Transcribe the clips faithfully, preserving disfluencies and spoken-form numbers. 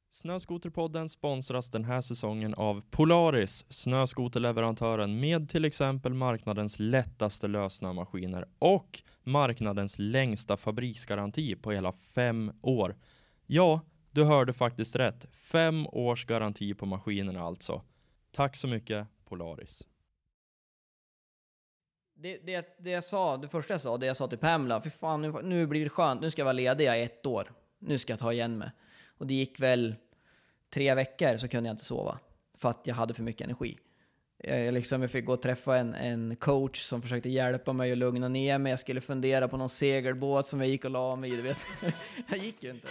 Snöskoterpodden sponsras den här säsongen av Polaris, snöskoterleverantören med till exempel marknadens lättaste lösnömaskiner och marknadens längsta fabriksgaranti på hela fem år. Ja, du hörde faktiskt rätt. Fem års garanti på maskinerna alltså. Tack så mycket, Polaris. Det, det, det jag sa, det första jag sa, det jag sa till Pamela, för fan, nu, nu blir det skönt, nu ska jag vara ledig i ett år. Nu ska jag ta igen mig. Och det gick väl tre veckor så kunde jag inte sova. För att jag hade för mycket energi. Jag, liksom, jag fick gå och träffa en, en coach som försökte hjälpa mig att lugna ner mig. Jag skulle fundera på någon segelbåt som jag gick och la mig i, du vet. Jag gick ju inte.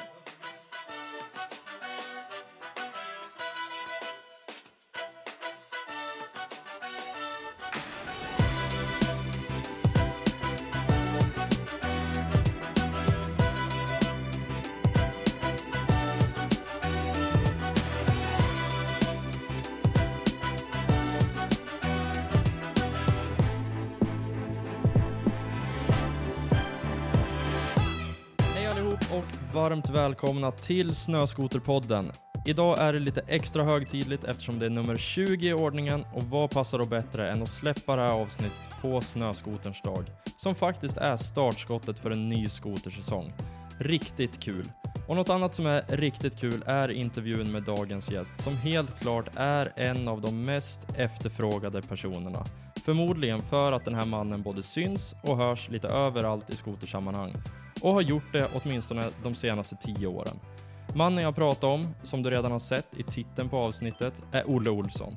Varmt välkomna till Snöskoterpodden. Idag är det lite extra högtidligt eftersom det är nummer tjugo i ordningen, och vad passar då bättre än att släppa det här avsnittet på snöskoterns dag, som faktiskt är startskottet för en ny skotersäsong. Riktigt kul. Och något annat som är riktigt kul är intervjun med dagens gäst, som helt klart är en av de mest efterfrågade personerna. Förmodligen för att den här mannen både syns och hörs lite överallt i skotersammanhang. Och har gjort det åtminstone de senaste tio åren. Mannen jag pratar om, som du redan har sett i titeln på avsnittet, är Olle Olsson.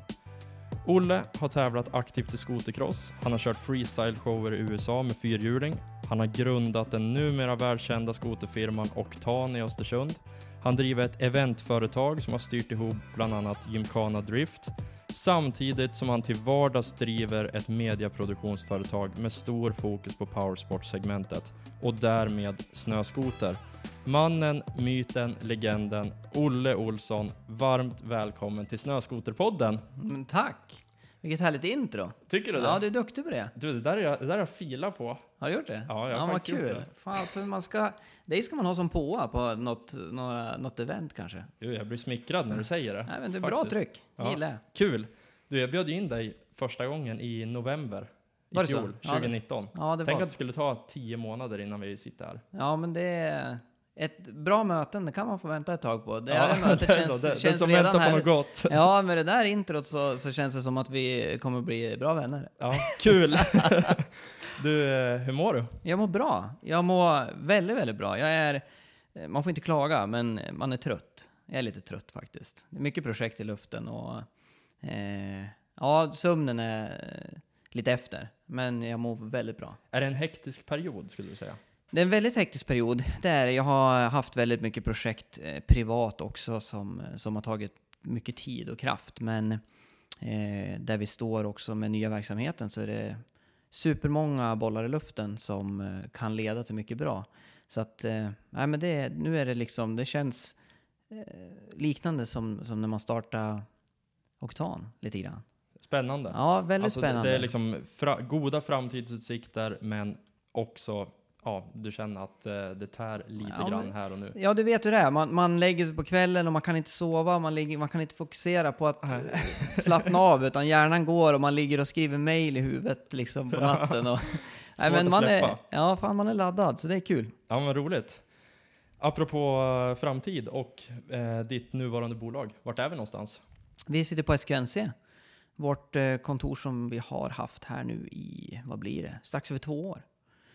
Olle har tävlat aktivt i skotercross. Han har kört freestyle-shower i U S A med fyrhjuling. Han har grundat den numera världskända skoterfirman Octan i Östersund. Han driver ett eventföretag som har styrt ihop bland annat Gymkhana Drift. Samtidigt som han till vardags driver ett mediaproduktionsföretag med stor fokus på powersport-segmentet och därmed snöskoter. Mannen, myten, legenden, Olle Olsson, varmt välkommen till Snöskoterpodden. Men tack! Vilket härligt intro. Tycker du det? Ja, du är duktig på det. Du, det där är jag, det där är jag filar på. Har du gjort det? Ja, jag har ja, faktiskt vad kul. gjort det. Fan, alltså, man ska, det ska man ha som påa på något, några, något event kanske. Du, jag blir smickrad när du säger det. Nej, men det är faktiskt. Bra tryck. Ja. Gillar. Kul. Du, jag bjöd in dig första gången i november i var det fjol, så? tjugonitton. Ja, det, ja, det Tänk var att det skulle ta tio månader innan vi sitter här. Ja, men det är ett bra möten, det kan man få vänta ett tag på. Det, ja, här mötet det är känns, så. Det, känns det som redan väntar här. på något gott. Ja, med det där introt så, så känns det som att vi kommer bli bra vänner. Ja, kul. Du, hur mår du? Jag mår bra. Jag mår väldigt, väldigt bra. Jag är, man får inte klaga, men man är trött. Jag är lite trött faktiskt. Det är mycket projekt i luften och eh, ja, sömnen är lite efter. Men jag mår väldigt bra. Är det en hektisk period skulle du säga? Det är en väldigt hektisk period. Det är, jag har haft väldigt mycket projekt eh, privat också som, som har tagit mycket tid och kraft. Men eh, där vi står också med nya verksamheten så är det supermånga bollar i luften som eh, kan leda till mycket bra. Så att, eh, nej, men det, nu är det liksom, det känns eh, liknande som, som när man startar Octan lite grann. Spännande. Ja, väldigt alltså, spännande. Det, det är liksom fra, goda framtidsutsikter, men också, ja, du känner att eh, det tär lite ja, grann men, här och nu. Ja, du vet hur det är. Man, man lägger sig på kvällen och man kan inte sova. Man, ligger, man kan inte fokusera på att slappna av, utan hjärnan går och man ligger och skriver mejl i huvudet liksom på natten. Och, nej, men man är, ja, fan, man är laddad, så det är kul. Ja, men roligt. Apropå uh, framtid och uh, ditt nuvarande bolag, vart är vi någonstans? Vi sitter på S K N C. Vårt uh, kontor som vi har haft här nu i, vad blir det? Strax över två år.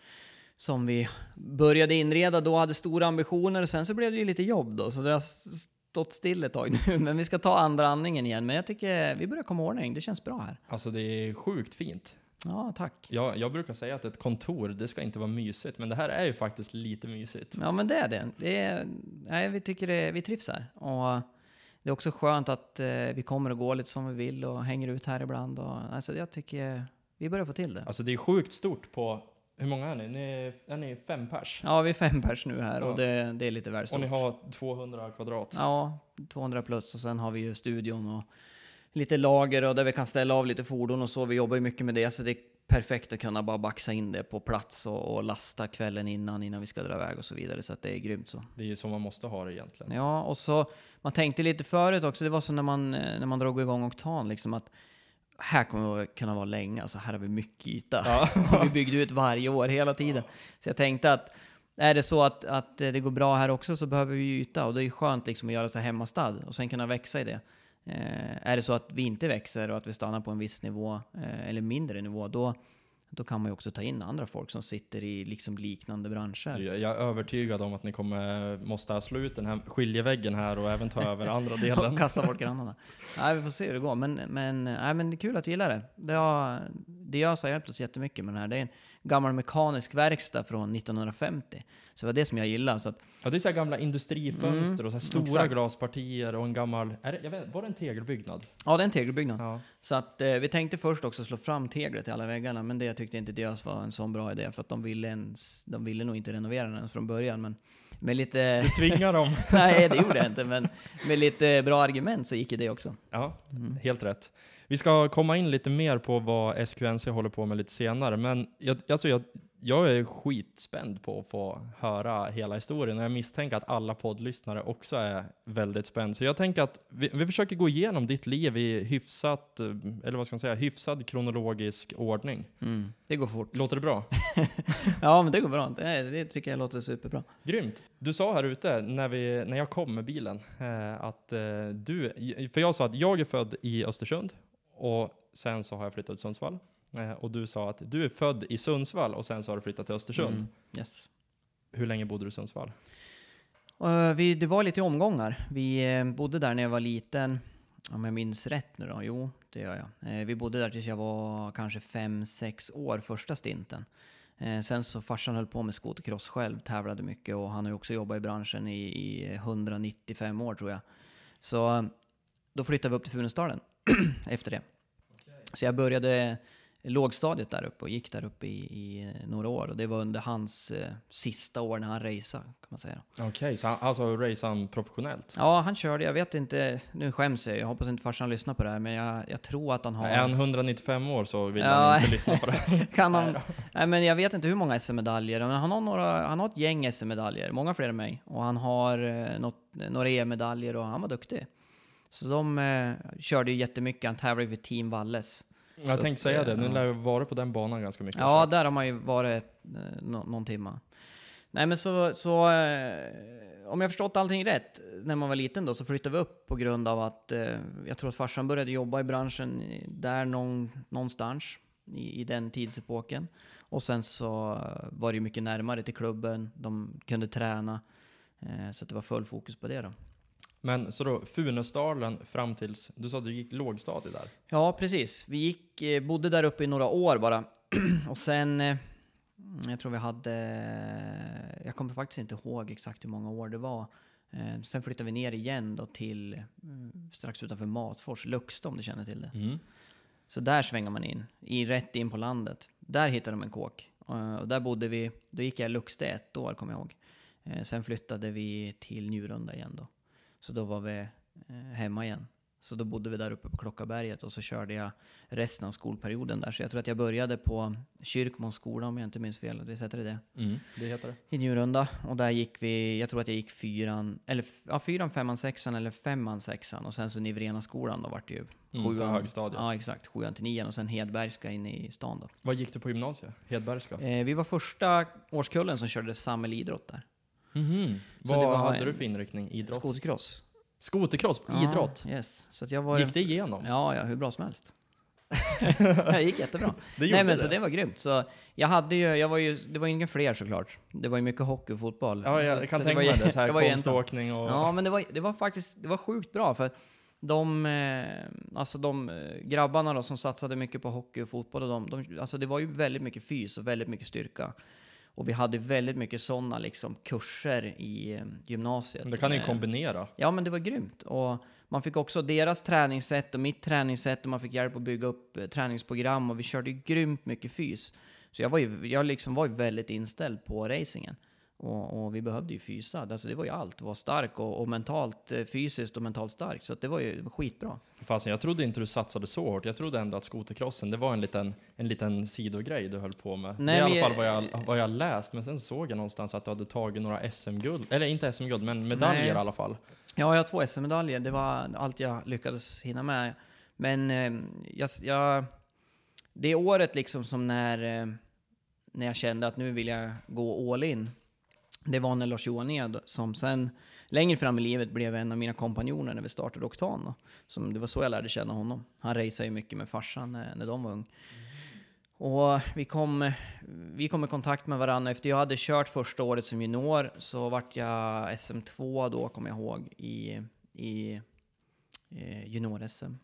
Som vi började inreda då, hade stora ambitioner, och sen så blev det ju lite jobb då. Så det har stått still ett tag nu, men vi ska ta andra andningen igen. Men jag tycker vi börjar komma ordning, det känns bra här. Alltså det är sjukt fint. Ja, tack. Jag, jag brukar säga att ett kontor, det ska inte vara mysigt, men det här är ju faktiskt lite mysigt. Ja, men det är det. det är, nej, vi tycker det, vi trivs här. Och det är också skönt att eh, vi kommer och går lite som vi vill och hänger ut här ibland. Och, alltså, jag tycker vi börjar få till det. Alltså det är sjukt stort på, hur många är ni? Ni är, är ni fem pers? Ja, vi är fem pers nu här, ja. Och det, det är lite väl stort. Och ni har tvåhundra kvadrat? Ja, tvåhundra plus, och sen har vi ju studion och lite lager och där vi kan ställa av lite fordon och så. Vi jobbar ju mycket med det, så det perfekt att kunna bara baxa in det på plats och, och lasta kvällen innan, innan vi ska dra iväg och så vidare. Så att det är grymt så. Det är ju så man måste ha det egentligen. Ja, och så man tänkte lite förut också, det var så när man, när man drog igång Oktan liksom att här kommer vi kunna vara länge, alltså här har vi mycket yta. Ja. Och vi byggde ut varje år, hela tiden. Så jag tänkte att är det så att, att det går bra här också så behöver vi yta, och det är ju skönt liksom att göra sig hemmastad och sen kunna växa i det. Eh, är det så att vi inte växer och att vi stannar på en viss nivå eh, eller mindre nivå, då, då kan man ju också ta in andra folk som sitter i liksom liknande branscher. Jag är övertygad om att ni kommer måste slå ut den här skiljeväggen här och även ta över andra delen. Och kasta bort grannarna. Nej, vi får se hur det går. Men, men, nej, men det är kul att du gillar det. Det har, det har så hjälpt oss jättemycket med den här. Det är en gammal mekanisk verkstad från nittonhundrafemtio. Så det var det som jag gillar. Så att, ja, det är så här gamla industrifönster Mm, och så här stora exakt. glaspartier och en gammal... Är det, jag vet, var det en tegelbyggnad? ja, det är en tegelbyggnad. Ja. Så att, eh, vi tänkte först också slå fram teglet i alla väggarna, men det tyckte inte Diös var en sån bra idé, för att de ville, ens, de ville nog inte renovera den ens från början. Men med lite... Du tvingar dem. Nej, det gjorde jag inte, men med lite bra argument så gick det också. Ja, Mm. helt rätt. Vi ska komma in lite mer på vad S Q N C håller på med lite senare, men jag, alltså jag, jag är skitspänd på att få höra hela historien, och jag misstänker att alla poddlyssnare också är väldigt spänd. Så jag tänker att vi, vi försöker gå igenom ditt liv i hyfsat, eller vad ska man säga, hyfsad kronologisk ordning. Mm. Det går fort. Låter det bra? Ja, men det går bra. Det, det tycker jag låter superbra. Grymt. Du sa här ute när, vi, när jag kom med bilen eh, att eh, du, för jag sa att jag är född i Östersund och sen så har jag flyttat till Sundsvall. Eh, och du sa att du är född i Sundsvall och sen så har du flyttat till Östersund. Mm. Yes. Hur länge bodde du i Sundsvall? Uh, vi, det var lite omgångar. Vi uh, bodde där när jag var liten. Om jag minns rätt nu då. Jo, det gör jag. Uh, vi bodde där tills jag var kanske fem, sex år första stinten. Uh, sen så farsan höll på med skotercross själv, tävlade mycket, och han har ju också jobbat i branschen i, i etthundranittiofem år tror jag. Så uh, då flyttade vi upp till Funäsdalen efter det. Okay. Så jag började lågstadiet där uppe och gick där uppe i, i några år, och det var under hans eh, sista år när han raceade, kan man säga. Okej, okay, så han, alltså raceade han professionellt? Ja, han körde, jag vet inte, nu skäms jag, jag hoppas inte farsan lyssnar på det här, men jag, jag tror att han har... Är han etthundranittiofem år så vill ja, han inte lyssna på det här. Kan han... Nej, men jag vet inte hur många S M-medaljer, men han har, några, han har ett gäng S M-medaljer, många fler än mig, och han har eh, något, några E M-medaljer, och han var duktig. Så de eh, körde ju jättemycket, han tävlade vid Team Valles. Jag tänkte säga det, nu lär jag vara på den banan ganska mycket. Ja, där har man ju varit eh, no, någon timma. Nej, men så, så eh, om jag förstått allting rätt, när man var liten då, så flyttade vi upp på grund av att eh, jag tror att farsan började jobba i branschen där någon, någonstans i, i den tidsepoken. Och sen så var det ju mycket närmare till klubben, de kunde träna, eh, så att det var full fokus på det då. Men så då, Funäsdalen fram tills, du sa att du gick lågstadiet där? Ja, precis. Vi gick, eh, bodde där uppe i några år bara. Och sen, eh, jag tror vi hade, jag kommer faktiskt inte ihåg exakt hur många år det var. Eh, sen flyttade vi ner igen då till eh, strax utanför Matfors, Luxta, om du känner till det. Mm. Så där svänger man in, i, rätt in på landet. Där hittade de en kåk. Uh, och där bodde vi, då gick jag i Luxta ett år, kommer jag ihåg. Uh, sen flyttade vi till Njurunda igen då. Så då var vi uh, hemma igen. Så då bodde vi där uppe på Klockaberget, och så körde jag resten av skolperioden där. Så jag tror att jag började på Kyrkmåns skola, om jag inte minns fel. Det heter det. Mm, det heter det. I Njurunda. Och där gick vi, jag tror att jag gick fyran, eller ja, fyran, femman, sexan eller femman, sexan. Och sen så Nivrena skolan då vart det ju mm, sjuan. På högstadiet. Ja, exakt. Sjuan till nian, och sen Hedbergska in i stan då. Vad gick du på gymnasiet? Hedbergska? Eh, vi var första årskullen som körde samhällidrott där. Mm-hmm. Vad det var hade en, du för inriktning? Idrott? Skotercross. Skotercross? Ja, idrott? Yes. Så att jag var gick det igenom? Ja, ja, hur bra som helst. Det gick jättebra. det Nej, men det. Så det var grymt. Så jag hade ju, jag var ju, det var ju ingen fler såklart. Det var ju mycket hockey och fotboll. Ja, jag så, kan så tänka mig det. Så här konståkning och... Ja, men det var, det var faktiskt, det var sjukt bra, för de, eh, alltså de grabbarna då, som satsade mycket på hockey och fotboll, och de, de, alltså det var ju väldigt mycket fys och väldigt mycket styrka. Och vi hade väldigt mycket sådana liksom kurser i eh, gymnasiet. Det kan ni ju kombinera. Ja, men det var grymt. Och man fick också deras träningssätt och mitt träningssätt, och man fick hjälp att bygga upp eh, träningsprogram, och vi körde ju grymt mycket fys. Så jag var ju, jag liksom var ju väldigt inställd på racingen. Och, och vi behövde ju fysa. Alltså det var ju allt. Var stark och, och mentalt, fysiskt och mentalt stark. Så att det var ju det var skitbra. Fasen, jag trodde inte du satsade så hårt. Jag trodde ändå att skotercrossen, det var en liten, en liten sidogrej du höll på med. Nej, det är i alla vi- fall vad jag, vad jag läst. Men sen såg jag någonstans att du hade tagit några S M-guld. Eller inte S M-guld, men medaljer Nej. i alla fall. Ja, jag har två S M-medaljer. Det var allt jag lyckades hinna med. Men eh, jag, jag, det året liksom som när, eh, när jag kände att nu vill jag gå all in. Det var när Lars-Johan Ed, som sen längre fram i livet blev en av mina kompanjoner när vi startade Oktan. Då. Som, det var så jag lärde känna honom. Han raceade ju mycket med farsan när, när de var ung. Och vi kom, vi kom i kontakt med varandra. Efter jag hade kört första året som junior så vart jag S M två då, kommer jag ihåg, i, i eh, junior-S M.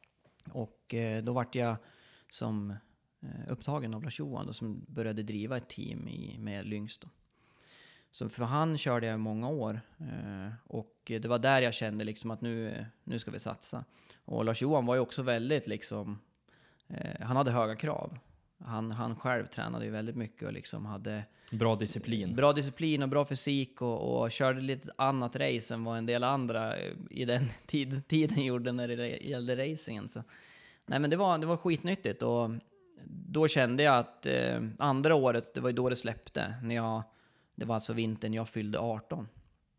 Och eh, då vart jag som eh, upptagen av Lars-Johan som började driva ett team i, med Lynx då. Så för han körde jag i många år. Eh, och det var där jag kände liksom att nu, nu ska vi satsa. Och Lars-Johan var ju också väldigt liksom, eh, han hade höga krav. Han, han själv tränade ju väldigt mycket och liksom hade Bra disciplin. bra disciplin och bra fysik och, och körde lite annat race än vad en del andra i den tid, tiden gjorde när det gällde racingen. Så. Nej, men det var, det var skitnyttigt och då kände jag att eh, andra året, det var ju då det släppte. När jag, det var alltså vintern jag fyllde arton.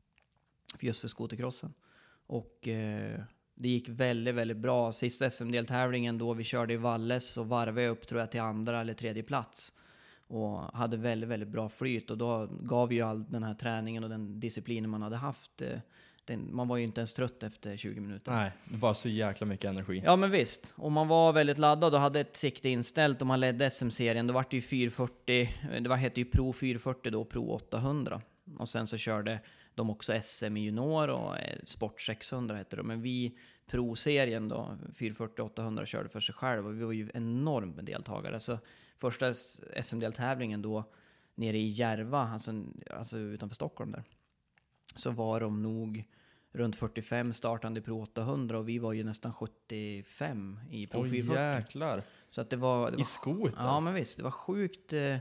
Just för skotercrossen. Och eh, det gick väldigt, väldigt bra. Sista S M-deltävlingen då vi körde i Valles och varvade upp tror jag till andra eller tredje plats. Och hade väldigt, väldigt bra flyt. Och då gav ju all den här träningen och den disciplinen man hade haft. Eh, den, man var ju inte ens trött efter tjugo minuter. Nej, det var så jäkla mycket energi. Ja men visst, och man var väldigt laddad och hade ett sikte inställt och man ledde S M-serien. Då var det ju fyrahundrafyrtio, det var, hette ju Pro fyrahundrafyrtio då, Pro åttahundra. Och sen så körde de också S M i junior och eh, Sport sexhundra hette det. Men vi, Pro-serien då, fyrahundrafyrtio åttahundra körde för sig själv och vi var ju enormt med deltagare. Så första S M-deltävlingen då nere i Järva, alltså, alltså utanför Stockholm där, så var de nog runt fyrtiofem startande i Pro åttahundra och vi var ju nästan sjuttiofem i Pro Oj, fyrahundrafyrtio. jäklar. Så att det var, det var I skoter? Ja, men visst. Det var sjukt, eh,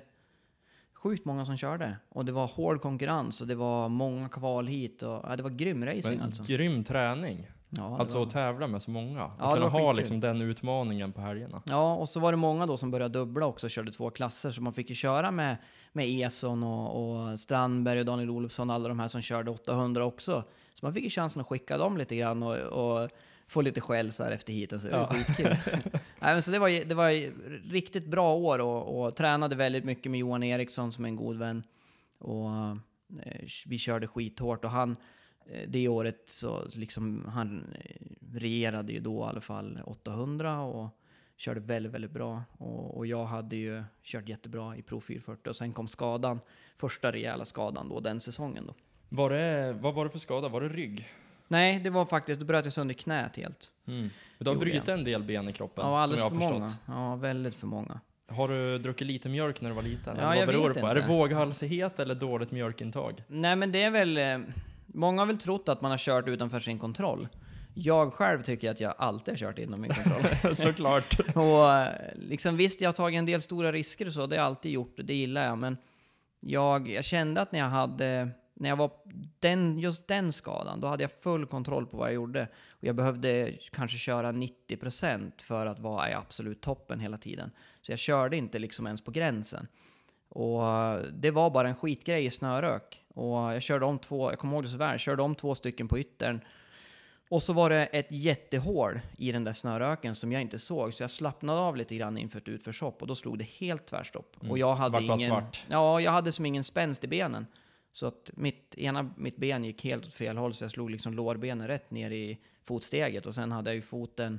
sjukt många som körde. Och det var hård konkurrens och det var många kval hit. Och, ja, det var grym racing Men alltså. grym träning. Ja, det Alltså var, att tävla med så många. Och Ja, det kunna var ha skitkul. liksom den utmaningen på helgerna. ja, och så var det många då som började dubbla också och körde två klasser. Så man fick ju köra med, med Eson och, och Strandberg och Daniel Olofsson. Alla de här som körde åttahundra också. Så man fick ju chansen att skicka dem lite grann och, och få lite skäll så här efter hiten. Så det var Ja. skitkul. Nej, men så det var, det var riktigt bra år och, och tränade väldigt mycket med Johan Eriksson som är en god vän. Och eh, vi körde skithårt och han, eh, det året så liksom, han eh, regerade ju då i alla fall åttahundra och körde väldigt, väldigt bra. Och, och jag hade ju kört jättebra i Pro fyrahundrafyrtio och sen kom skadan, första rejäla skadan då, den säsongen då. Var det, vad var det för skada? Var det rygg? Nej, det var faktiskt, då bröt jag sönder knät helt. Mm. Du har Gjorde brutit jag. en del ben i kroppen, Ja, som alldeles jag för har förstått. många. Ja, väldigt för många. Har du druckit lite mjölk när du var liten? Ja, eller vad jag beror vet det på? inte. Är det våghalsighet eller dåligt mjölkintag? Nej, men det är väl... Eh, många har väl trott att man har kört utanför sin kontroll. Jag själv tycker att jag alltid har kört inom min kontroll. Såklart. Och eh, liksom, visst, jag har tagit en del stora risker och så. Det har jag alltid gjort, det gillar jag. Men jag, jag kände att när jag hade... När jag var den, just den skadan, då hade jag full kontroll på vad jag gjorde. Och jag behövde kanske köra nittio procent för att vara i absolut toppen hela tiden. Så jag körde inte liksom ens på gränsen. Och det var bara en skitgrej i snörök. Och jag körde om två, jag kommer ihåg det så väl, jag körde om två stycken på yttern. Och så var det ett jättehål i den där snöröken som jag inte såg. Så jag slappnade av lite grann inför ett utförshopp. Och då slog det helt tvärstopp. Mm. Och jag hade Vart bara ingen... svart. Ja, jag hade som ingen spänst i benen. Så att mitt, ena, mitt ben gick helt åt fel håll. Så jag slog liksom lårbenen rätt ner i fotsteget. Och sen hade jag ju foten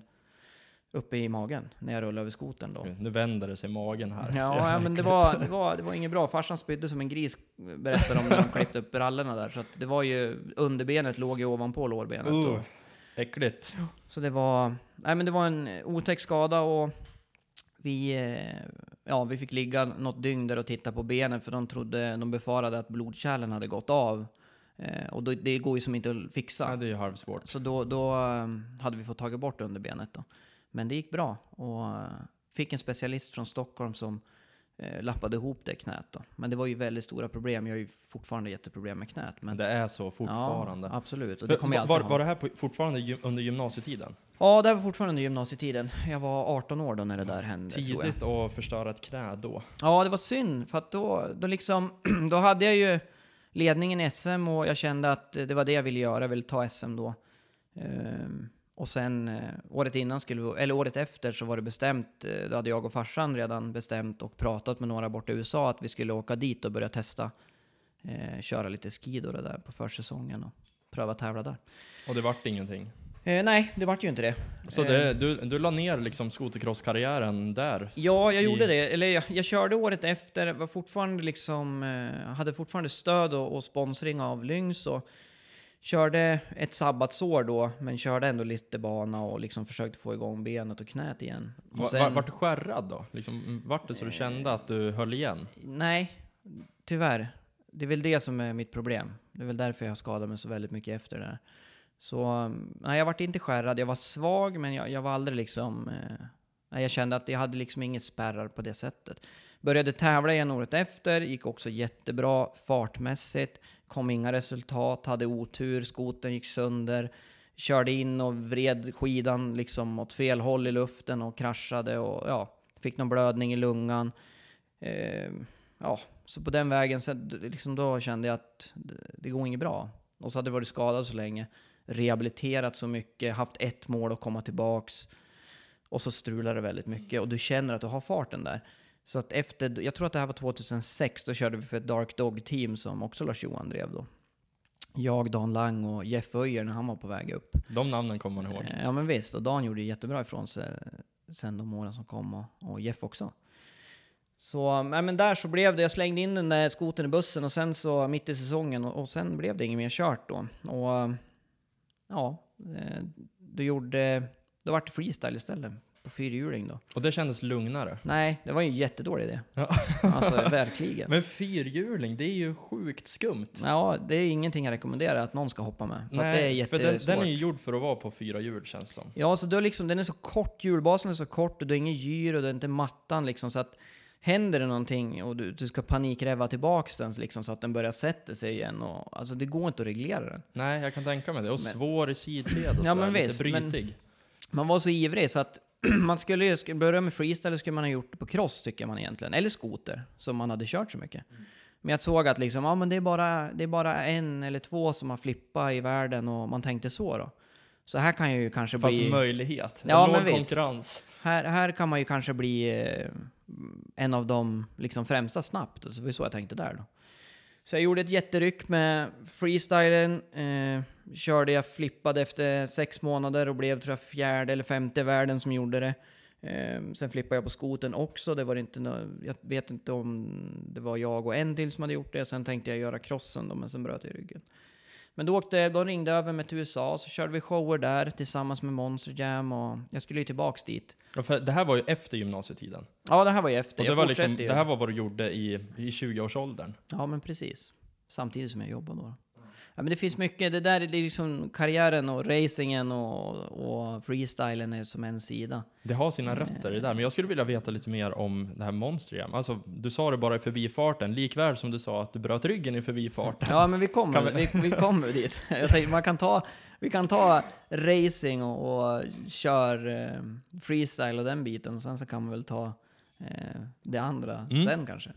uppe i magen när jag rullade över skoten då. Nu vänder det sig i magen här. Så Ja, ja jag- men det var, det, var, det var inget bra. Farsan spydde som en gris, berättade om när de klippte upp brallorna där. Så att det var ju, underbenet låg ju ovanpå lårbenet. Uh, Och, äckligt. så det var, nej men det var en otäck skada och vi, eh, ja, vi fick ligga något dygn där och titta på benen för de trodde, de befarade att blodkärlen hade gått av. Eh, och då, det går ju som inte att fixa. Ja, det är ju halvsvårt. Så då, då eh, hade vi fått tagit bort underbenet då. Men det gick bra och eh, fick en specialist från Stockholm som eh, lappade ihop det knät då. Men det var ju väldigt stora problem. Jag har ju fortfarande jätteproblem med knät. Men Det är så fortfarande. Ja, absolut. Och det kommer jag alltid var, ha. var det här på, fortfarande gy- under gymnasietiden? Ja, det var fortfarande under gymnasietiden. Jag var arton år då när det där hände, tror jag. Tidigt att förstöra ett knä då. Ja, det var synd. För att då, då liksom, då hade jag ju ledningen i S M och jag kände att det var det jag ville göra. Jag ville ta S M då. Ehm, och sen eh, året innan skulle vi, eller året efter så var det bestämt. Eh, då hade jag och farsan redan bestämt och pratat med några borta i U S A att vi skulle åka dit och börja testa. Eh, köra lite skidor där på försäsongen och pröva tävla där. Och det vart ingenting? Eh, nej, det vart ju inte det. Så det, du, du la ner liksom skotercross-karriären där? Ja, jag i... gjorde det. Eller jag, jag körde året efter, var fortfarande liksom, eh, hade fortfarande stöd och, och sponsring av Lynx och körde ett sabbatsår då, men körde ändå lite bana och liksom försökte få igång benet och knät igen. Och Va, sen, var, vart du skärrad då? Liksom, vart det så du kände att du höll igen? Nej, tyvärr. Det är väl det som är mitt problem. Det är väl därför jag skadade mig så väldigt mycket efter det där. Så nej, jag var inte skärrad. Jag var svag, men jag, jag var aldrig liksom... Eh, nej, jag kände att jag hade liksom inget spärrar på det sättet. Började tävla igen året efter. Gick också jättebra fartmässigt. Kom inga resultat. Hade otur. Skoten gick sönder. Körde in och vred skidan liksom åt fel håll i luften och kraschade. Och ja, fick någon blödning i lungan. Eh, ja, så på den vägen så, liksom, då kände jag att det, det går inget bra. Och så hade jag varit skadad så länge. Rehabiliterat så mycket, haft ett mål att komma tillbaks och så strular det väldigt mycket och du känner att du har farten där. Så att efter, jag tror att det här var tjugohundrasex, då körde vi för ett Dark Dog-team som också Lars-Johan drev då. Jag, Dan Lang och Jeff Öjer när han var på väg upp. De namnen kommer man ihåg. Ja men visst, och Dan gjorde jättebra ifrån sig sen de åren som kom och, och Jeff också. Så, nej, men där så blev det, jag slängde in den där skoten i bussen och sen så mitt i säsongen och, och sen blev det inget mer kört då. Och ja, då gjorde, då var det freestyle istället på fyrhjuling då. Och det kändes lugnare? Nej, det var ju en jättedålig idé. Ja. Alltså verkligen. Men fyrhjuling, det är ju sjukt skumt. Ja, det är ingenting jag rekommenderar att någon ska hoppa med. För Nej, att det är jättesvårt. för den, den är ju gjord för att vara på fyra hjul känns som. Ja, så då liksom, den är så kort, hjulbasen är så kort och det är ingen gyr och det är inte mattan liksom så att händer det någonting och du, du ska panikräva tillbaks den liksom, så att den börjar sätta sig igen. Och, alltså det går inte att reglera den. Nej, jag kan tänka mig det. Och Men, svår i sidled och ja, så men lite visst, brytig. Men man var så ivrig så att man skulle ju skulle börja med freestyle skulle man ha gjort det på cross tycker man egentligen. Eller skoter som man hade kört så mycket. Mm. Men jag såg att liksom, ja, men det, är bara, det är bara en eller två som har flippat i världen och man tänkte så då. Så här kan ju kanske Fast bli... möjlighet. Ja, låg men visst. konkurrens. Här, här kan man ju kanske bli eh, en av de liksom främsta snabbt. Så det var så jag tänkte där då. Så jag gjorde ett jätteryck med freestylen. Eh, körde jag flippade efter sex månader och blev tror jag fjärde eller femte världen som gjorde det. Eh, sen flippade jag på skoten också. Det var inte no- jag vet inte om det var jag och en till som hade gjort det. Sen tänkte jag göra crossen då, men sen bröt jag ryggen. Men då åkte, de ringde över med till U S A, så körde vi shower där tillsammans med Monster Jam och jag skulle ju tillbaks dit. Ja, för det här var ju efter gymnasietiden. Ja, det här var ju efter. Och det, jag var liksom, ju. det här var vad du gjorde i, i tjugo-årsåldern. Ja, men precis. Samtidigt som jag jobbade då. Ja, men det finns mycket, det där är liksom karriären och racingen och, och freestylen är som en sida. Det har sina rötter i det där, men jag skulle vilja veta lite mer om det här Monster Jam. Alltså, du sa det bara i förbifarten, likväl som du sa att du bröt ryggen i förbifarten. Ja, men vi kommer, vi... Vi, vi kommer dit. Jag tänkte, man kan ta, vi kan ta racing och, och kör eh, freestyle och den biten, sen så kan man väl ta eh, det andra mm. sen kanske.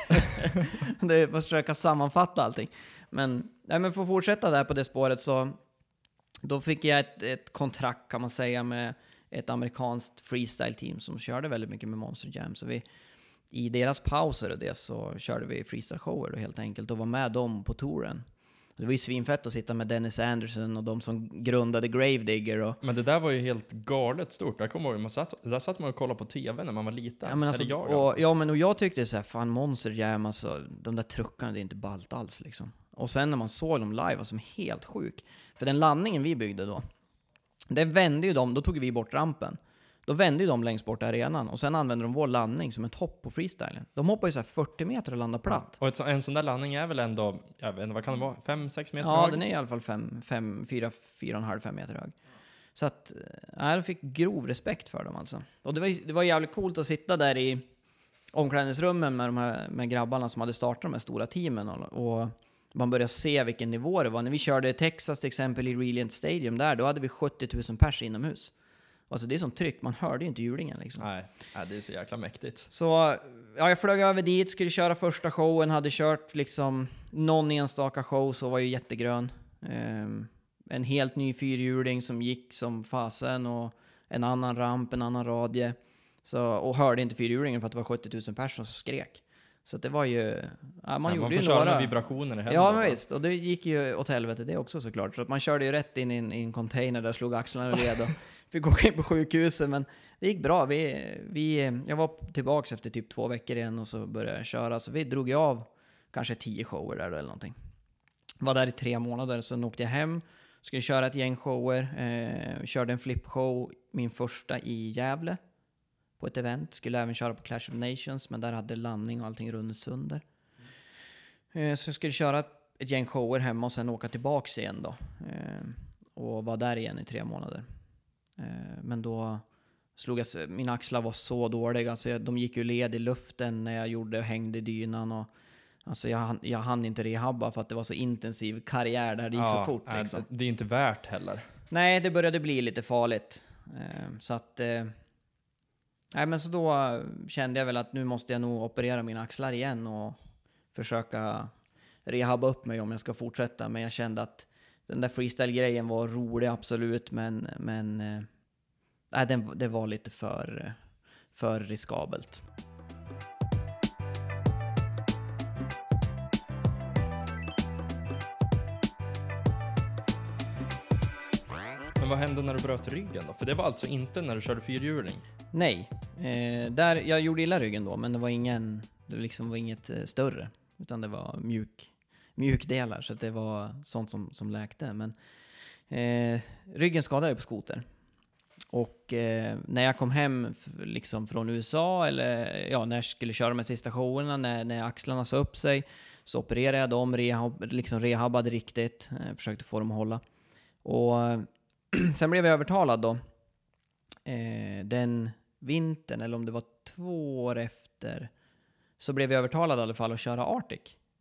Det är att försöka sammanfatta allting. Men, nej, men för att fortsätta där på det spåret så då fick jag ett, ett kontrakt kan man säga med ett amerikanskt freestyle-team som körde väldigt mycket med Monster Jam. Så vi, i deras pauser och det så körde vi freestyle-shower då, helt enkelt och var med dem på touren. Det var ju svinfett att sitta med Dennis Anderson och de som grundade Gravedigger. Och... Men det där var ju helt galet stort. Jag kommer ihåg, man satt, där satt man och kollade på tv när man var liten. Ja, men alltså, jag, och, ja, men och jag tyckte så här, fan Monster Jam, alltså, de där truckarna, det är inte ballt alls liksom. Och sen när man såg dem live var som helt sjuk. För den landningen vi byggde då, det vände ju de, då tog vi bort rampen. Då vände ju de längst bort i arenan och sen använde de vår landning som ett hopp på freestylen. De hoppar ju så här fyrtio meter och landar platt. Och ett, en sån där landning är väl ändå, jag vet inte, vad kan det vara, fem sex meter ja, hög? Ja, den är i alla fall fem, fem, fyra, fyra och en halv, fem meter hög. Så att, nej, de fick grov respekt för dem alltså. Och det var, det var jävligt coolt att sitta där i omklädningsrummen med de här med grabbarna som hade startat de här stora teamen och, och man började se vilken nivå det var. När vi körde i Texas till exempel i Reliant Stadium där, då hade vi sjuttio tusen pers inomhus. Alltså det är som tryck, man hörde ju inte hjulingen liksom. Nej, nej, det är så jäkla mäktigt. Så ja, jag flög över dit, skulle köra första showen, hade kört liksom någon enstaka show, så var ju jättegrön. Um, en helt ny fyrhjuling som gick som fasen och en annan ramp, en annan radie. Så, och hörde inte fyrhjulingen för att det var sjuttio tusen personer som skrek. Så det var ju... Ja, man ja, gjorde man ju får köra några... med vibrationer i händerna. Ja, men visst. Och det gick ju åt helvete det också såklart. Så att man körde ju rätt in i en, i en container där, slog axlarna och led och fick åka in på sjukhuset. Men det gick bra. Vi, vi, jag var tillbaka efter typ två veckor igen och så började jag köra. Så vi drog ju av kanske tio shower där eller någonting. Var där i tre månader, sen åkte jag hem. Skulle köra ett gäng shower. Eh, körde en flipshow, min första i Gävle. På ett event. Skulle även köra på Clash of Nations, men där hade landning och allting runt sönder. Eh, så jag skulle köra ett gäng shower hemma och sen åka tillbaks igen då. Eh, och var där igen i tre månader. Eh, men då slog jag, mina axlar var så dåliga. Alltså jag, de gick ju led i luften när jag gjorde och hängde i dynan. Och, alltså jag, jag hann inte rehabba för att det var så intensiv karriär där det gick ja, så fort. Liksom. Det är inte värt heller. Nej, det började bli lite farligt. Eh, så att... Eh, Nej, men så då kände jag väl att nu måste jag nog operera mina axlar igen och försöka rehabba upp mig om jag ska fortsätta. Men jag kände att den där freestyle-grejen var rolig, absolut, men, men äh, den, det var lite för, för riskabelt. Men vad hände när du bröt ryggen då? För det var alltså inte när du körde fyrhjuling? Nej, eh, där, jag gjorde illa ryggen då, men det var, ingen, det liksom var inget eh, större. Utan det var mjuk, mjukdelar, så att det var sånt som, som läkte. Men eh, ryggen skadade jag på skoter. Och eh, när jag kom hem f- liksom från U S A, eller ja, när jag skulle köra de sista showerna, när, när axlarna sa upp sig, så opererade jag dem, rehab, liksom rehabbade riktigt, eh, försökte få dem att hålla. Och sen blev jag övertalad då. Eh, den vintern, eller om det var två år efter, så blev jag övertalad i alla fall att köra Arctic.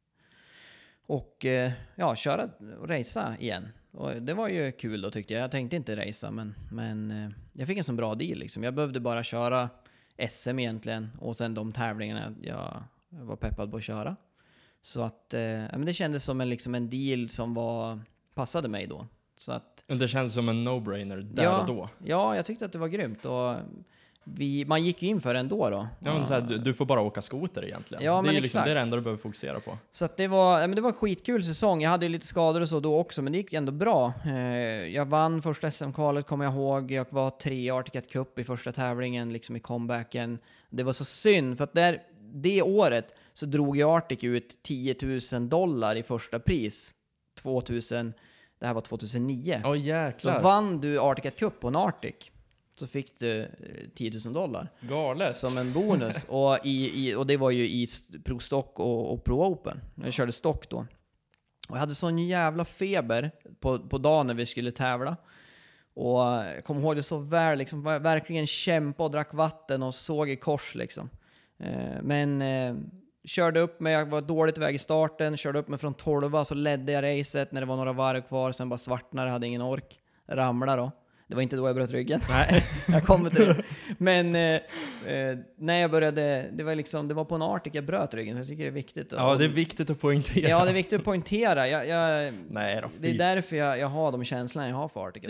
Och eh, ja, köra och racea igen. Och det var ju kul då tyckte jag. Jag tänkte inte racea, men, men eh, jag fick en sån bra deal liksom. Jag behövde bara köra S M egentligen, och sen de tävlingarna jag, jag var peppad på att köra. Så att eh, men det kändes som en, liksom en deal som var, passade mig då. Så att, det känns som en no-brainer där ja, och då. Ja, jag tyckte att det var grymt. Och vi, man gick ju in för det ändå då. Ja, men så här, du, du får bara åka skoter egentligen. Ja, det är men ju liksom exakt. det enda du behöver fokusera på. Så att det var, ja, men det var en skitkul säsong. Jag hade ju lite skador och så då också, men det gick ändå bra. Eh, jag vann första S M-kvalet, kommer jag ihåg. Jag var tre i Arctic Cup i första tävlingen, liksom i comebacken. Det var så synd, för att där, det året så drog jag Arctic ut tio tusen dollar i första pris. tvåtusen, det här var tjugohundranio. Åh, jäklar. Så vann du Arctic Cup på en Arctic, så fick du tio tusen dollar. Galet. Som en bonus. och, i, i, och det var ju i Pro Stock och, och Pro Open. Jag körde stock då. Och jag hade sån jävla feber på, på dagen när vi skulle tävla. Och jag kommer ihåg det så väl. Liksom, verkligen kämpa och drack vatten och såg i kors liksom. Eh, men eh, körde upp mig. Jag var dåligt väg i starten. Körde upp mig från tolva, så ledde jag racet när det var några varv kvar. Sen bara svartnade, hade ingen ork. Ramlade då. Det var inte då jag bröt ryggen. Nej. Jag kommer till det. Men eh, eh, när jag började, det var liksom, det var på en Arctic jag bröt ryggen, så jag tycker det är viktigt. Ja, och, det är viktigt att poängtera. Ja, det är viktigt att poängtera. Jag, jag, Nej då. det är därför jag, jag har de känslorna jag har för Arctic.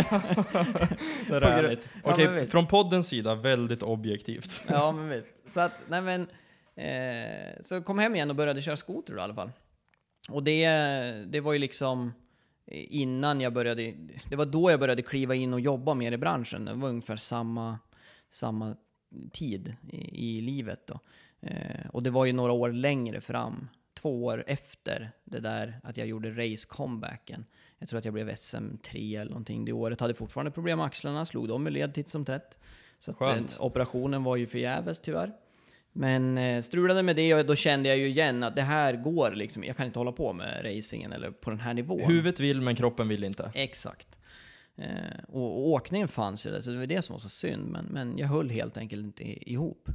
Det är ärligt. Ja, Okej, men från poddens sida, väldigt objektivt. Ja, men visst. Så att, nej men, eh, så kom hem igen och började köra skoter då, i alla fall. Och det, det var ju liksom innan jag började, det var då jag började kliva in och jobba mer i branschen. Det var ungefär samma, samma tid i, i livet då. Eh, och det var ju några år längre fram, två år efter det där att jag gjorde race-comebacken. Jag tror att jag blev S M tre eller någonting det året. Hade fortfarande problem med axlarna, slog dem med led titt som tätt. Så att, eh, operationen var ju förgäves tyvärr. Men eh, strulade med det, och då kände jag ju igen att det här går liksom. Jag kan inte hålla på med racingen eller på den här nivån. Huvudet vill, men kroppen vill inte. Exakt. Eh, och, och åkningen fanns ju där, så det var det som var så synd. Men, men jag höll helt enkelt inte ihop.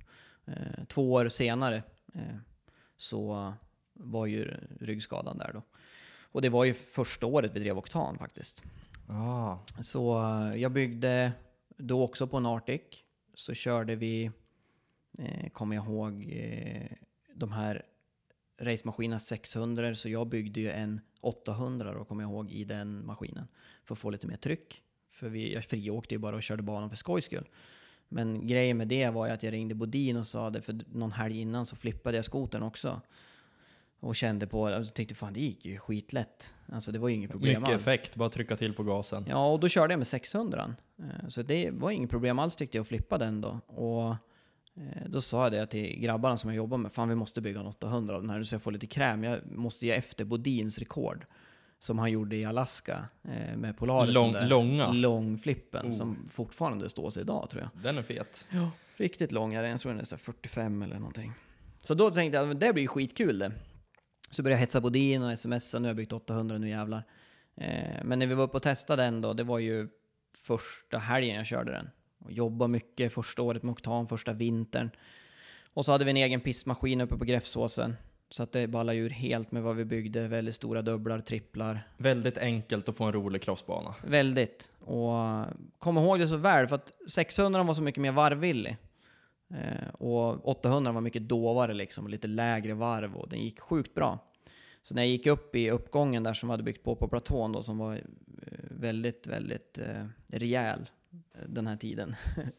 Eh, två år senare eh, så var ju ryggskadan där då. Och det var ju första året vi drev Oktan faktiskt. Ah. Så eh, jag byggde då också på en Arctic. Så körde vi, eh, kommer jag ihåg, eh, de här racemaskinerna sexhundra. Så jag byggde ju en åttahundra då, kommer jag ihåg, i den maskinen. För att få lite mer tryck. För vi, jag friåkte ju bara och körde banan för skojs skull. Men grejen med det var ju att jag ringde Bodin och sa det, för någon helg innan så flippade jag skotern också. Och kände på, och tyckte fan det gick ju skitlätt. Alltså det var ju inget problem Mycket alls. effekt, bara trycka till på gasen. Ja, och då körde jag med sexhundra. Så det var inget problem alls tyckte jag att flippa den då. Och då sa jag det till grabbarna som jag jobbar med. Fan vi måste bygga en åttahundra av den här så jag får lite kräm. Jag måste ge efter Bodins rekord. Som han gjorde i Alaska eh, med Polaris. Lång, långa. Långflippen oh. som fortfarande står sig idag tror jag. Den är fet. Ja, riktigt lång. Jag tror den är så fyrtiofem eller någonting. Så då tänkte jag att det blir skitkul det. Så började jag hetsa Bodin och smsa. Nu har jag byggt åttahundra, nu jävlar. Eh, men när vi var uppe och testade den då, det var ju första helgen jag körde den. Och jobbade mycket första året med Oktan, första vintern. Och så hade vi en egen pistmaskin uppe på Gräfsåsen. Så att det ballade ur helt med vad vi byggde. Väldigt stora dubblar, tripplar. Väldigt enkelt att få en rolig crossbana. Väldigt. Och kom ihåg det så väl. För att sexhundra var så mycket mer varvvillig. Eh, och åttahundra var mycket dovare liksom. Lite lägre varv. Och den gick sjukt bra. Så när jag gick upp i uppgången där som vi hade byggt på på platån då. Som var väldigt, väldigt eh, rejäl den här tiden.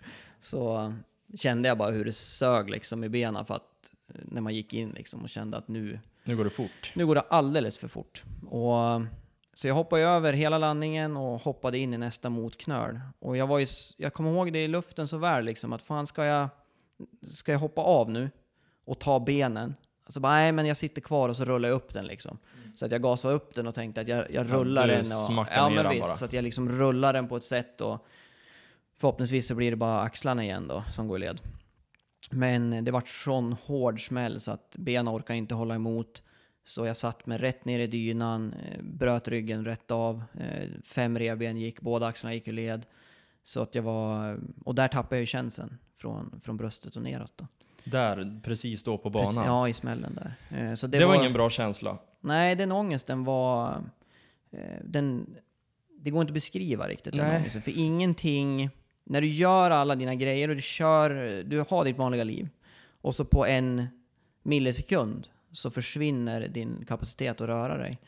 Så kände jag bara hur det sög liksom i benen. För att när man gick in liksom och kände att nu... Nu går det fort. Nu går det alldeles för fort. Och, så jag hoppade över hela landningen och hoppade in i nästa motknöl. Och jag var ju, jag kommer ihåg det i luften så väl liksom att fan ska jag, ska jag hoppa av nu och ta benen? Alltså bara, nej men jag sitter kvar och så rullar jag upp den liksom. Mm. Så att jag gasade upp den och tänkte att jag, jag rullar ja, den. Och, ja men visst, bara. så att jag liksom rullar den på ett sätt och förhoppningsvis så blir det bara axlarna igen då som går i led. Men det var sån hård smäll så att benen orkar inte hålla emot. Så jag satt med rätt ner i dynan, bröt ryggen rätt av. Fem revben gick, båda axlarna gick i led. Så att jag var, och där tappade jag ju känseln från, från bröstet och neråt då. Där, precis då på banan? Precis, ja, i smällen där. Så det, det var, var ingen bra känsla? Nej, den ångesten var... Den, det går inte att beskriva riktigt den ångesten. För ingenting... När du gör alla dina grejer och du kör, du har ditt vanliga liv och så på en millisekund så försvinner din kapacitet att röra dig,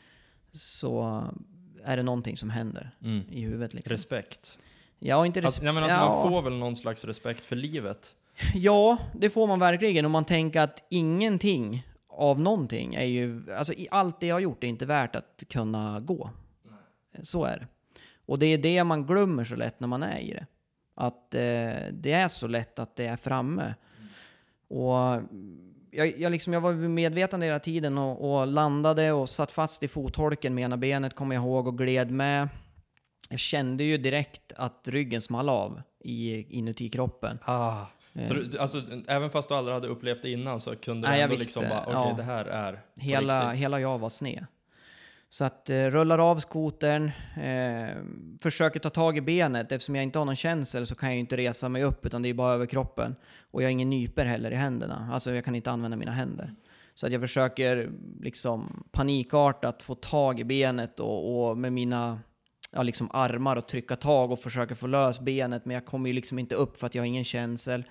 så är det någonting som händer mm. i huvudet liksom. Respekt. Ja, inte respekt. Alltså, jag menar, alltså, ja. Man får väl någon slags respekt för livet? Ja, det får man verkligen. Om man tänker att ingenting av någonting är ju, alltså allt det jag har gjort är inte värt att kunna gå. Nej. Så är det. Och det är det man glömmer så lätt när man är i det. Att eh, det är så lätt att det är framme. Mm. Och jag, jag, liksom, jag var medveten hela tiden och, och landade och satt fast i fotholken med ena benet, kommer jag ihåg, och gled med. Jag kände ju direkt att ryggen small av i, inuti kroppen. Ah. Eh. Så du, alltså, även fast du aldrig hade upplevt det innan så kunde Nej, du jag ändå visste, liksom bara, okej, okay, ja. Det här är hela, hela jag var sned. Så att eh, rullar av skotern, eh, försöker ta tag i benet. Eftersom jag inte har någon känsel så kan jag inte resa mig upp, utan det är bara över kroppen. Och jag har ingen nyper heller i händerna. Alltså jag kan inte använda mina händer. Så att jag försöker liksom panikartat få tag i benet och, och med mina ja, liksom armar och trycka tag och försöka få lös benet. Men jag kommer ju liksom inte upp för att jag har ingen känsel.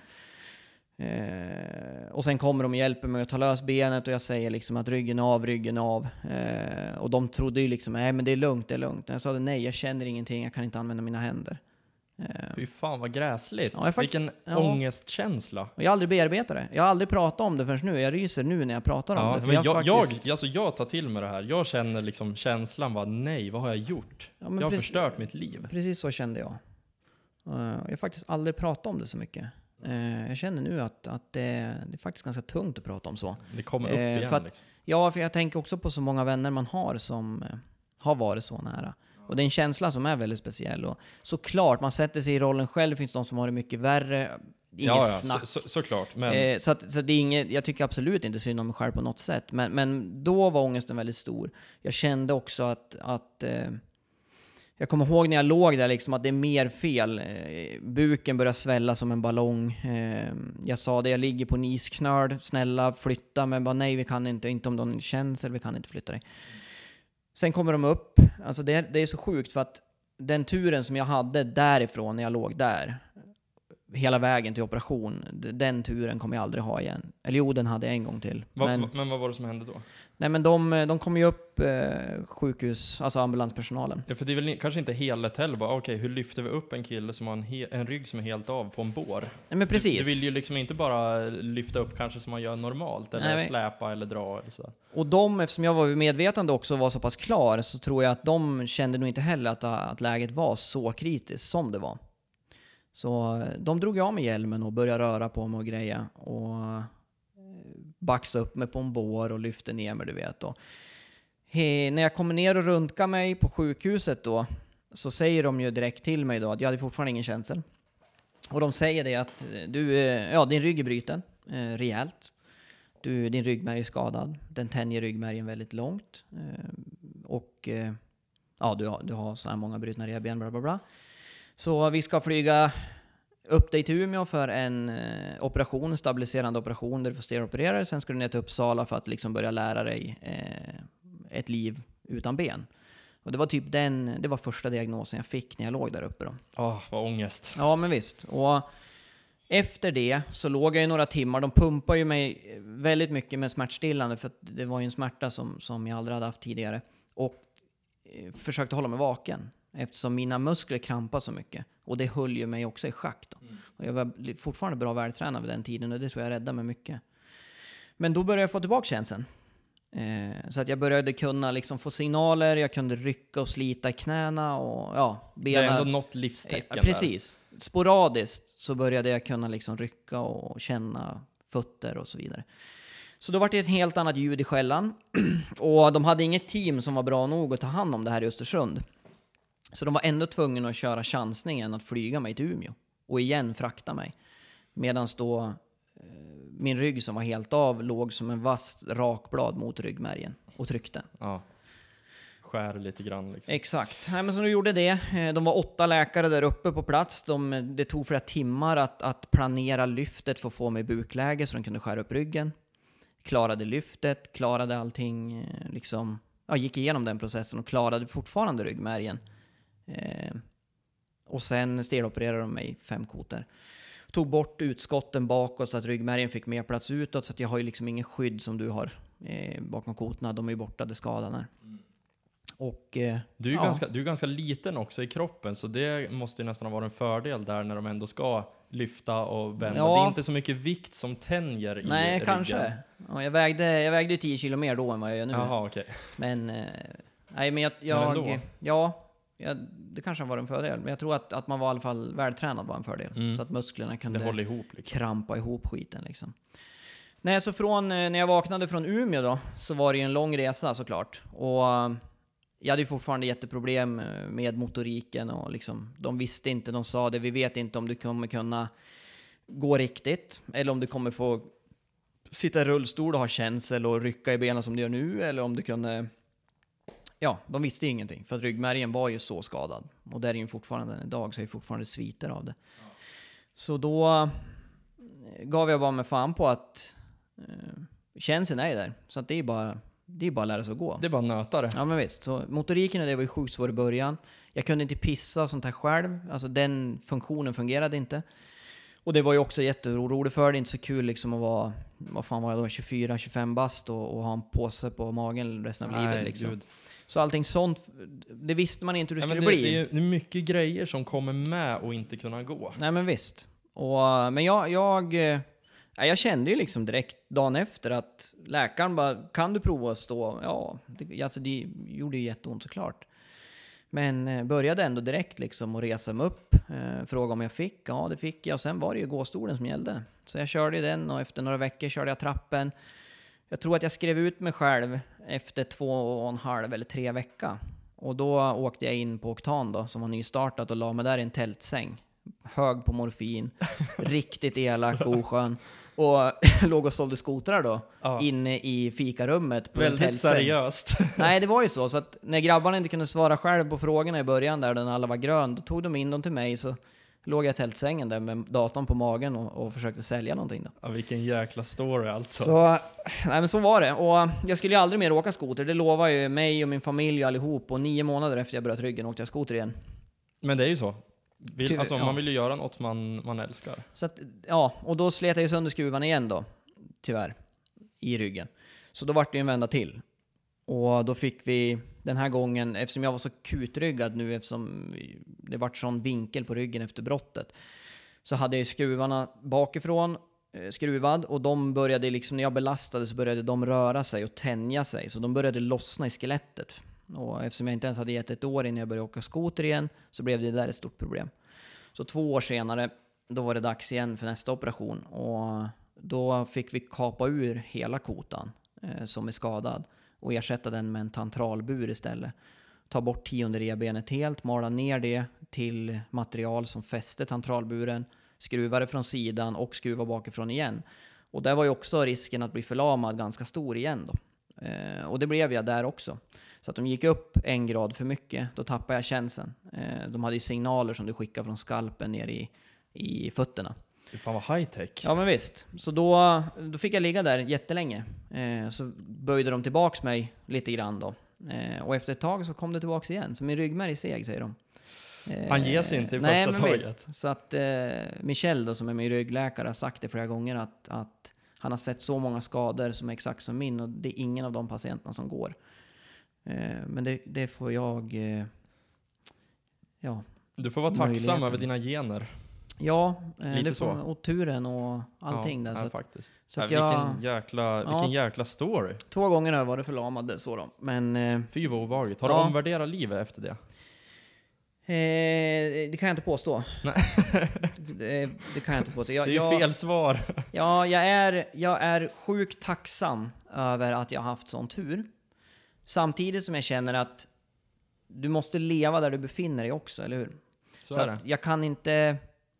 Eh, och sen kommer de och hjälper mig att ta lös benet och jag säger liksom att ryggen är av, ryggen är av. Eh, och de trodde ju liksom, nej men det är lugnt, det är lugnt. Jag sa det, nej jag känner ingenting, jag kan inte använda mina händer. Eh. Fy fan vad gräsligt. Ja, faktiskt, vilken ja. ångestkänsla. Och jag har aldrig bearbetat det. Jag har aldrig pratat om det förrän nu. Jag ryser nu när jag pratar om ja, det. För men jag, jag, jag, faktiskt... jag, alltså jag tar till mig det här. Jag känner liksom känslan var nej, vad har jag gjort? Ja, jag har precis, förstört mitt liv. Precis så kände jag. Uh, jag har faktiskt aldrig pratat om det så mycket. Uh, jag känner nu att, att det, det är faktiskt ganska tungt att prata om så. Det kommer upp uh, igen. För att, liksom. Ja, för jag tänker också på så många vänner man har som uh, har varit så nära. Och det är en känsla som är väldigt speciell. Och såklart, man sätter sig i rollen själv. Det finns de som har det mycket värre. Inget ja, ja, snack. Så, så, såklart. Men... Eh, så att, så att det är inget, jag tycker absolut inte synd om mig själv på något sätt. Men, men då var ångesten väldigt stor. Jag kände också att, att eh, jag kommer ihåg när jag låg där liksom att det är mer fel. Buken börjar svälla som en ballong. Jag sa det, jag ligger på en isknöl. Snälla, flytta. Men bara nej, vi kan inte. Inte om de känns eller vi kan inte flytta dig. Sen kommer de upp. Alltså det, det är så sjukt för att den turen som jag hade därifrån när jag låg där. Hela vägen till operation. Den turen kommer jag aldrig ha igen. Eller jo, den hade jag en gång till. Va, men, men vad var det som hände då? Nej, men de, de kom ju upp eh, sjukhus, alltså ambulanspersonalen. Ja, för det är väl kanske inte helet heller. Bara, okej, hur lyfter vi upp en kille som har en, he- en rygg som är helt av på en bår? Nej, men precis. Du, du vill ju liksom inte bara lyfta upp kanske som man gör normalt. Eller Nej, släpa eller dra. Eller så. Och de, eftersom jag var medvetande också var så pass klar, så tror jag att de kände nog inte heller att, att läget var så kritiskt som det var. Så de drog av med hjälmen och började röra på mig och greja. Och baxa upp mig på en bår och lyfte ner mig, du vet. Och he, när jag kommer ner och röntgar mig på sjukhuset då, så säger de ju direkt till mig då att jag hade fortfarande ingen känsel. Och de säger det att du, ja, din rygg är bruten eh, rejält. Du, din ryggmärg är skadad. Den tänjer ryggmärgen väldigt långt. Eh, och eh, ja, du har, du har så här många brutna revben, bla bla bla. Så vi ska flyga upp dig till Umeå för en eh, operation, en stabiliserande operation där du får steroperera dig. Sen ska du ner till Uppsala för att liksom börja lära dig eh, ett liv utan ben. Och det var typ den, det var första diagnosen jag fick när jag låg där uppe då. Åh, oh, vad ångest. Ja, men visst. Och efter det så låg jag i några timmar. De pumpar ju mig väldigt mycket med smärtstillande för att det var ju en smärta som, som jag aldrig hade haft tidigare. Och eh, försökte hålla mig vaken eftersom mina muskler krampade så mycket. Och det höll ju mig också i schack då. Mm. Och jag var fortfarande bra vältränad vid den tiden och det tror jag räddade mig mycket. Men då började jag få tillbaka känslan. Eh, så att jag började kunna liksom få signaler, jag kunde rycka och slita i knäna och ja, bena. Det är ändå något livstecken eh, Precis. Där. Sporadiskt så började jag kunna liksom rycka och känna fötter och så vidare. Så då var det ett helt annat ljud i skällan. Och de hade inget team som var bra nog att ta hand om det här i Östersund. Så de var ändå tvungna att köra chansningen att flyga mig till Umeå. Och igen frakta mig. Medan då eh, min rygg som var helt av låg som en vass rakblad mot ryggmärgen. Och tryckte. Ja. Skär lite grann liksom. Exakt. Nej, men så de gjorde det. De var åtta läkare där uppe på plats. De, det tog flera timmar att, att planera lyftet för att få mig i bukläge så de kunde skära upp ryggen. Klarade lyftet. Klarade allting liksom. Ja, gick igenom den processen och klarade fortfarande ryggmärgen. Eh, och sen stelopererade de mig fem koter. Tog bort utskotten bakåt så att ryggmärgen fick mer plats utåt. Så att jag har ju liksom ingen skydd som du har eh, bakom kotorna. De är ju borta, det skadan här. Mm. Och, eh, du, är ju ja. ganska, du är ganska liten också i kroppen. Så det måste ju nästan vara en fördel där när de ändå ska lyfta och vända. Ja. Det är inte så mycket vikt som tänjer i Nej, ryggen. kanske. Ja, jag vägde jag vägde tio kilo mer då än vad jag gör nu. Jaha, okej. Okay. Men, eh, nej, men jag... jag men ändå. Ja, ja, det kanske var en fördel. Men jag tror att, att man var i alla fall vältränad var en fördel. Mm. Så att musklerna kunde ihop, liksom. krampa ihop skiten liksom. Nej, så från, när jag vaknade från Umeå då, så var det ju en lång resa såklart. Och jag hade ju fortfarande jätteproblem med motoriken och liksom, de visste inte, de sa det, vi vet inte om du kommer kunna gå riktigt, eller om du kommer få sitta i rullstol och ha känsel och rycka i benen som du gör nu, eller om du kunde, ja, de visste ingenting, för att ryggmärgen var ju så skadad, och där är ju fortfarande idag, så är det fortfarande sviter av det. Ja. Så då gav jag bara med fan på att eh, känslan är där, så att det är bara Det är bara att lära sig att gå. Det är bara nöta det. Ja, men visst. Så motoriken, det var ju sjukt svår i början. Jag kunde inte pissa sånt här själv. Alltså den funktionen fungerade inte. Och det var ju också jätteorolig för. Det är inte så kul liksom att vara, vad fan var jag då, tjugofyra tjugofem bast och, och ha en påse på magen resten av Nej, livet liksom. Gud. Så allting sånt, det visste man inte hur det ja, skulle det, bli. Det är, det är mycket grejer som kommer med och inte kunna gå. Nej, men visst. Och, men jag... jag Jag kände ju liksom direkt dagen efter att läkaren bara, kan du prova att stå? Ja, det, alltså det gjorde ju jätteont såklart. Men eh, började ändå direkt liksom att resa mig upp. Eh, fråga om jag fick. Ja, det fick jag. Och sen var det ju gåstolen som gällde. Så jag körde den och efter några veckor körde jag trappen. Jag tror att jag skrev ut mig själv efter två och en halv eller tre veckor. Och då åkte jag in på Oktan då, som var nystartat, och la mig där i en tältsäng. Hög på morfin. Riktigt elak och oskön. och låg och sålde skotrar då, Ja. inne i fikarummet. På Väldigt seriöst. Nej, det var ju så. Så att när grabbarna inte kunde svara själv på frågorna i början där, när alla var grön, då tog de in dem till mig, så låg jag i tältsängen där med datorn på magen och, och försökte sälja någonting då. Ja, vilken jäkla story alltså. Så, nej men så var det. Och jag skulle ju aldrig mer åka skoter. Det lovar ju mig och min familj och allihop. Och nio månader efter jag bröt ryggen åkte jag skoter igen. Men det är ju så. Vill, Tyvärr, alltså, ja. Man vill ju göra något man, man älskar. Så att, ja, och då slet jag ju sönder skruvarna igen då. Tyvärr. I ryggen. Så då var det ju en vända till. Och då fick vi den här gången, eftersom jag var så kutryggad nu, eftersom det vart sån vinkel på ryggen efter brottet, så hade jag skruvarna bakifrån eh, skruvad, och de började liksom, när jag belastade så började de röra sig och tänja sig, så de började lossna i skelettet. Och eftersom jag inte ens hade gett ett år innan jag började åka skoter igen, så blev det där ett stort problem. Så två år senare, då var det dags igen för nästa operation, och då fick vi kapa ur hela kotan eh, som är skadad och ersätta den med en tantralbur istället. Ta bort tionde revbenet helt, mala ner det till material som fäste tantralburen, skruva det från sidan och skruva bakifrån igen. Och där var ju också risken att bli förlamad ganska stor igen då. Eh, och det blev jag där också. Så att de gick upp en grad för mycket, då tappade jag känseln. Eh, de hade ju signaler som du skickade från skalpen ner i, i fötterna. Det fan var high tech. Ja men visst. Så då, då fick jag ligga där jättelänge. Eh, så böjde de tillbaks mig lite grann då. Eh, och efter ett tag så kom det tillbaks igen. Så min ryggmärg är seg, säger de. Eh, Han ger sig inte i nej, första men taget. Visst. Så att eh, Michel då, som är min ryggläkare, har sagt det flera gånger att, att han har sett så många skador som är exakt som min, och det är ingen av de patienterna som går. Eh, men det, det får jag... Eh, ja. Du får vara tacksam över dina gener. Ja, eh, Lite det så. får, och turen och allting ja, där. Så ja, att, faktiskt. så att ja, jag, vilken jäkla, ja. vilken jäkla story. Två gånger har jag varit förlamad så då. Men eh, Fy vad obehagligt. Har ja. du omvärderat livet efter det? eh, det kan jag inte påstå. Nej. det, det kan jag inte påstå. Jag, Det är ju jag, fel svar. Ja, jag är, jag är sjukt tacksam över att jag har haft sån tur. Samtidigt som jag känner att du måste leva där du befinner dig också, eller hur? Så, Så är det. att jag kan inte...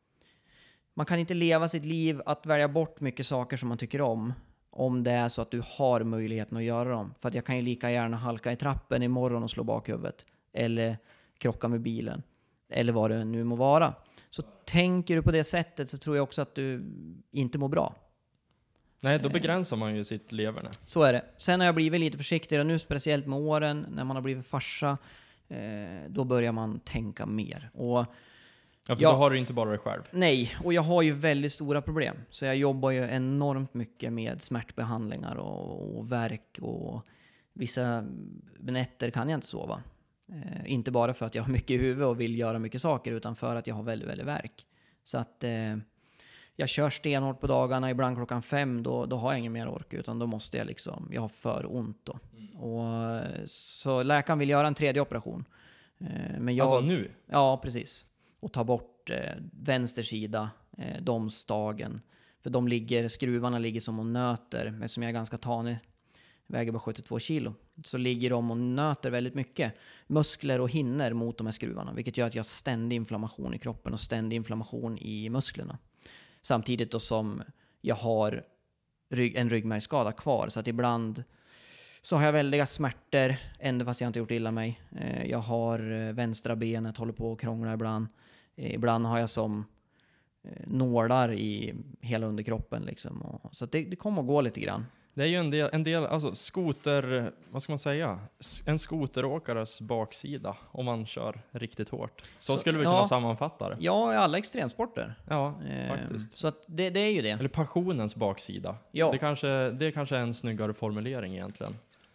Man kan inte leva sitt liv att välja bort mycket saker som man tycker om, om det är så att du har möjligheten att göra dem. För att jag kan ju lika gärna halka i trappen imorgon och slå bakhuvudet. Eller krocka med bilen. Eller vad det nu må vara. Så tänker du på det sättet så tror jag också att du inte mår bra. Nej, då begränsar man ju sitt leverne. Så är det. Sen har jag blivit lite försiktigare nu, speciellt med åren, när man har blivit farsa. Eh, då börjar man tänka mer. Och Ja, för Ja. då har du inte bara dig själv. nej, och jag har ju väldigt stora problem. Så jag jobbar ju enormt mycket med smärtbehandlingar och, och värk, och vissa nätter kan jag inte sova. Eh, inte bara för att jag har mycket i huvudet och vill göra mycket saker, utan för att jag har väldigt, väldigt värk. Så att eh, jag kör stenhårt på dagarna, ibland klockan fem, då, då har jag ingen mer ork, utan då måste jag liksom, jag har för ont då. Mm. Och, så läkaren vill göra en tredje operation. Eh, men jag, Alltså nu? Ja, precis. Och ta bort eh, vänster sida, eh, domstagen. För de ligger, skruvarna ligger som och nöter, eftersom jag är ganska tanig, väger bara sjuttiotvå kilo. Så ligger de och nöter väldigt mycket muskler och hinner mot de här skruvarna. Vilket gör att jag har ständig inflammation i kroppen och ständig inflammation i musklerna. Samtidigt då som jag har rygg, en ryggmärgsskada kvar. Så att ibland så har jag väldiga smärtor, ändå fast jag inte gjort illa mig. Eh, jag har eh, vänstra benet, håller på att krångla ibland. Eh, ibland har jag som eh, nålar i hela underkroppen liksom. Och, så att det, det kommer att gå lite grann. Det är ju en del, en del, alltså skoter, vad ska man säga? S- En skoteråkares baksida om man kör riktigt hårt. Så, Så, skulle vi ja. kunna sammanfatta det. Ja, i alla extremsporter. Ja, Eh, faktiskt. Så att det, det är ju det. Eller passionens baksida. Ja. Det kanske, det kanske är en snyggare formulering egentligen.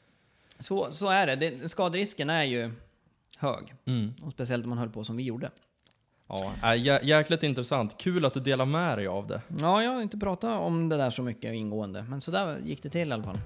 Så, så är det. det. Skaderisken är ju hög. Mm. Och speciellt om man höll på som vi gjorde. Ja, äh, jä- jäkligt intressant. Kul att du delar med dig av det. Ja, jag har inte pratat om det där så mycket ingående. Men så där gick det till i alla fall.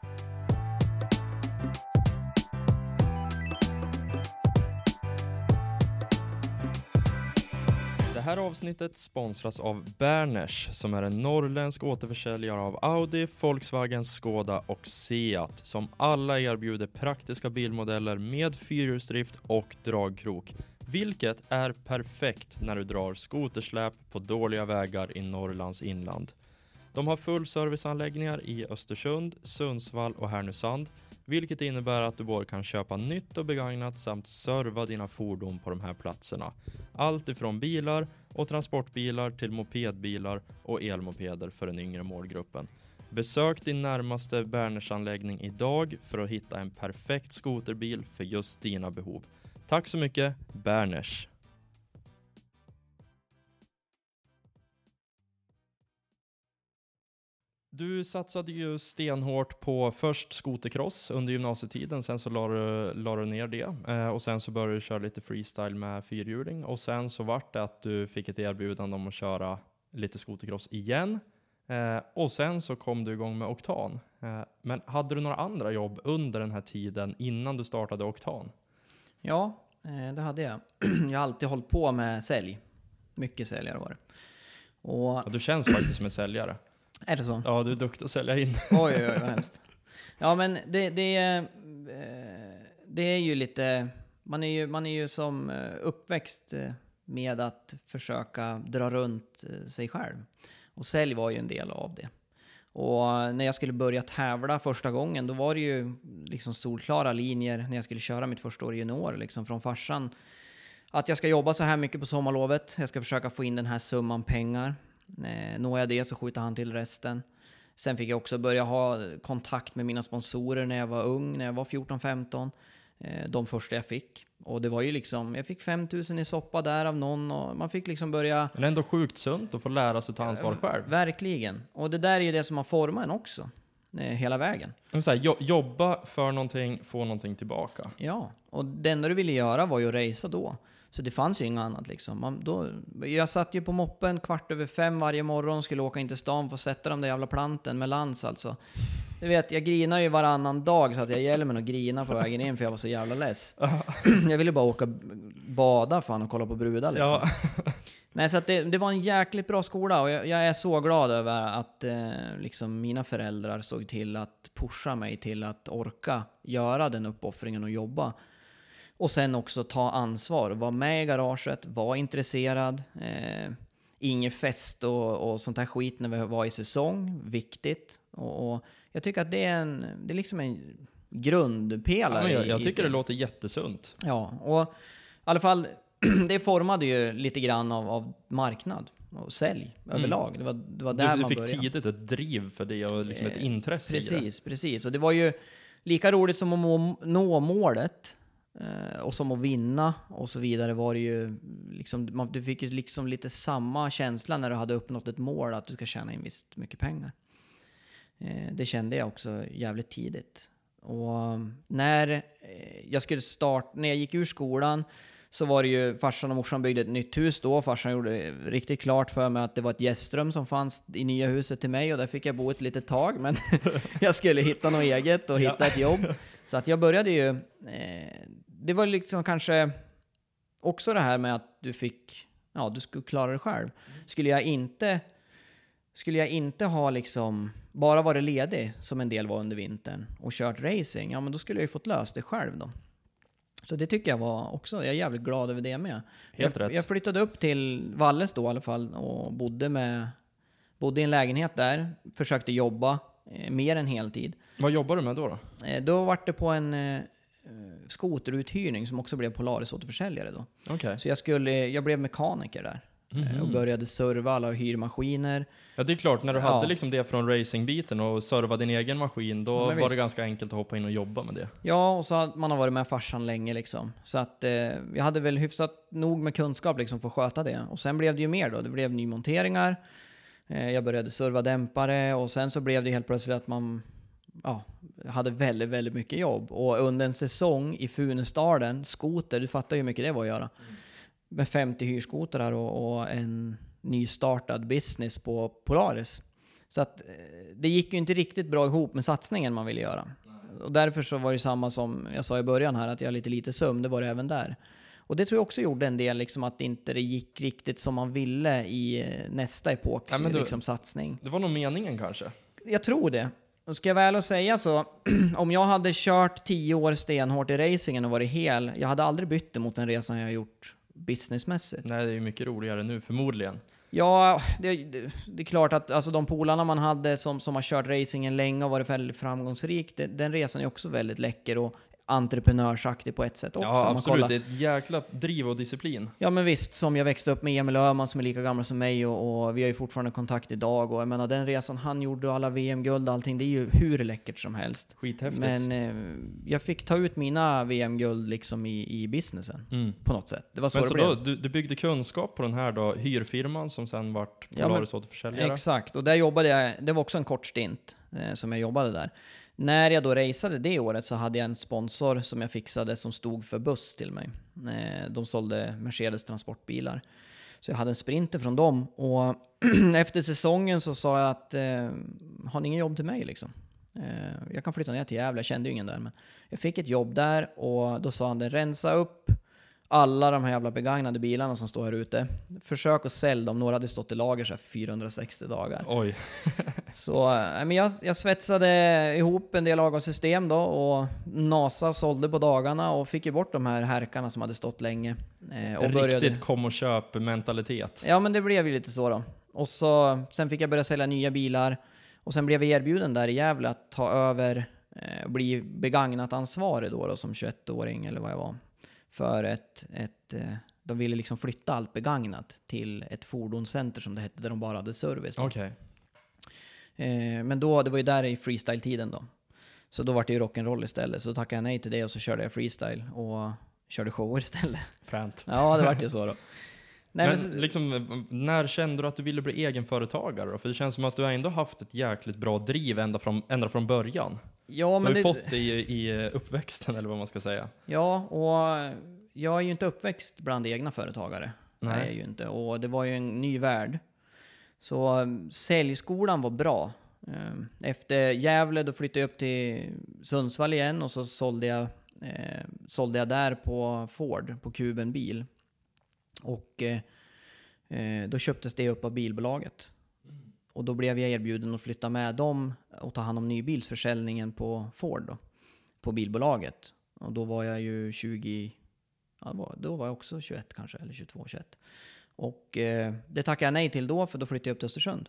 Det här avsnittet sponsras av Berners, som är en norrländsk återförsäljare av Audi, Volkswagen, Skoda och Seat, som alla erbjuder praktiska bilmodeller med fyrhjulsdrift och dragkrok, vilket är perfekt när du drar skotersläp på dåliga vägar i Norrlands inland. De har full serviceanläggningar i Östersund, Sundsvall och Härnösand, vilket innebär att du både kan köpa nytt och begagnat samt serva dina fordon på de här platserna. Allt ifrån bilar och transportbilar till mopedbilar och elmopeder för den yngre målgruppen. Besök din närmaste Berners-anläggning idag för att hitta en perfekt skoterbil för just dina behov. Tack så mycket, Berners! Du satsade ju stenhårt på först skotercross under gymnasietiden, sen så la du, la du ner det eh, och sen så började du köra lite freestyle med fyrhjuling och sen så vart det att du fick ett erbjudande om att köra lite skotercross igen eh, och sen så kom du igång med Oktan. Eh, men hade du några andra jobb under den här tiden innan du startade Oktan? Ja, eh, det hade jag. Jag har alltid hållit på med sälj. Mycket säljare var det. Och... Ja, du känns faktiskt som en säljare. Är det så? Ja, du är duktig att sälja in. Oj, oj, oj, vad hemskt. Ja, men det, det, eh, det är ju lite... Man är ju, man är ju som uppväxt med att försöka dra runt sig själv. Och sälj var ju en del av det. Och när jag skulle börja tävla första gången, då var det ju liksom solklara linjer när jag skulle köra mitt första år i junior, liksom från farsan. Att jag ska jobba så här mycket på sommarlovet. Jag ska försöka få in den här summan pengar. Eh, når jag det så skjuter han till resten. Sen fick jag också börja ha kontakt med mina sponsorer när jag var ung, när jag var fjorton femton. Eh, de första jag fick. Och det var ju liksom, jag fick fem tusen i soppa där av någon och man fick liksom börja... Men ändå sjukt sunt att få lära sig ta ansvar eh, själv. Verkligen. Och det där är ju det som har format en också. Eh, hela vägen. Så här, jo- jobba för någonting, få någonting tillbaka. Ja, och det enda du ville göra var ju att racea då. Så det fanns ju inget annat liksom. Man, då, jag satt ju på moppen kvart över fem varje morgon, skulle åka in till stan för att sätta de där jävla planten med lans alltså. Du vet, jag grinar ju varannan dag så att jag hjälmen och grina på vägen in för jag var så jävla less. Jag ville bara åka bada fan och kolla på brudar liksom. Ja. Nej, så att det, det var en jäkligt bra skola och jag, jag är så glad över att eh, liksom mina föräldrar såg till att pusha mig till att orka göra den uppoffringen och jobba. Och sen också ta ansvar, vara med i garaget, vara intresserad. Eh, ingen fest och, och sånt här skit när vi var i säsong, viktigt. Och, och jag tycker att det är, en, det är liksom en grundpelare. Ja, men jag, jag i, tycker i, det låter jättesunt. Ja, och i alla fall, det formade ju lite grann av, av marknad och sälj mm. överlag. Det var, det var där du, man du fick började. tidigt ett driv för det och liksom ett intresse precis, i det. Precis, precis. Och det var ju lika roligt som att må, nå målet. Uh, och som att vinna och så vidare var det ju liksom, man, du fick ju liksom lite samma känsla när du hade uppnått ett mål att du ska tjäna in visst mycket pengar. Uh, det kände jag också jävligt tidigt. Och um, när uh, jag skulle starta, när jag gick ur skolan så var det ju, farsan och morsan byggde ett nytt hus då. Farsan gjorde riktigt klart för mig att det var ett gästrum som fanns i nya huset till mig och där fick jag bo ett litet tag. Men jag skulle hitta något eget och hitta ja. ett jobb. Så att jag började ju, eh, det var liksom kanske också det här med att du fick, ja du skulle klara det själv. Skulle jag inte, skulle jag inte ha liksom bara varit ledig som en del var under vintern och kört racing, ja men då skulle jag ju fått löst det själv då. Så det tycker jag var också, jag är jävligt glad över det med. Helt jag, rätt. jag flyttade upp till Valles då i alla fall och bodde, med, bodde i en lägenhet där. Försökte jobba eh, mer än heltid. Vad jobbar du med då? Då, eh, då var det på en eh, skoteruthyrning som också blev Polaris återförsäljare då. Okay. Så jag, skulle, jag blev mekaniker där. Mm-hmm. Och började serva alla hyrmaskiner. Ja, det är klart, när du ja. hade liksom det från racingbiten och serva din egen maskin, då ja, var visst. det ganska enkelt att hoppa in och jobba med det. Ja, och så hade man har varit med farsan länge liksom. Så att eh, jag hade väl hyfsat nog med kunskap liksom för att sköta det. Och sen blev det ju mer då. Det blev nymonteringar. Eh, jag började serva dämpare och sen så blev det helt plötsligt att man ja, hade väldigt, väldigt mycket jobb. Och under en säsong i Funäsdalen, skoter, du fattar ju hur mycket det var att göra. Mm. Med femtio hyrskotrar och, och en nystartad business på Polaris. Så att det gick ju inte riktigt bra ihop med satsningen man ville göra. Nej. Och därför så var det samma som jag sa i början här, att jag har lite lite sömn, det var det även där. Och det tror jag också gjorde en del, liksom, att inte det gick riktigt som man ville i nästa epok, ja, du, liksom, satsning. Det var nog meningen kanske? Jag tror det. Och ska jag väl säga så, om jag hade kört tio år stenhårt i racingen och varit hel, jag hade aldrig bytt det mot den resan jag har gjort businessmässigt. Nej, det är ju mycket roligare nu förmodligen. Ja, det, det, det är klart att alltså, de polarna man hade som, som har kört racingen länge och varit väldigt framgångsrik, det, den resan är också väldigt läcker och entreprenörsaktig på ett sätt också. Ja, absolut. Det är ett jäkla driv och disciplin. Ja, men visst, som jag växte upp med Emil Öhman som är lika gammal som mig och, och vi har ju fortfarande kontakt idag och jag menar den resan han gjorde och alla V M-guld och allting, det är ju hur läckert som helst. Skithäftigt. Men eh, jag fick ta ut mina V M-guld liksom i, i businessen mm. på något sätt. Det var så men det så blev. Då, du, du byggde kunskap på den här då, hyrfirman som sen vart Polaris ja, återförsäljare. Exakt, och där jobbade jag, det var också en kort stint eh, som jag jobbade där. När jag då raceade det året så hade jag en sponsor som jag fixade som stod för buss till mig. De sålde Mercedes transportbilar. Så jag hade en Sprinter från dem. Och efter säsongen så sa jag att eh, har ni ingen jobb till mig liksom? Eh, jag kan flytta ner till Gävle, jag kände ju ingen där. Men jag fick ett jobb där och då sa han det, rensa upp alla de här jävla begagnade bilarna som står här ute. Försök att sälja dem. Några hade stått i lager så här fyrahundrasextio dagar. Oj. så äh, men jag, jag svetsade ihop en del avgassystem då och NASA sålde på dagarna och fick ju bort de här härkarna som hade stått länge. Eh, och började... Riktigt kom och köp mentalitet. Ja, men det blev ju lite så då. Och så, sen fick jag börja sälja nya bilar och sen blev jag erbjuden där i Gävle att ta över och eh, bli begagnat ansvarig då, då som tjugoett-åring eller vad jag var. För ett, ett, de ville liksom flytta allt begagnat till ett fordonscenter som det hette, där de bara hade service. Okay. Eh, men då, det var ju där i freestyle-tiden då. Så då var det ju rock'n'roll istället. Så tackade jag nej till det och så körde jag freestyle och körde shower istället. Fränt. Ja, det var ju så då. Nej, men, men liksom, när kände du att du ville bli egenföretagare då? För det känns som att du ändå haft ett jäkligt bra driv ända från, ända från början. Ja, men du har ju det... fått det i, i uppväxten eller vad man ska säga. Ja, och jag är ju inte uppväxt bland egna företagare. Nej. Jag är ju inte. Och det var ju en ny värld. Så säljskolan var bra. Efter Gävle då flyttade jag upp till Sundsvall igen och så sålde jag, eh, sålde jag där på Ford, på Kuben bil. Och eh, då köptes det upp av bilbolaget. Mm. Och då blev jag erbjuden att flytta med dem och ta hand om nybilsförsäljningen på Ford då, på bilbolaget. Och då var jag ju tjugo, ja, då var jag också tjugoett kanske, eller tjugotvå, tjugoett. Och eh, det tackade jag nej till då, för då flyttade jag upp till Östersund.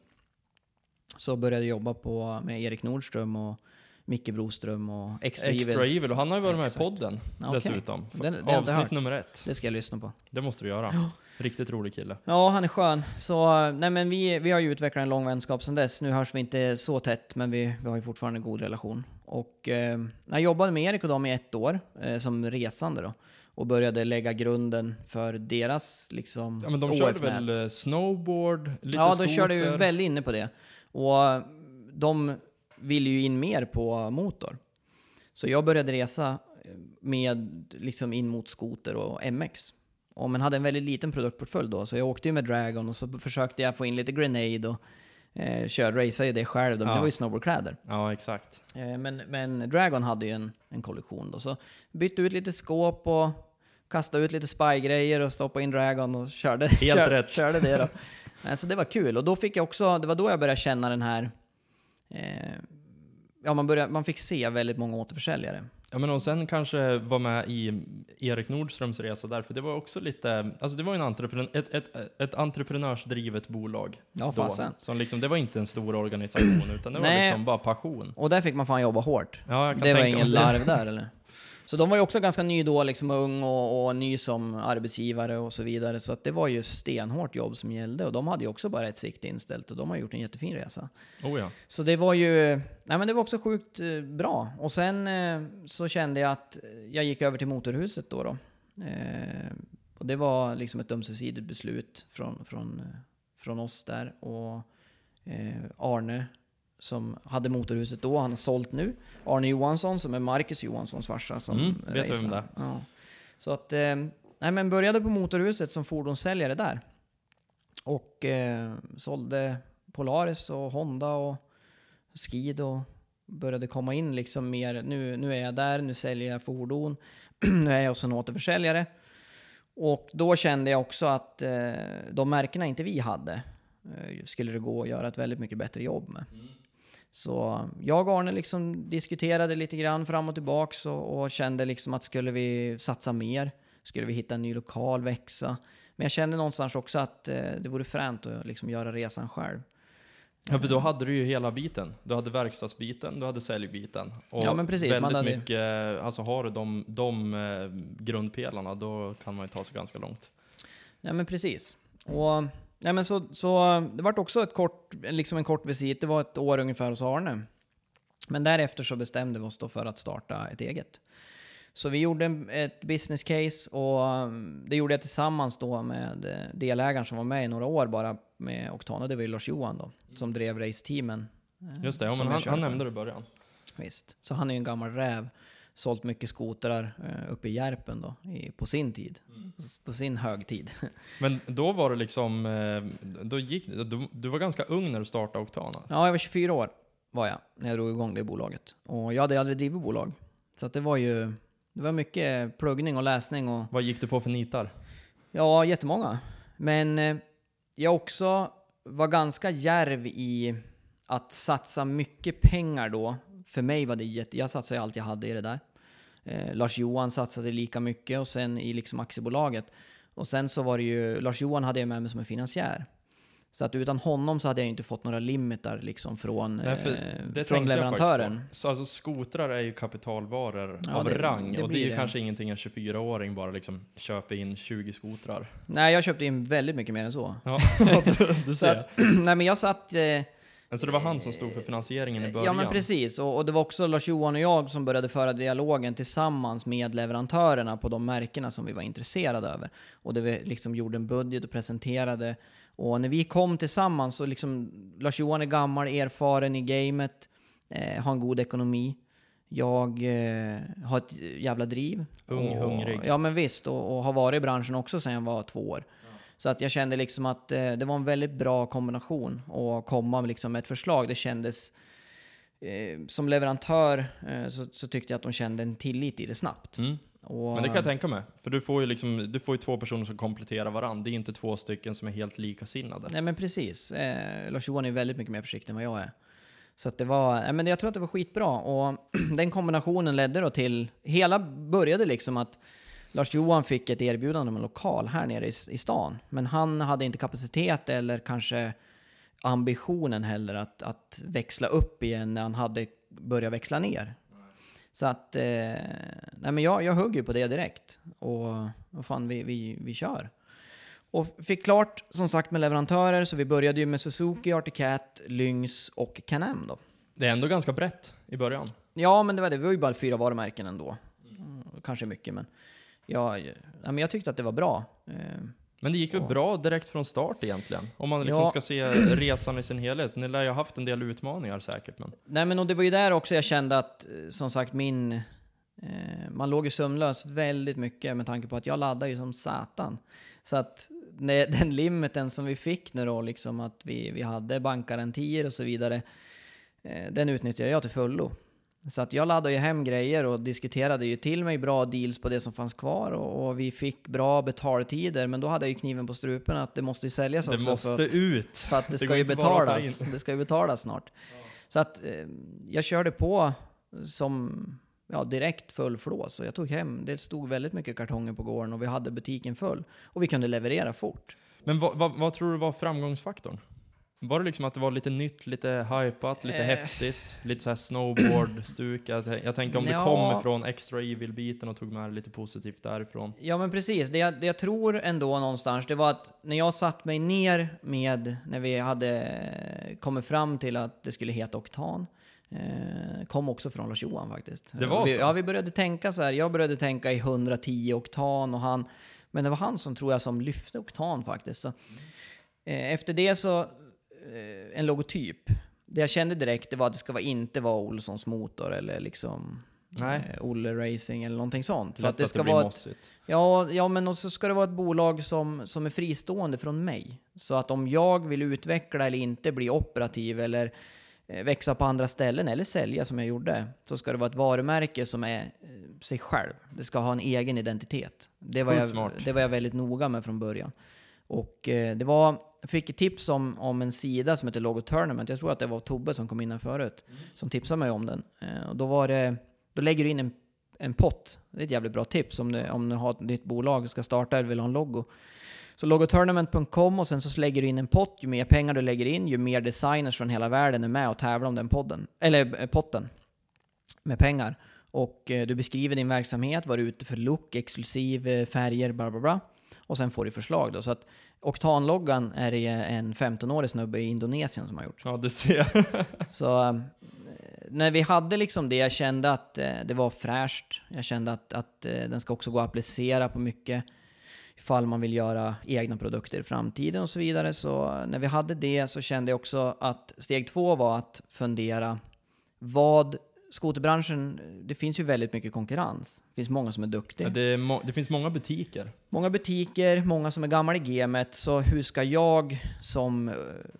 Så började jag jobba på, med Erik Nordström och Micke Broström och Extra, Extra Evil. Evil. Och han har ju varit Exakt. med i podden okay. dessutom. Den, den, Avsnitt nummer ett. Det ska jag lyssna på. Det måste du göra. Ja. Riktigt rolig kille. Ja, han är skön. Så, nej, men vi, vi har ju utvecklat en lång vänskap sedan dess. Nu hörs vi inte så tätt, men vi, vi har ju fortfarande en god relation. Och eh, jag jobbade med Erik och dem i ett år eh, som resande då. Och började lägga grunden för deras liksom ja, men de körde väl snowboard, lite ja, skoter? Ja, de körde ju väldigt inne på det. Och de ville ju in mer på motor. Så jag började resa med liksom in mot skoter och M X. Och man hade en väldigt liten produktportfölj då. Så jag åkte ju med Dragon och så försökte jag få in lite Grenade och eh, körde, racade det själv. Men ja. Det var ju snowboardkläder. Ja, exakt. Eh, men, men Dragon hade ju en, en kollektion då. Så bytte ut lite skåp och kastade ut lite spy-grejer och stoppade in Dragon och körde, Helt kör, rätt. körde det då. Så det var kul. Och då fick jag också, det var då jag började känna den här eh, ja, man, började, man fick se väldigt många återförsäljare. Ja, men och sen kanske var med i Erik Nordströms resa där, för det var också lite, alltså det var ju en entreprenör, ett, ett, ett entreprenörsdrivet bolag. Ja, fasen. Som liksom, det var inte en stor organisation, utan det var Nej. liksom bara passion. Och där fick man fan jobba hårt. Ja, jag kan det var tänka ingen larv där, eller? Så de var ju också ganska ny då, liksom ung och, och ny som arbetsgivare och så vidare. Så att det var ju stenhårt jobb som gällde. Och de hade ju också bara ett sikte inställt. Och de har gjort en jättefin resa. Oh ja. Så det var ju, nej men det var också sjukt eh, bra. Och sen eh, så kände jag att jag gick över till Motorhuset då. då. Eh, och det var liksom ett ömsesidigt beslut från, från, från oss där. Och eh, Arne, som hade Motorhuset då, han har sålt nu. Arne Johansson, som är Marcus Johanssons farsa, som mm, vet vem det. Ja. Så att, eh, nej men började på Motorhuset som fordonssäljare där. Och eh, sålde Polaris och Honda och Skid och började komma in liksom mer. Nu, nu är jag där, nu säljer jag fordon. Nu är jag också en återförsäljare. Och då kände jag också att eh, de märkena inte vi hade eh, skulle det gå att göra ett väldigt mycket bättre jobb med. Mm. Så jag och Arne liksom diskuterade lite grann fram och tillbaka och, och kände liksom att skulle vi satsa mer, skulle vi hitta en ny lokal, växa, Men jag kände någonstans också att eh, det vore fränt att liksom göra resan själv. Ja, för då hade du ju hela biten. Du hade verkstadsbiten, du hade säljbiten. Och ja, men precis. väldigt Man hade... mycket, alltså har du de, de eh, grundpelarna, då kan man ju ta sig ganska långt. Ja, men precis. Och ja, men så, så det var också ett kort, liksom en kort visit. Det var ett år ungefär hos Arne. Men därefter så bestämde vi oss då för att starta ett eget. Så vi gjorde ett business case och det gjorde jag tillsammans då med delägaren som var med i några år bara med Octane. Och det var ju Lars-Johan då, som drev race-teamen. Just det, ja, men han, han nämnde det i början. Visst, så han är ju en gammal räv. Sålt mycket skotrar uh, uppe i Järpen då, i, på sin tid. Mm. På sin högtid. Men då var det liksom, då gick, du, du var ganska ung när du startade Octane. Ja, jag var tjugofyra år var jag när jag drog igång det bolaget. Och jag hade aldrig drivit bolag. Så att det var ju, det var mycket pluggning och läsning. Och, vad gick du på för nitar? ja, jättemånga. Men eh, jag också var ganska djärv i att satsa mycket pengar då. För mig var det jätte, jag satsade allt jag hade i det där. Eh, Lars-Johan satsade lika mycket och sen i liksom aktiebolaget. Och sen så var det ju, Lars-Johan hade jag med mig som en finansiär. Så att utan honom så hade jag inte fått några limiter liksom från, Nej, eh, från leverantören. Så alltså skotrar är ju kapitalvaror ja, av det, rang. Det och det är ju det. Kanske ingenting en tjugofyraåring bara liksom köper in tjugo skotrar. Nej, jag köpte in väldigt mycket mer än så. Ja, du ser. Så att, nej, men jag satt... Eh, Så det var han som stod för finansieringen i början? Ja, men precis. Och, och det var också Lars-Johan och jag som började föra dialogen tillsammans med leverantörerna på de märkena som vi var intresserade över. Och det vi liksom gjorde en budget och presenterade. Och när vi kom tillsammans så liksom Lars-Johan är gammal, erfaren i gamet, eh, har en god ekonomi. Jag eh, har ett jävla driv. Ung, och, hungrig. Ja, men visst. Och, och har varit i branschen också sedan jag var två år. Så att jag kände liksom att eh, det var en väldigt bra kombination att komma med liksom ett förslag. Det kändes, eh, som leverantör eh, så, så tyckte jag att de kände en tillit i det snabbt. Mm. Och, men det kan jag tänka mig. För du får ju, liksom, du får ju två personer som kompletterar varandra. Det är inte två stycken som är helt likasinnade. Nej, men precis. Eh, Lars-Johan är väldigt mycket mer försiktig än vad jag är. Så att det var, eh, men jag tror att det var skitbra. Och den kombinationen ledde då till, hela började liksom att Lars-Johan fick ett erbjudande om en lokal här nere i, i stan. Men han hade inte kapacitet eller kanske ambitionen heller att, att växla upp igen när han hade börjat växla ner. Så att, eh, nej men jag, jag högg ju på det direkt. Och vad fan, vi, vi, vi kör. Och fick klart, som sagt, med leverantörer. Så vi började ju med Suzuki, Arctic Cat, Lynx och Can-Am då. Det är ändå ganska brett i början. Ja, men det var det. Vi var ju bara fyra varumärken ändå. Mm, kanske mycket, men... Ja, ja, men jag tyckte att det var bra. Men det gick väl ja. bra direkt från start egentligen? Om man liksom ja. ska se resan i sin helhet. Ni lär ju ha haft en del utmaningar säkert. Men... Nej, men och det var ju där också jag kände att, som sagt, min... Eh, man låg ju sömnlös väldigt mycket med tanke på att jag laddade ju som satan. Så att när, den limiten som vi fick nu då, liksom att vi, vi hade bankgarantier och så vidare, eh, den utnyttjade jag till fullo. Så att jag laddade ju hem grejer och diskuterade ju till mig bra deals på det som fanns kvar. Och, och vi fick bra betaltider. Men då hade jag ju kniven på strupen att det måste ju säljas det också. Det måste för att, ut. För att det, det ska ju betalas. Det ska ju betalas snart. Ja. Så att eh, jag körde på som ja, direkt full flå. Så jag tog hem. Det stod väldigt mycket kartonger på gården och vi hade butiken full. Och vi kunde leverera fort. Men vad, vad, vad tror du var framgångsfaktorn? Var det liksom att det var lite nytt, lite hypat, lite eh. häftigt, lite så här snowboard-stuk? Jag, jag tänker om ja. du kom från extra evil-biten och tog med lite positivt därifrån. Ja, men precis. Det jag, det jag tror ändå någonstans, det var att när jag satt mig ner med, när vi hade kommit fram till att det skulle heta Octane, eh, kom också från Lars-Johan faktiskt. Det var vi, så? Ja, vi började tänka så här. Jag började tänka i hundratio Octane och han, men det var han som tror jag som lyfte Octane faktiskt. Så, eh, efter det så en logotyp. Det jag kände direkt det var att det ska vara, inte vara Olssons motor eller liksom Nej. Eh, Olle Racing eller någonting sånt. För att det ska att det vara ett, ja, ja, men så ska det vara ett bolag som, som är fristående från mig. Så att om jag vill utveckla eller inte bli operativ eller eh, växa på andra ställen eller sälja som jag gjorde, så ska det vara ett varumärke som är eh, sig själv. Det ska ha en egen identitet. Det var, jag, det var jag väldigt noga med från början. Och eh, det var, jag fick ett tips om, om en sida som heter Logo Tournament. Jag tror att det var Tobbe som kom in här förut. Mm. Som tipsade mig om den. Eh, och då var det, då lägger du in en, en pott. Det är ett jävligt bra tips om, det, om du har ett nytt bolag och ska starta eller vill ha en logo. Så logotournament punkt com och sen så lägger du in en pott. Ju mer pengar du lägger in, ju mer designers från hela världen är med och tävlar om den podden. Eller eh, potten med pengar. Och eh, du beskriver din verksamhet, vad du är ute för look, exklusiv, eh, färger, bla bla bla. Och sen får du förslag då. Så att Oktanloggan är det en femton-årig snubbe i Indonesien som har gjort. Ja, det ser. Så eh, när vi hade liksom det, jag kände att eh, det var fräscht. Jag kände att, att eh, den ska också gå att applicera på mycket ifall man vill göra egna produkter i framtiden och så vidare. Så när vi hade det så kände jag också att steg två var att fundera vad skoterbranschen, det finns ju väldigt mycket konkurrens. Det finns många som är duktiga. Ja, det, är må- det finns många butiker. Många butiker, många som är gamla i gamet. Så hur ska jag som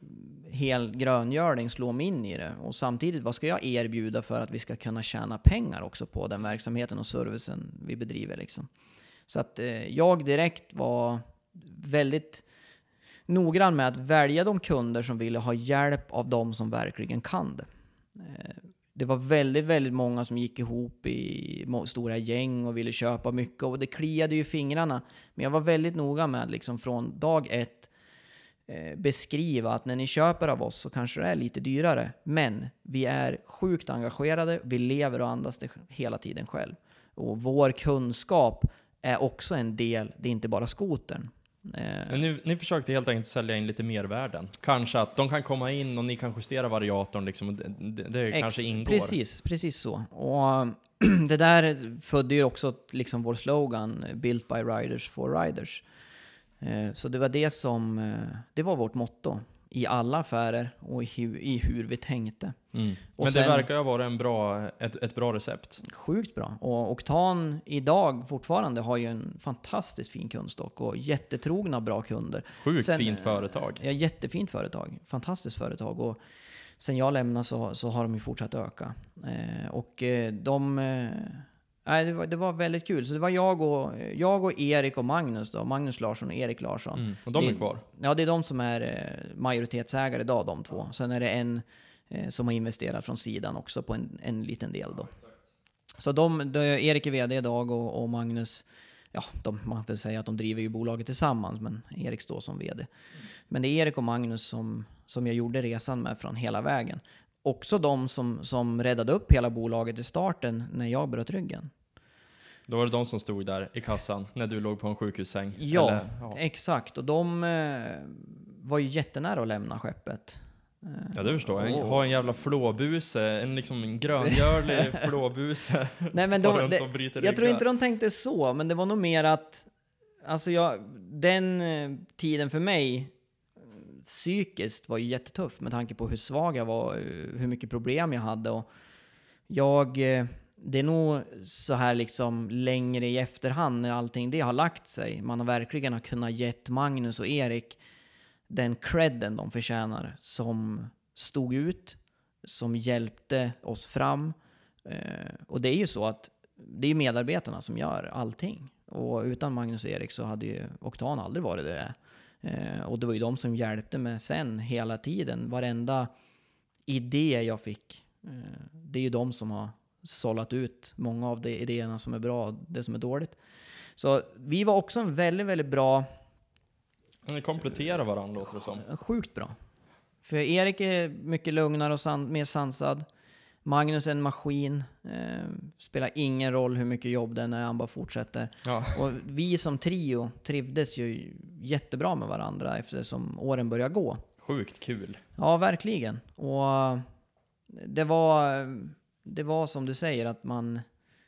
hel gröngörning slå mig in i det? Och samtidigt, vad ska jag erbjuda för att vi ska kunna tjäna pengar också på den verksamheten och servicen vi bedriver liksom. Så att eh, jag direkt var väldigt noggrann med att välja de kunder som ville ha hjälp av de som verkligen kan det. Eh, det var väldigt, väldigt många som gick ihop i må- stora gäng och ville köpa mycket och det kliade ju i fingrarna. Men jag var väldigt noga med liksom från dag ett eh, beskriva att när ni köper av oss så kanske det är lite dyrare. Men vi är sjukt engagerade, vi lever och andas det hela tiden själv. Och vår kunskap är också en del, det är inte bara skotern. Men ni, ni försökte helt enkelt sälja in lite mervärden. Kanske att de kan komma in och ni kan justera variatorn liksom. Det, det, det Ex, kanske ingår. Precis, precis så. Och det där födde ju också liksom vår slogan Built by Riders for Riders. Så det var det som, det var vårt motto i alla affärer och i hur, i hur vi tänkte. Mm. Och Men sen, det verkar ju vara en bra, ett, ett bra recept. Sjukt bra. Och Oktan idag fortfarande har ju en fantastiskt fin kundstock och jättetrogna bra kunder. Sjukt sen, fint företag. Ja, jättefint företag. Fantastiskt företag. Och sen jag lämnade så, så har de ju fortsatt öka. Eh, och eh, de... Eh, nej, det var, det var väldigt kul. Så det var jag och, jag och Erik och Magnus då. Magnus Larsson och Erik Larsson. Mm. Och de är det, kvar? Ja, det är de som är eh, majoritetsägare idag, de två. Sen är det en eh, som har investerat från sidan också på en, en liten del då. Så de, de, Erik är vd idag och, och Magnus, ja, de, man får säga att de driver ju bolaget tillsammans, men Erik står som vd. Mm. Men det är Erik och Magnus som, som jag gjorde resan med från hela vägen. Också de som, som räddade upp hela bolaget i starten när jag bröt ryggen. Då var det de som stod där i kassan när du låg på en sjukhussäng. Ja, Eller, ja. exakt. Och de eh, var ju jättenära att lämna skeppet. Ja, det förstår jag. Oh. Ha en jävla flåbuse, en liksom en gröngörlig flåbuse. Nej, men de, det, jag tror inte de tänkte så, men det var nog mer att alltså jag, den eh, tiden för mig psykiskt var ju jättetuff med tanke på hur svag jag var, hur mycket problem jag hade. Och jag, eh, det är nog så här liksom längre i efterhand när allting det har lagt sig. Man har verkligen har kunnat gett Magnus och Erik den credden de förtjänar, som stod ut, som hjälpte oss fram. Eh, och det är ju så att det är medarbetarna som gör allting. Och utan Magnus och Erik så hade ju Oktan aldrig varit det. Eh, och det var ju de som hjälpte mig sen hela tiden. Varenda idé jag fick. Eh, det är ju de som har sållat ut många av de idéerna som är bra och det som är dåligt. Så vi var också en väldigt, väldigt bra... Ni kompletterar varandra, låter det som. Sjukt bra. För Erik är mycket lugnare och san- mer sansad. Magnus är en maskin. Eh, spelar ingen roll hur mycket jobb den är, han bara fortsätter. Ja. Och vi som trio trivdes ju jättebra med varandra eftersom åren börjar gå. Sjukt kul. Ja, verkligen. Och det var, det var som du säger att man...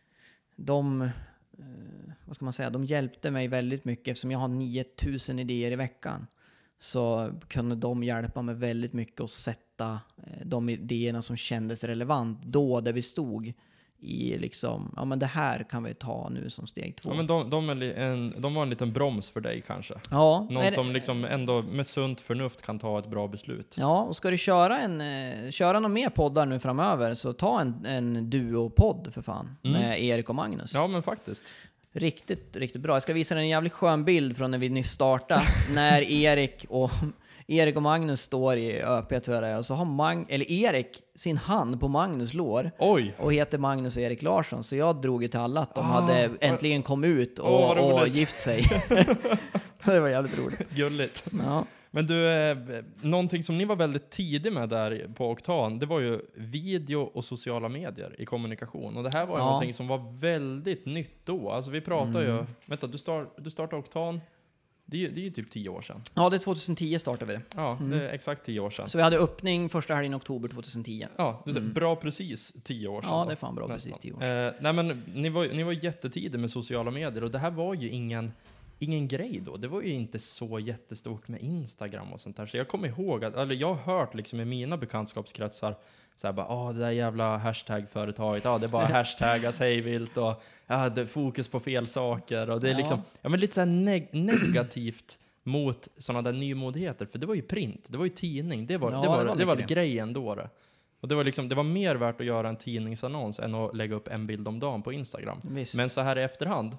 De... vad ska man säga, de hjälpte mig väldigt mycket eftersom jag har nio tusen idéer i veckan. Så kunde de hjälpa mig väldigt mycket att sätta de idéerna som kändes relevant då där vi stod i liksom, ja men det här kan vi ta nu som steg två. Ja, men de, de, är en, de var en liten broms för dig kanske. Ja. Någon det... som liksom ändå med sunt förnuft kan ta ett bra beslut. Ja, och ska du köra en eh, köra någon mer poddar nu framöver så ta en, en duo-podd för fan mm. med Erik och Magnus. Ja, men faktiskt. Riktigt, riktigt bra. Jag ska visa dig en jävligt skön bild från när vi nyss startade. när Erik och, Erik och Magnus står i Ö P, tror jag, och så har Mag- eller Erik sin hand på Magnus lår. Oj. Och heter Magnus och Erik Larsson. Så jag drog ju till alla att de ah, hade äntligen kommit ut och, oh, och gift sig. Det var jävligt roligt. Gulligt. Ja. Men du, eh, någonting som ni var väldigt tidig med där på Oktan, det var ju video och sociala medier i kommunikation. Och det här var ju Ja. någonting som var väldigt nytt då. Alltså vi pratar Mm. ju, vänta, du, start, du startade Oktan, det är, ju- det är ju typ tio år sedan. Ja, det är tjugohundratio startade vi det. Ja, Mm. det är exakt tio år sedan. Så vi hade öppning första helgen i oktober tjugohundratio. Ja, du ser, Mm. bra precis tio år sedan. Ja, då. det är fan bra, Nästan. precis tio år sedan. Eh, nej men ni var, ni var jättetidiga med sociala medier och det här var ju ingen, ingen grej då. Det var ju inte så jättestort med Instagram och sånt där. Så jag kommer ihåg att, eller jag har hört liksom i mina bekantskapskretsar så här bara, ah det där jävla hashtag-företaget, ja ah, det är bara hashtaggas hejvilt och ja, det är fokus på fel saker och det är Ja. liksom, ja men lite så här neg- negativt mot sådana där nymodigheter, för det var ju print, det var ju tidning, det var, Ja, det var, det var det var mycket det. grejen då det. Och det var liksom, det var mer värt att göra en tidningsannons än att lägga upp en bild om dagen på Instagram. Visst. Men så här i efterhand,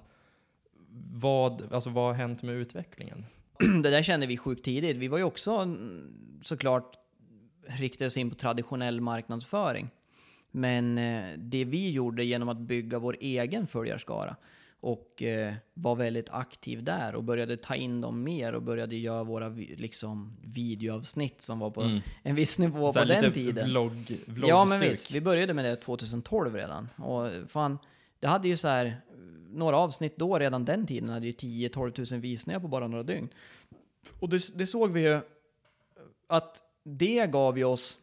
vad, alltså vad har hänt med utvecklingen? Det där kände vi sjukt tidigt. Vi var ju också mm, såklart riktade oss in på traditionell marknadsföring. Men eh, det vi gjorde genom att bygga vår egen följarskara och eh, var väldigt aktiv där och började ta in dem mer och började göra våra vi- liksom, videoavsnitt som var på Mm. en viss nivå Så på här den lite tiden. Vlogg, Ja, men vloggstuk. visst. Vi började med det tjugotolv redan. Och fan, det hade ju så här, några avsnitt då redan den tiden hade ju tio till tolv tusen visningar på bara några dygn. Och det, det såg vi ju att det gav ju oss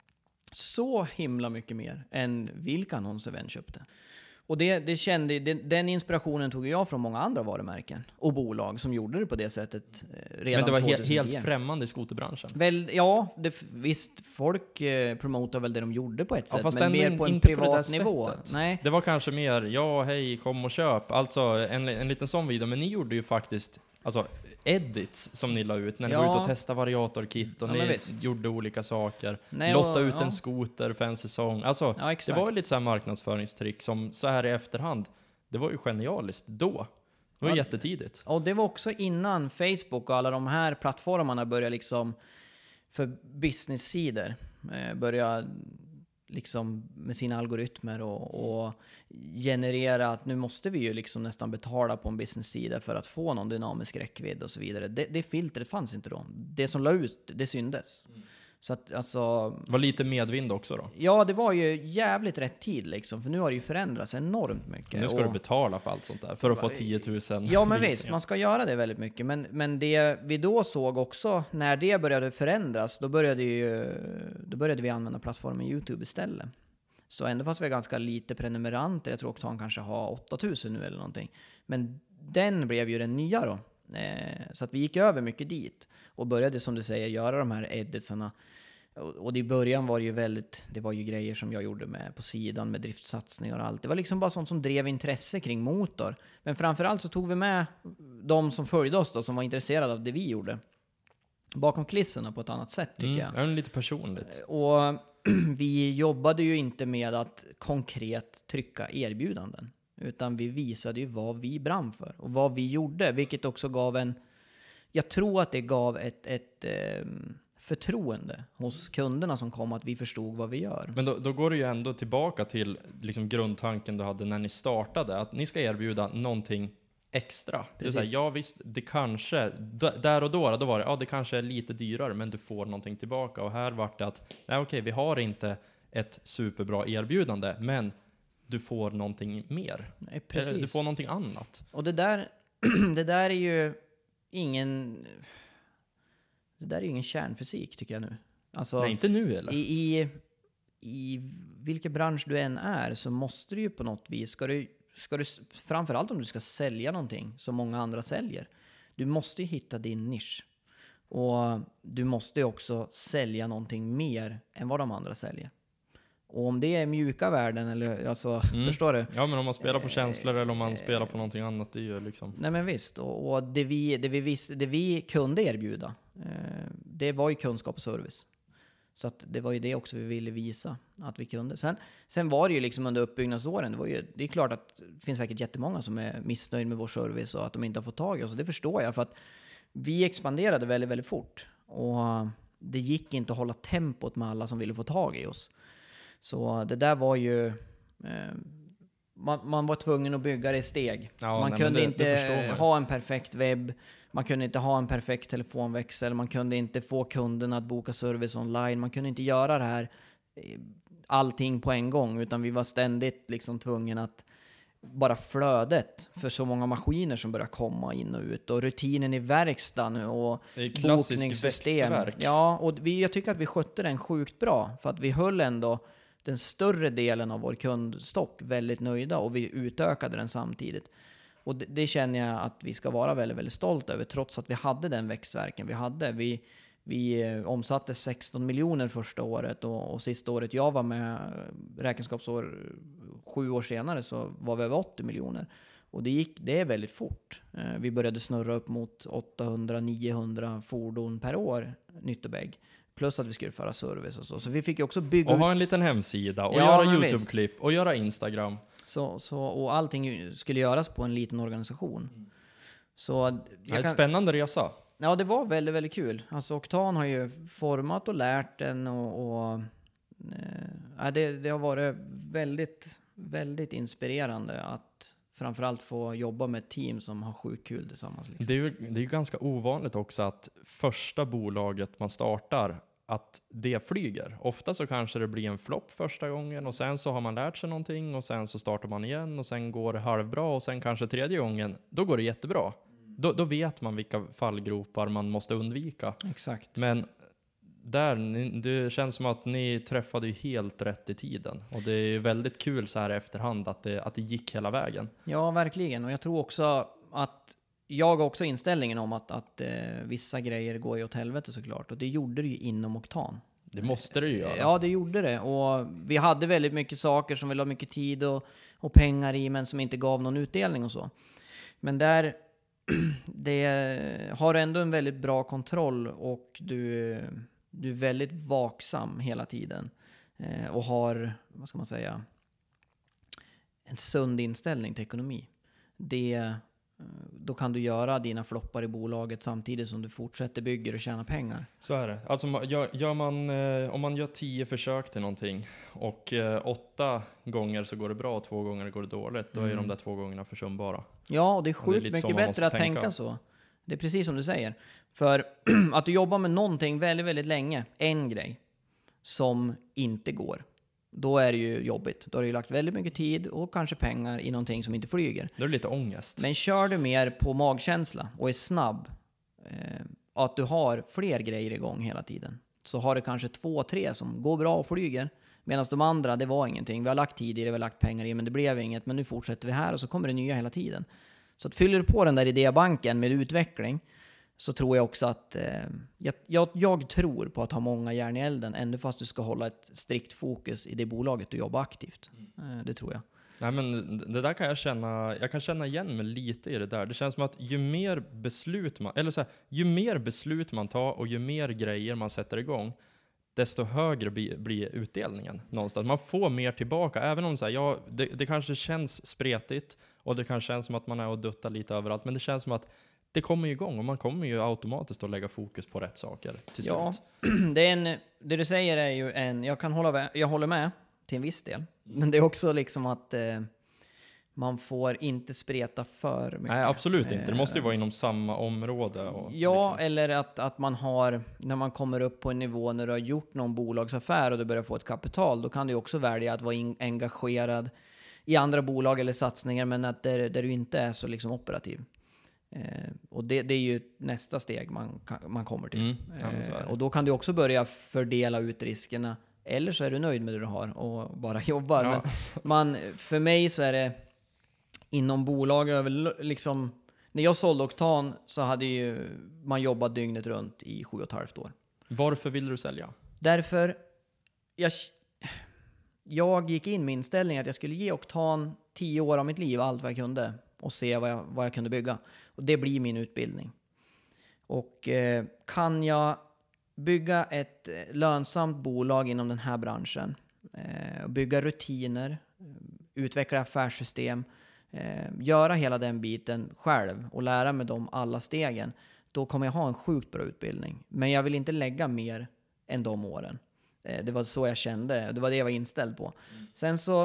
så himla mycket mer än vilka annonser vi än köpte. Och det, det kände, det, den inspirationen tog jag från många andra varumärken och bolag som gjorde det på det sättet eh, redan Men det var he- tjugohundratio. helt främmande i skoterbranschen. Väl, ja, det, visst, folk eh, promotar väl det de gjorde på ett Ja, sätt, fast men ändå mer in- på en inte på det privat där nivå. sättet. Nej. Det var kanske mer, ja hej, kom och köp. Alltså en, en liten sån video, men ni gjorde ju faktiskt alltså, edits som ni la ut när ni Ja. var ute och testade variatorkit och Ja, men ni visst. gjorde olika saker. Nej, Lotta och- ut ja. en skoter för en säsong. Alltså, Ja, det exakt. var ju lite så här marknadsföringstrick som så här i efterhand, det var ju genialiskt då. Det var ju Ja. jättetidigt. Och det var också innan Facebook och alla de här plattformarna började liksom för business-sidor eh, börja liksom med sina algoritmer och, och generera att nu måste vi ju liksom nästan betala på en business-sida för att få någon dynamisk räckvidd och så vidare. Det, det filtret fanns inte då. Det som la ut, det syndes. Mm. Så att alltså, Det var lite medvind också då. ja, det var ju jävligt rätt tid liksom, för nu har det ju förändrats enormt mycket. Nu ska och, du betala för allt sånt där, för att få tio tusen Ja, men visningar. visst, man ska göra det väldigt mycket. Men, men det vi då såg också, när det började förändras, då började, ju, då började vi använda plattformen YouTube istället. Så ändå fast vi har ganska lite prenumeranter, jag tror Oktan kanske har åtta tusen nu eller någonting. Men den blev ju den nya då. Eh, så att vi gick över mycket dit och började, som du säger, göra de här editsarna. Och, och i början var det ju väldigt, det var ju grejer som jag gjorde med på sidan med driftsatsningar och allt. Det var liksom bara sånt som drev intresse kring motor. Men framförallt så tog vi med de som följde oss då, som var intresserade av det vi gjorde. Bakom kulisserna på ett annat sätt tycker Mm, jag. ja, lite personligt. Och vi jobbade ju inte med att konkret trycka erbjudanden. Utan vi visade ju vad vi brann för och vad vi gjorde. Vilket också gav en, jag tror att det gav ett, ett eh, förtroende hos kunderna som kom att vi förstod vad vi gör. Men då, då går det ju ändå tillbaka till liksom grundtanken du hade när ni startade, att ni ska erbjuda någonting extra. Det är så här, Precis. ja visst, det kanske, d- där och då, då var det, ja det kanske är lite dyrare, men du får någonting tillbaka. Och här var det att, nej okej, vi har inte ett superbra erbjudande, men du får någonting mer. Nej, Eller, precis. du får någonting annat. Och det där, det där är ju ingen, det där är ju ingen kärnfysik tycker jag nu. Alltså, Nej, inte nu eller? I, i, I vilken bransch du än är så måste du ju på något vis, ska du, ska du, framförallt om du ska sälja någonting som många andra säljer, du måste ju hitta din nisch. Och du måste också sälja någonting mer än vad de andra säljer. Och om det är mjuka värden, eller alltså, Mm. förstår du? Ja, men om man spelar på känslor eller om man spelar på någonting annat, det är ju liksom... Nej men visst, och, och det, vi, det, vi vis, det vi kunde erbjuda, eh, det var ju kunskap och service. Så att det var ju det också vi ville visa att vi kunde. Sen, sen var det ju liksom under uppbyggnadsåren, det, var ju, det är klart att det finns säkert jättemånga som är missnöjda med vår service och att de inte har fått tag i oss. Och det förstår jag, för att vi expanderade väldigt, väldigt fort. Och det gick inte att hålla tempot med alla som ville få tag i oss. Så det där var ju... Eh, man, man var tvungen att bygga det i steg. Ja, man nej, kunde det, inte det ha en perfekt webb, man kunde inte ha en perfekt telefonväxel, man kunde inte få kunden att boka service online, man kunde inte göra det här allting på en gång, utan vi var ständigt liksom tvungen att bara flödet för så många maskiner som börjar komma in och ut, och rutinen i verkstaden och det är klassisk bokningssystem. växtverk. Ja, och vi, jag tycker att vi skötte den sjukt bra, för att vi höll ändå den större delen av vår kundstock väldigt nöjda, och vi utökade den samtidigt. Och det, det känner jag att vi ska vara väldigt, väldigt stolt över, trots att vi hade den växtverken vi hade. Vi, vi eh, omsatte sexton miljoner första året, och, och sista året jag var med, räkenskapsår sju år senare, så var vi över åttio miljoner. Och det gick, det är väldigt fort. Eh, vi började snurra upp mot åttahundra till niohundra fordon per år, nyttobägg. Plus att vi skulle föra service och så. Så vi fick ju också bygga och ut. ha en liten hemsida och Ja, göra men YouTube-klipp och göra Instagram. Så, så, och allting skulle göras på en liten organisation. Mm. Så det är kan, en spännande resa. Ja, det var väldigt, väldigt kul. Alltså Octan har ju format och lärt den, och, och eh, det, det har varit väldigt, väldigt inspirerande att framförallt få jobba med ett team som har sjukt kul tillsammans. Liksom. Det är ju det är ju ganska ovanligt också att första bolaget man startar, att det flyger. Ofta så kanske det blir en flopp första gången, och sen så har man lärt sig någonting, och sen så startar man igen, och sen går det halvbra, och sen kanske tredje gången, då går det jättebra. Då, då vet man vilka fallgropar man måste undvika. Exakt. Men där, det känns som att ni träffade ju helt rätt i tiden. Och det är väldigt kul så här i efterhand att det, att det gick hela vägen. Ja, verkligen. Och jag tror också att jag har också inställningen om att, att eh, vissa grejer går ju åt helvete såklart. Och det gjorde det ju inom Octan. Det måste det ju göra. Ja, det gjorde det. Och vi hade väldigt mycket saker som vi la mycket tid och, och pengar i, men som inte gav någon utdelning och så. Men där det har ändå en väldigt bra kontroll, och du, du är väldigt vaksam hela tiden. Eh, och har, vad ska man säga, en sund inställning till ekonomi. Det... Då kan du göra dina floppar i bolaget samtidigt som du fortsätter bygga och tjäna pengar. Så är det. Alltså gör, gör man, eh, om man gör tio försök till någonting och eh, åtta gånger så går det bra och två gånger går det dåligt, då är mm. de där två gångerna försumbara. Ja, och det är sjukt det är mycket bättre att tänka. tänka så. Det är precis som du säger. För att du jobbar med någonting väldigt, väldigt länge, en grej som inte går, då är det ju jobbigt. Då har du ju lagt väldigt mycket tid och kanske pengar i någonting som inte flyger. Då är det lite ångest. Men kör du mer på magkänsla och är snabb, eh, att du har fler grejer igång hela tiden, så har du kanske två, tre som går bra och flyger. Medan de andra, det var ingenting. Vi har lagt tid i det, vi har lagt pengar i, men det blev inget. Men nu fortsätter vi här, och så kommer det nya hela tiden. Så att fyller du på den där idébanken med utveckling, så tror jag också att eh, jag, jag, jag tror på att ha många järn i elden, ändå fast du ska hålla ett strikt fokus i det bolaget du jobbar aktivt. Mm. Eh, det tror jag. Nej, men det där kan jag känna, jag kan känna igen mig lite i det där. Det känns som att ju mer beslut man, eller så här, ju mer beslut man tar och ju mer grejer man sätter igång, desto högre blir, blir utdelningen någonstans. Man får mer tillbaka, även om så här, ja, det, det kanske känns spretigt och det kanske känns som att man är och duttar lite överallt, men det känns som att det kommer ju igång, och man kommer ju automatiskt att lägga fokus på rätt saker till slut. Ja, det, är en, det du säger är ju en, jag kan hålla, jag håller med till en viss del, men det är också liksom att eh, man får inte spreta för mycket. Nej, absolut inte. Det måste ju vara inom samma område. Och ja, liksom. Eller att, att man har, när man kommer upp på en nivå när du har gjort någon bolagsaffär och du börjar få ett kapital, då kan du också välja att vara in, engagerad i andra bolag eller satsningar, men att där, där du inte är så liksom operativ. Eh, och det, det är ju nästa steg man, man kommer till. Mm, ja, eh, och då kan du också börja fördela ut riskerna, eller så är du nöjd med det du har och bara jobbar. Ja. Men man, för mig så är det inom bolag över, liksom, när jag sålde Octan så hade ju man jobbat dygnet runt i sju och ett halvt år. Varför ville du sälja? Därför jag, jag gick in med inställningen att jag skulle ge Octan tio år av mitt liv, allt vad jag kunde, och se vad jag, vad jag kunde bygga. Och det blir min utbildning. Och eh, kan jag bygga ett lönsamt bolag inom den här branschen, eh, bygga rutiner, utveckla affärssystem, eh, göra hela den biten själv och lära mig de alla stegen, då kommer jag ha en sjukt bra utbildning. Men jag vill inte lägga mer än de åren. Eh, det var så jag kände, det var det jag var inställd på. Mm. Sen så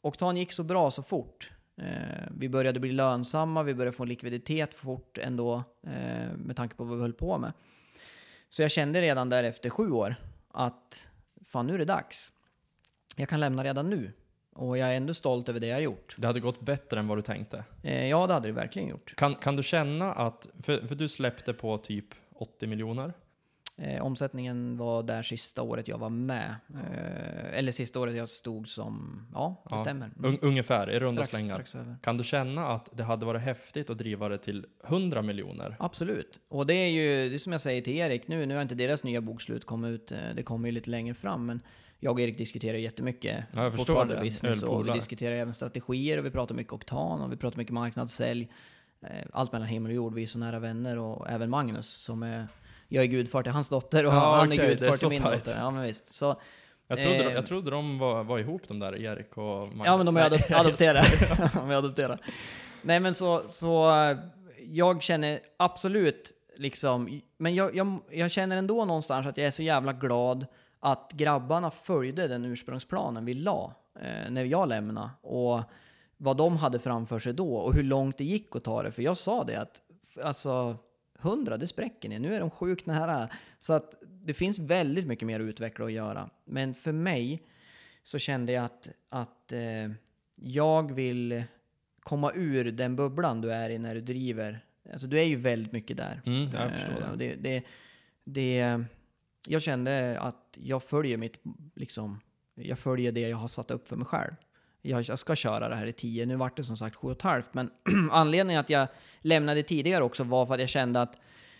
Octan gick så bra så fort. Eh, vi började bli lönsamma, vi började få likviditet fort ändå eh, med tanke på vad vi höll på med. Så jag kände redan där efter sju år att fan, nu är det dags. Jag kan lämna redan nu. Och jag är ändå stolt över det jag har gjort. Det hade gått bättre än vad du tänkte. Eh, ja, det hade det verkligen gjort. Kan, kan du känna att, för, för du släppte på typ åttio miljoner? Eh, omsättningen var där sista året jag var med. Eh, eller sista året jag stod som, ja, det Ja, stämmer. Un, ungefär, i runda Strax, slängar. strax över. Kan du känna att det hade varit häftigt att driva det till hundra miljoner? Absolut. Och det är ju, det är som jag säger till Erik nu, nu har inte deras nya bokslut kommit ut, eh, det kommer ju lite längre fram, men jag och Erik diskuterar jättemycket Ja, jag förstår fortfarande det. business, och vi Ölpolare. diskuterar även strategier, och vi pratar mycket Octan, och vi pratar mycket marknadssälj. Eh, allt mellan himmel och jord, vi är så nära vänner, och även Magnus som är, jag är gudfar till hans dotter och Ja, han okej, är det är gudfar så till min tajt. dotter. Ja, men visst. Så, Jag trodde, de, eh, jag trodde de var, var ihop, de där, Erik och Magnus. Ja, men de är Nej, adop- jag adopterade. skojar. de är adopterade. Nej, men så, så eh, jag känner absolut liksom, men jag, jag, jag känner ändå någonstans att jag är så jävla glad att grabbarna följde den ursprungsplanen vi la eh, när jag lämnade, och vad de hade framför sig då och hur långt det gick att ta det. För jag sa det att alltså hundra, det spräcker ni. Nu är de sjukt nära. Så att det finns väldigt mycket mer att utveckla och göra. Men för mig så kände jag att, att eh, jag vill komma ur den bubblan du är i när du driver. Alltså du är ju väldigt mycket där. Mm, jag förstår Eh, och det. det, det, det. Jag kände att jag följer mitt, liksom, jag följer det jag har satt upp för mig själv. Jag, jag ska köra det här i tio. Nu vart det som sagt sju och ett halvt. Men anledningen att jag lämnade tidigare också var för att jag kände att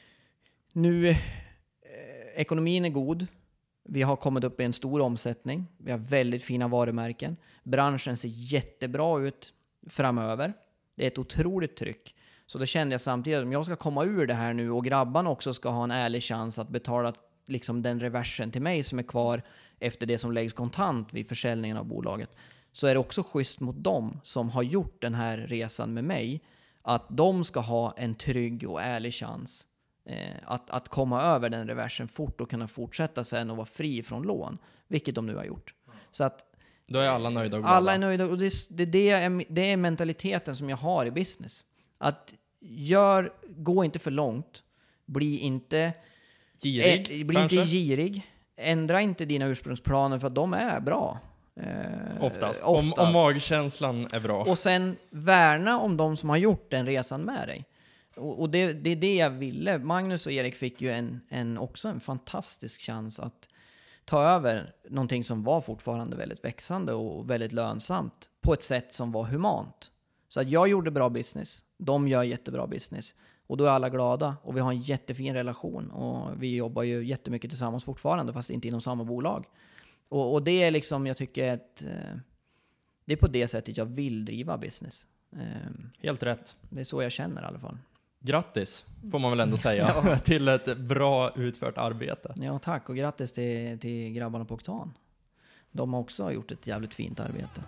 nu eh, ekonomin är god. Vi har kommit upp i en stor omsättning. Vi har väldigt fina varumärken. Branschen ser jättebra ut framöver. Det är ett otroligt tryck. Så då kände jag samtidigt att om jag ska komma ur det här nu och grabbarna också ska ha en ärlig chans att betala liksom den reversen till mig som är kvar efter det som läggs kontant vid försäljningen av bolaget, så är det också schysst mot dem som har gjort den här resan med mig, att de ska ha en trygg och ärlig chans eh, att, att komma över den reversen fort och kunna fortsätta sen och vara fri från lån, vilket de nu har gjort. Så att Då är alla nöjda och glada. alla är nöjda, och det, det, det, är, det är mentaliteten som jag har i business. Att gör, gå inte för långt, bli inte Girig, eh, bli kanske? inte girig, ändra inte dina ursprungsplaner för att de är bra. Eh, Oftast. oftast. Om, om magkänslan är bra. Och sen värna om de som har gjort den resan med dig. Och, och det, det är det jag ville. Magnus och Erik fick ju en, en, också en fantastisk chans att ta över någonting som var fortfarande väldigt växande och väldigt lönsamt på ett sätt som var humant. Så att jag gjorde bra business, de gör jättebra business, och då är alla glada och vi har en jättefin relation och vi jobbar ju jättemycket tillsammans fortfarande, fast inte inom samma bolag. Och, och det är liksom, jag tycker att eh, det är på det sättet jag vill driva business. Eh, Helt rätt. det är så jag känner i alla fall. Grattis, får man väl ändå säga, Ja. till ett bra utfört arbete. Ja, tack, och grattis till, till grabbarna på Octan. De har också gjort ett jävligt fint arbete.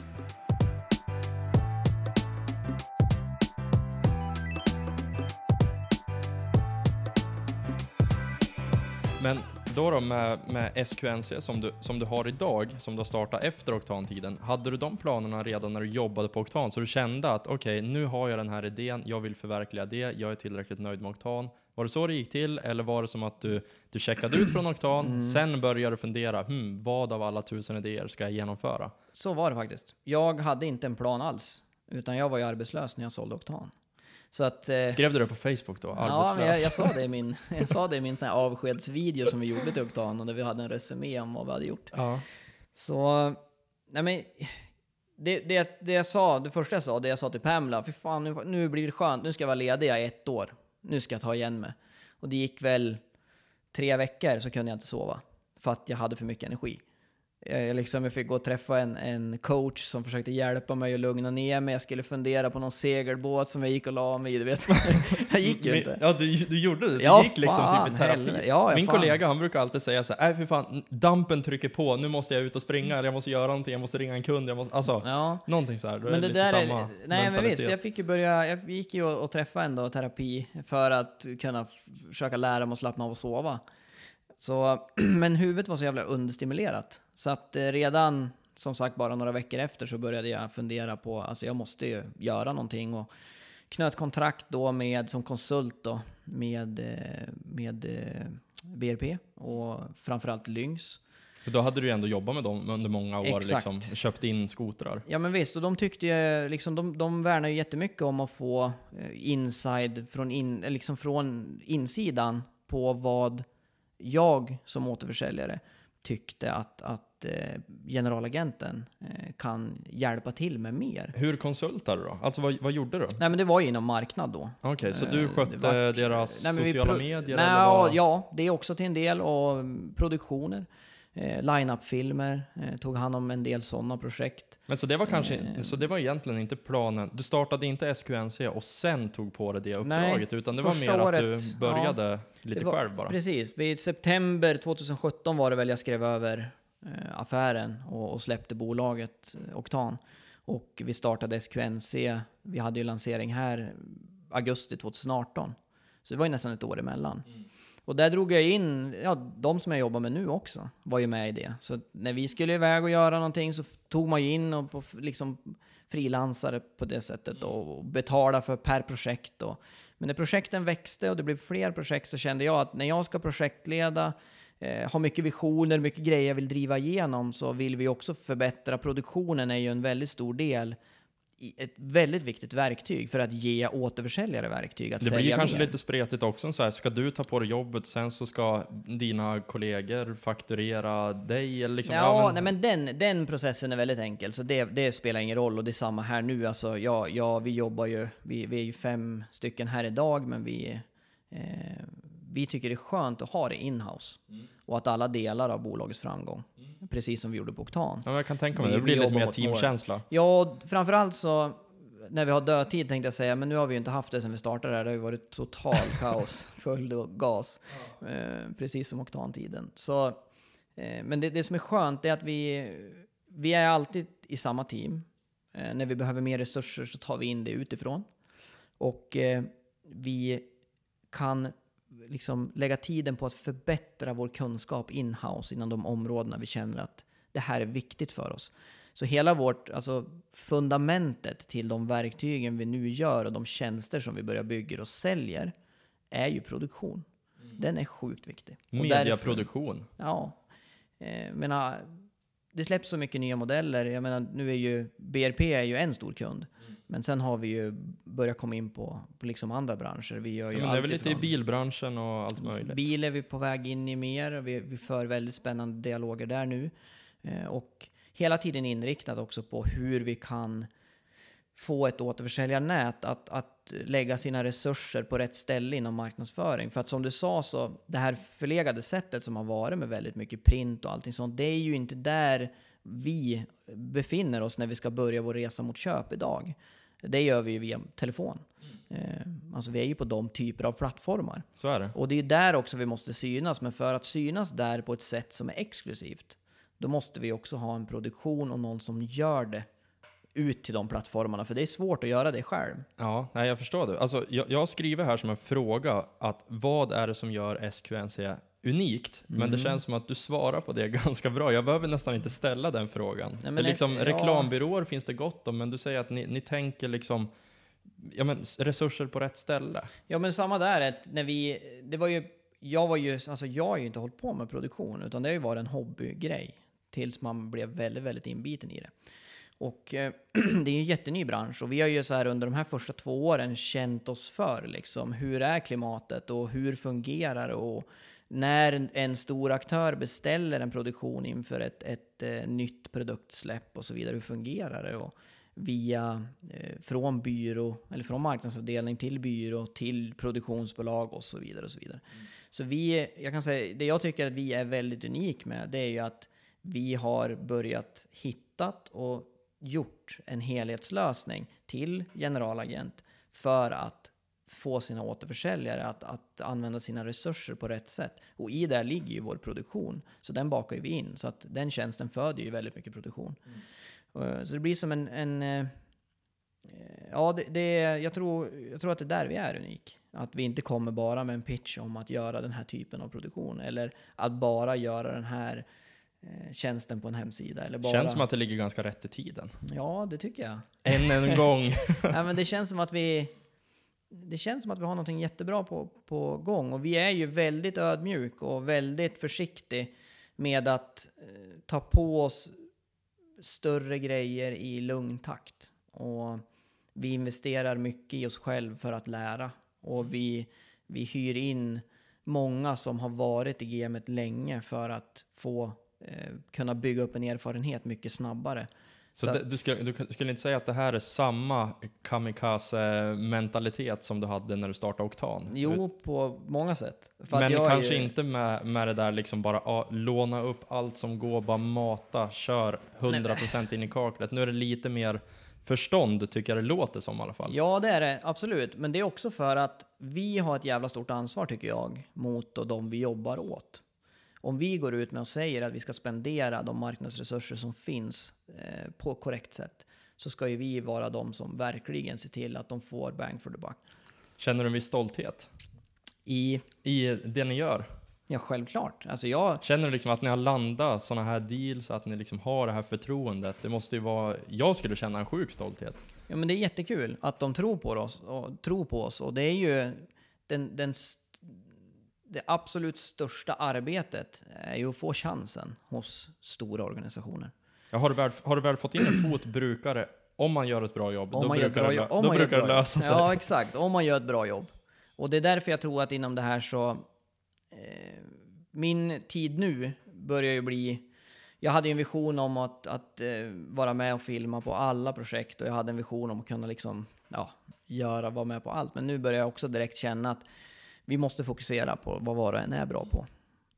Men då då med, med S Q N C som du, som du har idag, som du har startat efter Octan-tiden, hade du de planerna redan när du jobbade på Octan, så du kände att okej, okay, nu har jag den här idén, jag vill förverkliga det, jag är tillräckligt nöjd med Octan. Var det så det gick till, eller var det som att du, du checkade ut från Octan, mm. sen började du fundera, hmm, vad av alla tusen idéer ska jag genomföra? Så var det faktiskt. Jag hade inte en plan alls, utan jag var ju arbetslös när jag sålde Octan. Så att, eh, skrev du det på Facebook då? Ja, men jag, jag sa det i min, jag sa det i min sån här avskedsvideo som vi gjorde till Octan, och där vi hade en resumé om vad vi hade gjort. Ja. Så, nej men, det, det, det jag sa, det första jag sa, det jag sa till Pamela, för fan, nu, nu blir det skönt, nu ska jag vara ledig i ett år. Nu ska jag ta igen mig. Och det gick väl tre veckor så kunde jag inte sova, för att jag hade för mycket energi. Jag, liksom, jag fick gå och träffa en, en coach som försökte hjälpa mig att lugna ner mig. Jag skulle fundera på någon segelbåt som jag gick och la mig i, du vet. Jag gick ju inte. Ja, du, du gjorde det. Du ja, gick liksom fan, typ i terapi. Heller. Ja, Min fan. kollega, han brukar alltid säga så här, nej för fan, dampen trycker på, nu måste jag ut och springa, eller jag måste göra någonting, jag måste ringa en kund, jag måste, alltså, ja. någonting så här. Men är det lite där samma är, nej men visst, mentalitet. jag fick ju börja, jag gick ju och, och träffa ändå terapi för att kunna f- försöka lära mig att slappna av och sova. Så, men huvudet var så jävla understimulerat. Så att eh, redan som sagt, bara några veckor efter så började jag fundera på, alltså jag måste ju göra någonting, och knöt kontrakt då med, som konsult då, med, med B R P och framförallt Lynx. För då hade du ju ändå jobbat med dem under många år, Exakt. liksom, köpt in skotrar. Ja men visst, och de tyckte ju, liksom, de, de värnar ju jättemycket om att få inside från, in, liksom från insidan på vad jag som återförsäljare tyckte att, att eh, generalagenten eh, kan hjälpa till med mer. Hur konsultar du då? Alltså vad, vad gjorde du? Nej men det var ju inom marknad då. Okej, okay, så du skötte var, deras nej, sociala pro- medier? Nej, eller vad? Ja, det är också till en del, och produktioner. Eh, line-up-filmer, eh, tog hand om en del sådana projekt. Men så det var kanske, eh, så det var egentligen inte planen. Du startade inte S Q N C och sen tog på dig det uppdraget, nej, utan det var mer året, att du började ja, lite var, själv bara. Precis, vid september tjugosjutton var det väl jag skrev över eh, affären och, och släppte bolaget eh, Octan. Och vi startade S Q N C, vi hade ju lansering här augusti tjugoarton. Så det var ju nästan ett år emellan. Mm. Och där drog jag in, ja, de som jag jobbar med nu också var ju med i det. Så när vi skulle iväg och göra någonting så tog man ju in och på, liksom frilansare på det sättet och betala för per projekt. Och, men när projekten växte och det blev fler projekt så kände jag att när jag ska projektleda, eh, ha mycket visioner, mycket grejer jag vill driva igenom, så vill vi också förbättra. Produktionen är ju en väldigt stor del, ett väldigt viktigt verktyg för att ge återförsäljare verktyg att det sälja blir kanske mer. Lite spretigt också, så här, ska du ta på dig jobbet, sen så ska dina kollegor fakturera dig eller liksom, ja, ja men... nej men den, den processen är väldigt enkel, så det, det spelar ingen roll, och det är samma här nu. Alltså, ja, ja, vi jobbar ju, vi, vi är ju fem stycken här idag, men vi, eh, vi tycker det är skönt att ha det in-house mm. och att alla delar av bolagets framgång, mm. precis som vi gjorde på Octan. Ja, jag kan tänka mig, det blir lite mer teamkänsla. Vår. Ja, framförallt så när vi har dödtid tänkte jag säga, men nu har vi ju inte haft det sen vi startade här. Det har ju varit total kaos, full gas, ja. eh, precis som Octan-tiden. Så, eh, men det, det som är skönt är att vi, vi är alltid i samma team. Eh, när vi behöver mer resurser så tar vi in det utifrån. Och eh, vi kan liksom lägga tiden på att förbättra vår kunskap in-house inom de områdena vi känner att det här är viktigt för oss. Så hela vårt, alltså fundamentet till de verktygen vi nu gör och de tjänster som vi börjar bygga och säljer är ju produktion. Mm. Den är sjukt viktig. Mediaproduktion. Ja. Eh, menar, det släpps så mycket nya modeller. Jag menar, nu är ju B R P är ju en stor kund. Mm. Men sen har vi ju börjat komma in på, på liksom andra branscher. Vi gör ju ja, men det är väl lite i bilbranschen och allt möjligt. Bil är vi på väg in i mer. Vi, vi för väldigt spännande dialoger där nu. Eh, och hela tiden inriktat också på hur vi kan få ett återförsäljarnät att, att lägga sina resurser på rätt ställe inom marknadsföring. För att som du sa, så det här förlegade sättet som har varit med väldigt mycket print och allting sånt, det är ju inte där vi befinner oss när vi ska börja vår resa mot köp idag. Det gör vi ju via telefon. Mm. Eh, alltså vi är ju på de typer av plattformar. Så är det. Och det är där också vi måste synas. Men för att synas där på ett sätt som är exklusivt, då måste vi också ha en produktion och någon som gör det ut till de plattformarna. För det är svårt att göra det själv. Ja, nej, jag förstår det. Alltså, jag, jag skriver här som en fråga att vad är det som gör S Q N C unikt? Mm. Men det känns som att du svarar på det ganska bra. Jag behöver nästan inte ställa den frågan. Nej, men liksom, ja. Reklambyråer finns det gott om, men du säger att ni, ni tänker liksom ja, men resurser på rätt ställe. Ja, men samma där. Att när vi, det var ju, jag, var ju, alltså jag har ju inte hållit på med produktion, utan det har ju varit en hobbygrej tills man blev väldigt, väldigt inbiten i det. Och eh, det är ju en jätteny bransch, och vi har ju så här under de här första två åren känt oss för liksom, hur är klimatet och hur fungerar det, och när en stor aktör beställer en produktion inför ett, ett eh, nytt produktsläpp och så vidare, hur fungerar det? Och via eh, från byrå eller från marknadsavdelning till byrå till produktionsbolag och så vidare och så vidare. Mm. Så vi, jag kan säga, det jag tycker att vi är väldigt unik med, det är ju att vi har börjat hittat och gjort en helhetslösning till generalagent för att få sina återförsäljare att, att använda sina resurser på rätt sätt. Och i det ligger ju vår produktion. Så den bakar vi in. Så att den tjänsten föder ju väldigt mycket produktion. Mm. Så det blir som en... en ja, det, det, jag, tror, jag tror att det är där vi är unik. Att vi inte kommer bara med en pitch om att göra den här typen av produktion. Eller att bara göra den här eh, tjänsten på en hemsida. Eller bara... Känns som att det ligger ganska rätt i tiden. Ja, det tycker jag. Än en gång. Ja, men det känns som att vi det känns som att vi har någonting jättebra på, på gång. Och vi är ju väldigt ödmjuk och väldigt försiktig med att eh, ta på oss större grejer i lugn takt. Och vi investerar mycket i oss själv för att lära. Och vi, vi hyr in många som har varit i gamet länge för att få eh, kunna bygga upp en erfarenhet mycket snabbare. Så, Så det, att, du, skulle, du skulle inte säga att det här är samma kamikaze-mentalitet som du hade när du startade Oktan? jo, på många sätt. För att Men jag kanske är ju, inte med, med det där liksom bara ah, låna upp allt som går, bara mata, kör hundra procent in i kaklet. Nu är det lite mer förstånd, tycker jag det låter som i alla fall. Ja, det är det. Absolut. Men det är också för att vi har ett jävla stort ansvar, tycker jag, mot och de vi jobbar åt. Om vi går ut med och säger att vi ska spendera de marknadsresurser som finns eh, på korrekt sätt, så ska ju vi vara de som verkligen ser till att de får bang for the buck. Känner du en viss stolthet I, i det ni gör? ja, självklart. Alltså jag, Känner du liksom att ni har landat sådana här deals, att ni liksom har det här förtroendet? Det måste ju vara, jag skulle känna en sjuk stolthet. ja, men det är jättekul att de tror på oss och tror på oss. Och det är ju den, den, st- det absolut största arbetet är ju att få chansen hos stora organisationer. Ja, har, du väl, har du väl fått in en fot brukare, om man gör ett bra jobb, Om då man gör ett brukar, bra det, jobb, lö- om då man gör ett brukar det bra jobb. lösa sig. Ja, exakt. Om man gör ett bra jobb. Och det är därför jag tror att inom det här så... Eh, min tid nu börjar ju bli... Jag hade ju en vision om att, att eh, vara med och filma på alla projekt. Och jag hade en vision om att kunna liksom, ja, göra, vara med på allt. Men nu börjar jag också direkt känna att vi måste fokusera på vad var och en är bra på.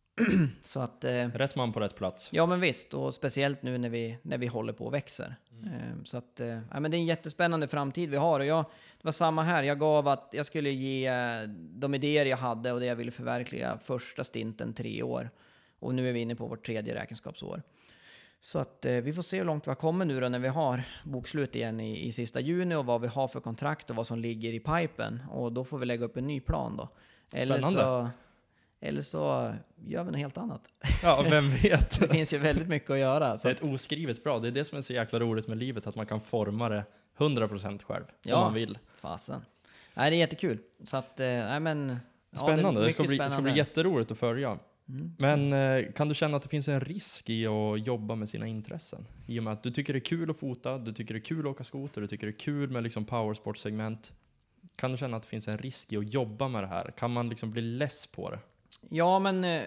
Så att... Eh, Rätt man på rätt plats. Ja, men visst, och speciellt nu när vi, när vi håller på och växer. Mm. Så att, eh, ja, men det är en jättespännande framtid vi har. Och jag, det var samma här, jag gav att jag skulle ge eh, de idéer jag hade och det jag ville förverkliga första stinten tre år. Och nu är vi inne på vårt tredje räkenskapsår. Så att eh, vi får se hur långt vi har kommit nu då när vi har bokslut igen i, i sista juni och vad vi har för kontrakt och vad som ligger i pipen. Och då får vi lägga upp en ny plan då. Eller Spännande. så... Eller så gör vi något helt annat. Ja, vem vet? Det finns ju väldigt mycket att göra. Så Det är ett oskrivet bra. Det är det som är så jäkla roligt med livet, att man kan forma det hundra procent själv, Ja. om man vill. fasen. Nej, det är jättekul. Så att, eh, nej men... ja, Spännande, är det, ska mycket bli, det ska spännande. bli jätteroligt att följa. Mm. Men eh, kan du känna att det finns en risk i att jobba med sina intressen? I och med att du tycker det är kul att fota, du tycker det är kul att åka skoter, du tycker det är kul med liksom powersportsegment. Kan du känna att det finns en risk i att jobba med det här? Kan man liksom bli less på det? Ja, men... Eh,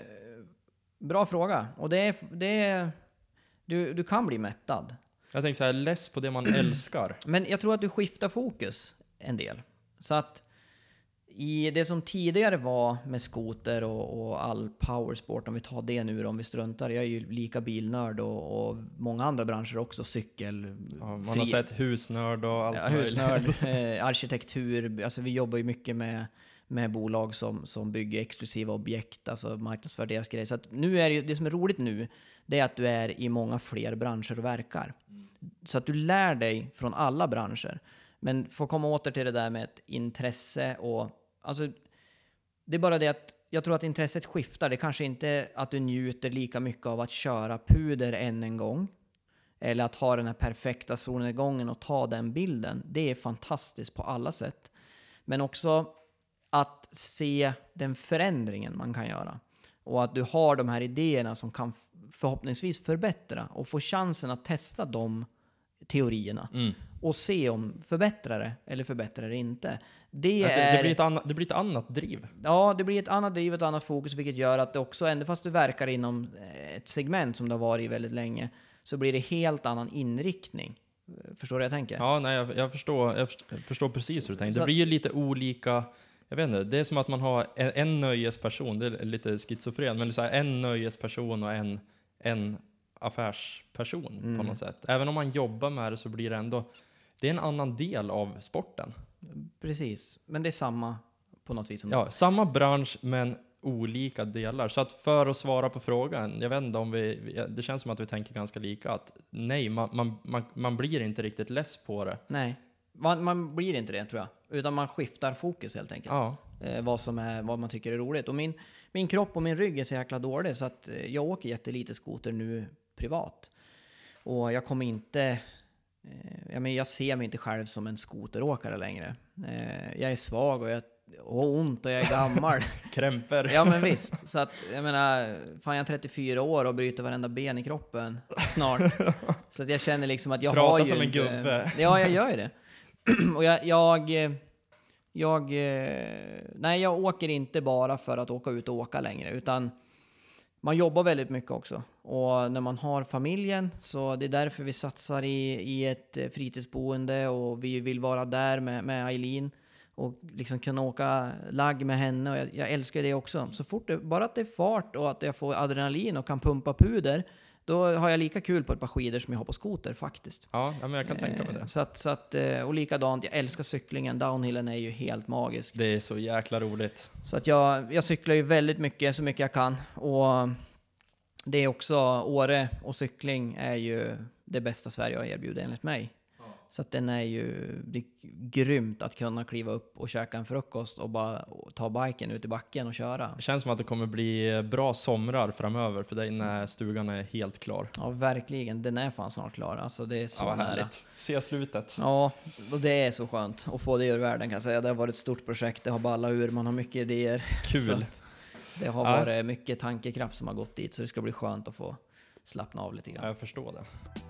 bra fråga. Och det är... Det är du, du kan bli mättad. Jag tänker så här, less på det man älskar. Men jag tror att du skiftar fokus en del. Så att i det som tidigare var med skoter och, och all powersport, om vi tar det nu då, om vi struntar, jag är ju lika bilnörd och, och många andra branscher också, cykel, Ja, man fri- har sett husnörd och allt ja, husnörd, eh, arkitektur, alltså vi jobbar ju mycket med, med bolag som, som bygger exklusiva objekt, alltså marknadsför deras grejer. Så att nu är det ju, det som är roligt nu, det är att du är i många fler branscher och verkar. Mm. Så att du lär dig från alla branscher. Men får komma åter till det där med ett intresse och alltså, det är bara det att jag tror att intresset skiftar. Det kanske inte att du njuter lika mycket av att köra puder än en gång. Eller att ha den här perfekta solnedgången och ta den bilden. Det är fantastiskt på alla sätt. Men också att se den förändringen man kan göra. Och att du har de här idéerna som kan förhoppningsvis förbättra. Och få chansen att testa de teorierna. Mm. Och se om förbättrar det eller förbättrar det inte. Det, Ja, det, är, det, blir ett annat, det blir ett annat driv. ja, det blir ett annat driv, ett annat fokus, vilket gör att det också, ändå fast du verkar inom ett segment som det har varit väldigt länge, så blir det helt annan inriktning. Förstår du vad jag tänker? Ja, nej, jag, jag, förstår, jag förstår precis hur du tänker. Så- Det blir ju lite olika, jag vet inte, det är som att man har en, en nöjesperson, det är lite schizofren, men det är så här, en nöjesperson och en, en affärsperson Mm. på något sätt. Även om man jobbar med det så blir det ändå, det är en annan del av sporten. Precis, men det är samma på något vis. Som Ja, samma bransch men olika delar. Så att för att svara på frågan, jag vet inte om vi, det känns som att vi tänker ganska lika, att nej, man, man, man, man blir inte riktigt less på det. Nej, man, man blir inte det tror jag. Utan man skiftar fokus helt enkelt. Ja, eh, vad som är, vad man tycker är roligt. Och min, min kropp och min rygg är så jäkla dålig så att eh, jag åker jättelite skoter nu privat. Och jag kommer inte, eh, jag, men jag ser mig inte själv som en skoteråkare längre. Eh, jag är svag och jag har ont och jag är gammal. Krämper. Ja men visst, så att jag menar, fan jag är trettiofyra år och bryter varenda ben i kroppen snart. Så att jag känner liksom att jag Prata har ju som en inte, gubbe. Ja, jag gör ju det. Och jag, jag, jag, nej jag åker inte bara för att åka ut och åka längre, utan man jobbar väldigt mycket också. Och när man har familjen, så det är därför vi satsar i, i ett fritidsboende och vi vill vara där med, med Eileen. Och liksom kunna åka lagg med henne, och jag, jag älskar det också. Så fort det, bara att det är fart och att jag får adrenalin och kan pumpa puder, då har jag lika kul på ett par skidor som jag har på skoter faktiskt. Ja, men jag kan tänka mig det. Så att, så att, och likadant, jag älskar cyklingen. Downhillen är ju helt magisk. Det är så jäkla roligt. Så att jag, jag cyklar ju väldigt mycket, så mycket jag kan. Och det är också, Åre och cykling är ju det bästa Sverige har erbjudit enligt mig. Så att den är ju, det är grymt att kunna kliva upp och käka en frukost och bara ta biken ut i backen och köra. Det känns som att det kommer bli bra somrar framöver för dig när stugan är helt klar. Ja, verkligen. Den är fan snart klar. Alltså det är så ja, nära. Härligt. Se slutet. Ja, och det är så skönt att få det ur världen, kan jag säga. Det har varit ett stort projekt, det har ballat ur, man har mycket idéer. Kul. Det har ja. varit mycket tankekraft som har gått dit, så det ska bli skönt att få slappna av lite grann. Jag förstår det.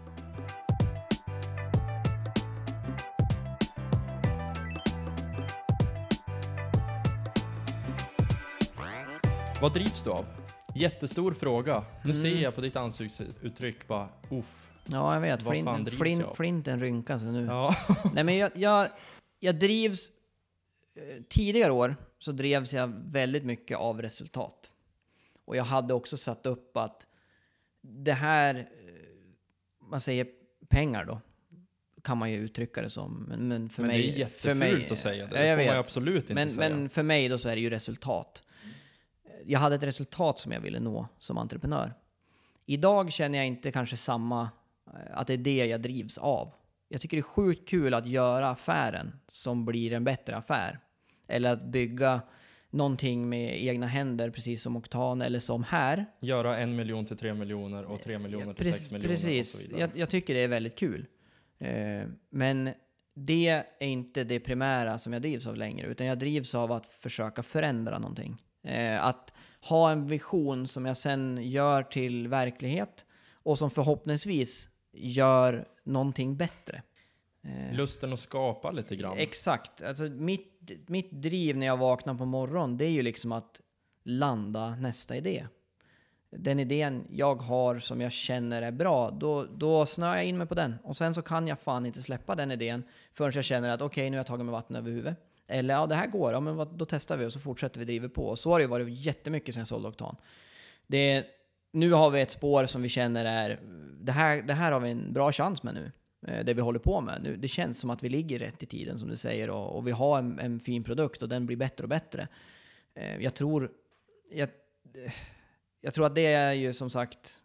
Vad drivs du av? Jättestor fråga. Nu mm. ser jag på ditt ansiktsuttryck bara, uff. Ja, jag vet. Vad Flin, fan drivs flin, jag av? Flinten rynkar sig nu. Ja. Nej, men jag, jag, jag drivs... Tidigare år så drevs jag väldigt mycket av resultat. Och jag hade också satt upp att det här, man säger pengar då, kan man ju uttrycka det som. Men, men för men mig... det är jättefult för mig, att säga det. Ja, jag det får vet. man absolut inte men, säga. Men för mig då så är det ju resultat. Jag hade ett resultat som jag ville nå som entreprenör. Idag känner jag inte kanske samma, att det är det jag drivs av. Jag tycker det är sjukt kul att göra affären som blir en bättre affär. Eller att bygga någonting med egna händer, precis som Oktan eller som här. Göra en miljon till tre miljoner och tre miljoner till precis, sex miljoner precis. och så vidare. Jag, jag tycker det är väldigt kul. Eh, men det är inte det primära som jag drivs av längre, utan jag drivs av att försöka förändra någonting. Eh, att ha en vision som jag sen gör till verklighet och som förhoppningsvis gör någonting bättre. Eh, Lusten att skapa lite grann. Exakt. Alltså mitt, mitt driv när jag vaknar på morgonen, det är ju liksom att landa nästa idé. Den idén jag har som jag känner är bra, då, då snör jag in mig på den. Och sen så kan jag fan inte släppa den idén förrän jag känner att okej, okay, nu har jag tagit med vatten över huvudet. Eller ja, det här går, ja, men vad, då testar vi och så fortsätter vi driva på. Och så har det ju varit jättemycket sen jag sålde Oktan. Det, nu har vi ett spår som vi känner är, det här, det här har vi en bra chans med nu. Det vi håller på med. Nu, det känns som att vi ligger rätt i tiden som du säger. Och, och vi har en, en fin produkt och den blir bättre och bättre. Jag tror, jag, jag tror att det är ju som sagt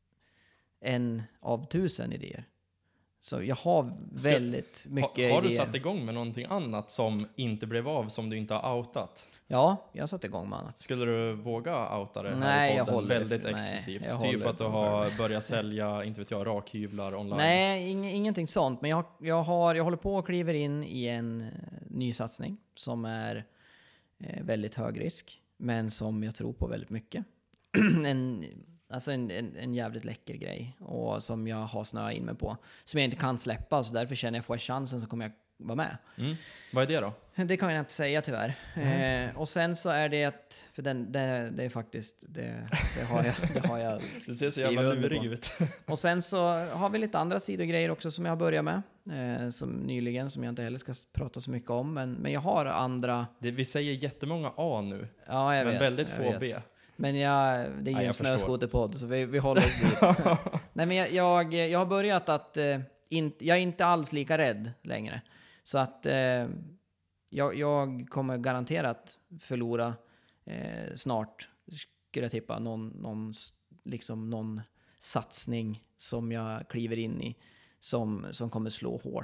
en av tusen idéer. Så jag har väldigt Ska, mycket ha, Har du idéer. satt igång med någonting annat som inte blev av, som du inte har outat? Ja, jag har satt igång med annat. Skulle du våga outa det här nej, i jag podden? håller Väldigt det, exklusivt. Nej, typ att du har börjat sälja, inte vet jag, rakhyvlar online. Nej, ing, ingenting sånt. Men jag, jag, har, jag håller på och kliver in i en uh, ny satsning som är uh, väldigt hög risk. Men som jag tror på väldigt mycket. en... Alltså en, en, en jävligt läcker grej. Och som jag har snöat in mig på. Som jag inte kan släppa. Så därför känner jag, får jag chansen så kommer jag vara med. Mm. Vad är det då? Det kan jag inte säga tyvärr. Mm. Eh, och sen så är det att... För den, det, det är faktiskt... Det, det har jag, det har jag Du ser så jävla lurig ut. Och sen så har vi lite andra sidogrejer också som jag har börjat med. Eh, som nyligen, som jag inte heller ska prata så mycket om. Men, men jag har andra... Det, vi säger jättemånga A nu. Ja, jag men vet. väldigt jag få vet. B. Men jag, det är ju ja, en snöskoterpodd så vi, vi håller oss dit. Nej, men jag, jag, jag har börjat att eh, in, jag är inte alls lika rädd längre. Så att eh, jag, jag kommer garanterat förlora eh, snart, skulle jag tippa, någon, någon, liksom någon satsning som jag kliver in i som, som kommer slå hårt.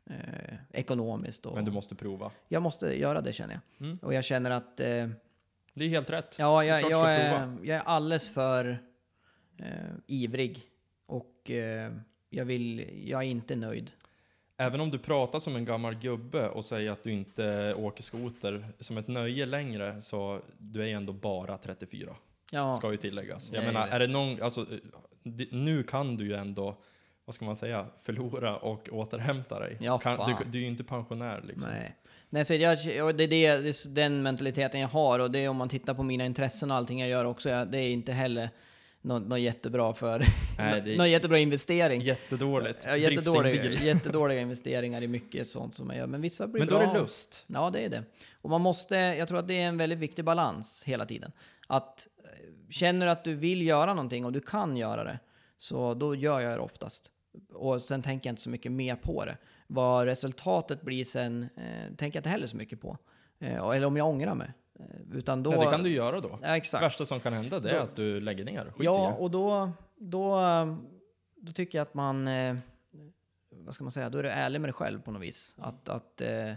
eh, ekonomiskt. Och Men du måste prova. Jag måste göra det, känner jag. Mm. Och jag känner att... Eh, Det är helt rätt. ja, jag, Klart jag, ska är, prova. jag är alldeles för eh, ivrig. Och eh, jag, vill, jag är inte nöjd. Även om du pratar som en gammal gubbe och säger att du inte åker skoter som ett nöje längre, så du är ändå bara trettiofyra. Ja. Ska ju tilläggas. Jag Nej, menar, det- är det någon, alltså, det, nu kan du ju ändå, vad ska man säga, förlora och återhämta dig. Ja, kan, fan. du, du är ju inte pensionär liksom. Nej. Nej, så jag, jag- det, är det, det är den mentaliteten jag har, och det är om man tittar på mina intressen och allting jag gör också, jag, det är inte heller något, något jättebra för Nej, det är någon jättebra investering. jättedåligt. Ja, jättedåliga, Driftingbil. jättedåliga investeringar i mycket sånt som jag gör, men vissa blir Men då bra. är det lust. Ja, det är det. Och man måste, jag tror att det är en väldigt viktig balans hela tiden. Att eh, känner du att du vill göra någonting och du kan göra det, så då gör jag det oftast. Och sen tänker jag inte så mycket mer på det. Vad resultatet blir sen eh, tänker jag inte heller så mycket på. Eh, eller om jag ångrar mig. Eh, utan då... Ja, det kan du göra då. Ja, exakt. Det värsta som kan hända, det är Då- att du lägger ner. Skit Ja, i det. och då, då, eh, då tycker jag att man, eh, vad ska man säga, då är du ärlig med dig själv på något vis. Att, att eh,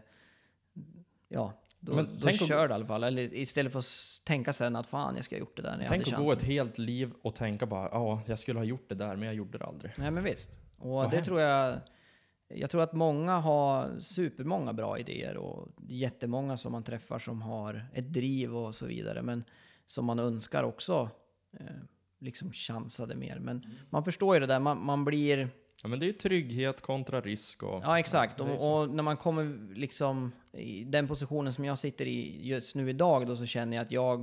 ja, då, Men då tänk att- kör du i alla fall. Eller istället för att s- tänka sen att fan, jag ska ha gjort det där när jag Tänk hade att gå chansen. ett helt liv och tänka bara, ja, jag skulle ha gjort det där, men jag gjorde det aldrig. Nej, men visst. Och Vad det hemskt. tror jag, jag tror att många har supermånga bra idéer och jättemånga som man träffar som har ett driv och så vidare. Men som man önskar också eh, liksom chansade mer. Men man förstår ju det där, man, man blir... Ja, men det är trygghet kontra risk. Och, Ja, exakt. Ja, det är så. och, och när man kommer liksom i den positionen som jag sitter i just nu idag, då så känner jag att jag,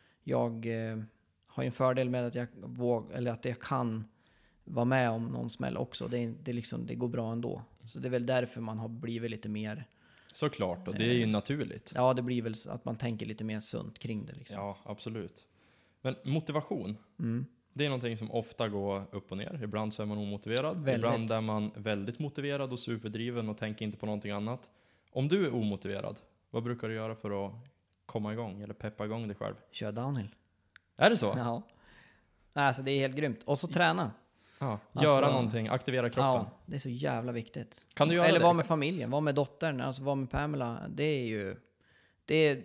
jag eh, har en fördel med att jag våg, eller att jag kan vara med om någon smäll också. Det, är- det, är liksom, det går bra ändå. Så det är väl därför man har blivit lite mer... Såklart, och det är ju naturligt. Ja, det blir väl så att man tänker lite mer sunt kring det. Liksom. Ja, absolut. Men motivation, Mm. det är någonting som ofta går upp och ner. Ibland så är man omotiverad. Väldigt. Ibland är man väldigt motiverad och superdriven och tänker inte på någonting annat. Om du är omotiverad, vad brukar du göra för att komma igång eller peppa igång dig själv? Kör downhill. Är det så? Ja. Alltså det är helt grymt. Och så träna. Ja. Alltså- Göra någonting, aktivera kroppen. Ja, det är så jävla viktigt. Kan du göra Eller det? vara med familjen, vara med dottern, alltså vara med Pamela. Det är ju... Det är...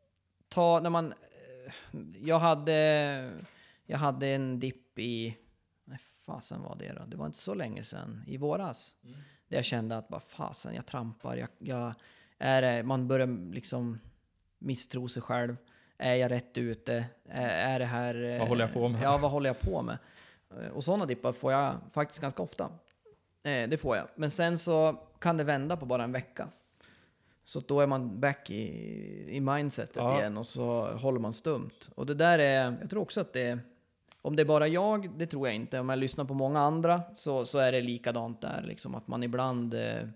Ta, när man... eh, Jag hade... Jag hade en dipp i... Nej, fasen var det då? Det var inte så länge sedan. I våras. Mm. Där jag kände att bara fasen, jag trampar. Jag, jag är, man börjar liksom misstro sig själv. Är jag rätt ute? Är, är det här... eh, Vad håller jag på med? Ja, vad håller jag på med? Eh, Och sådana dippar får jag faktiskt ganska ofta. Eh, det får jag. Men sen så kan det vända på bara en vecka. Så då är man back i, i mindsetet Ja. igen och så håller man stumt. Och det där är, jag tror också att det, om det är bara jag, det tror jag inte. Om jag lyssnar på många andra så, så är det likadant där. Liksom att man ibland eh,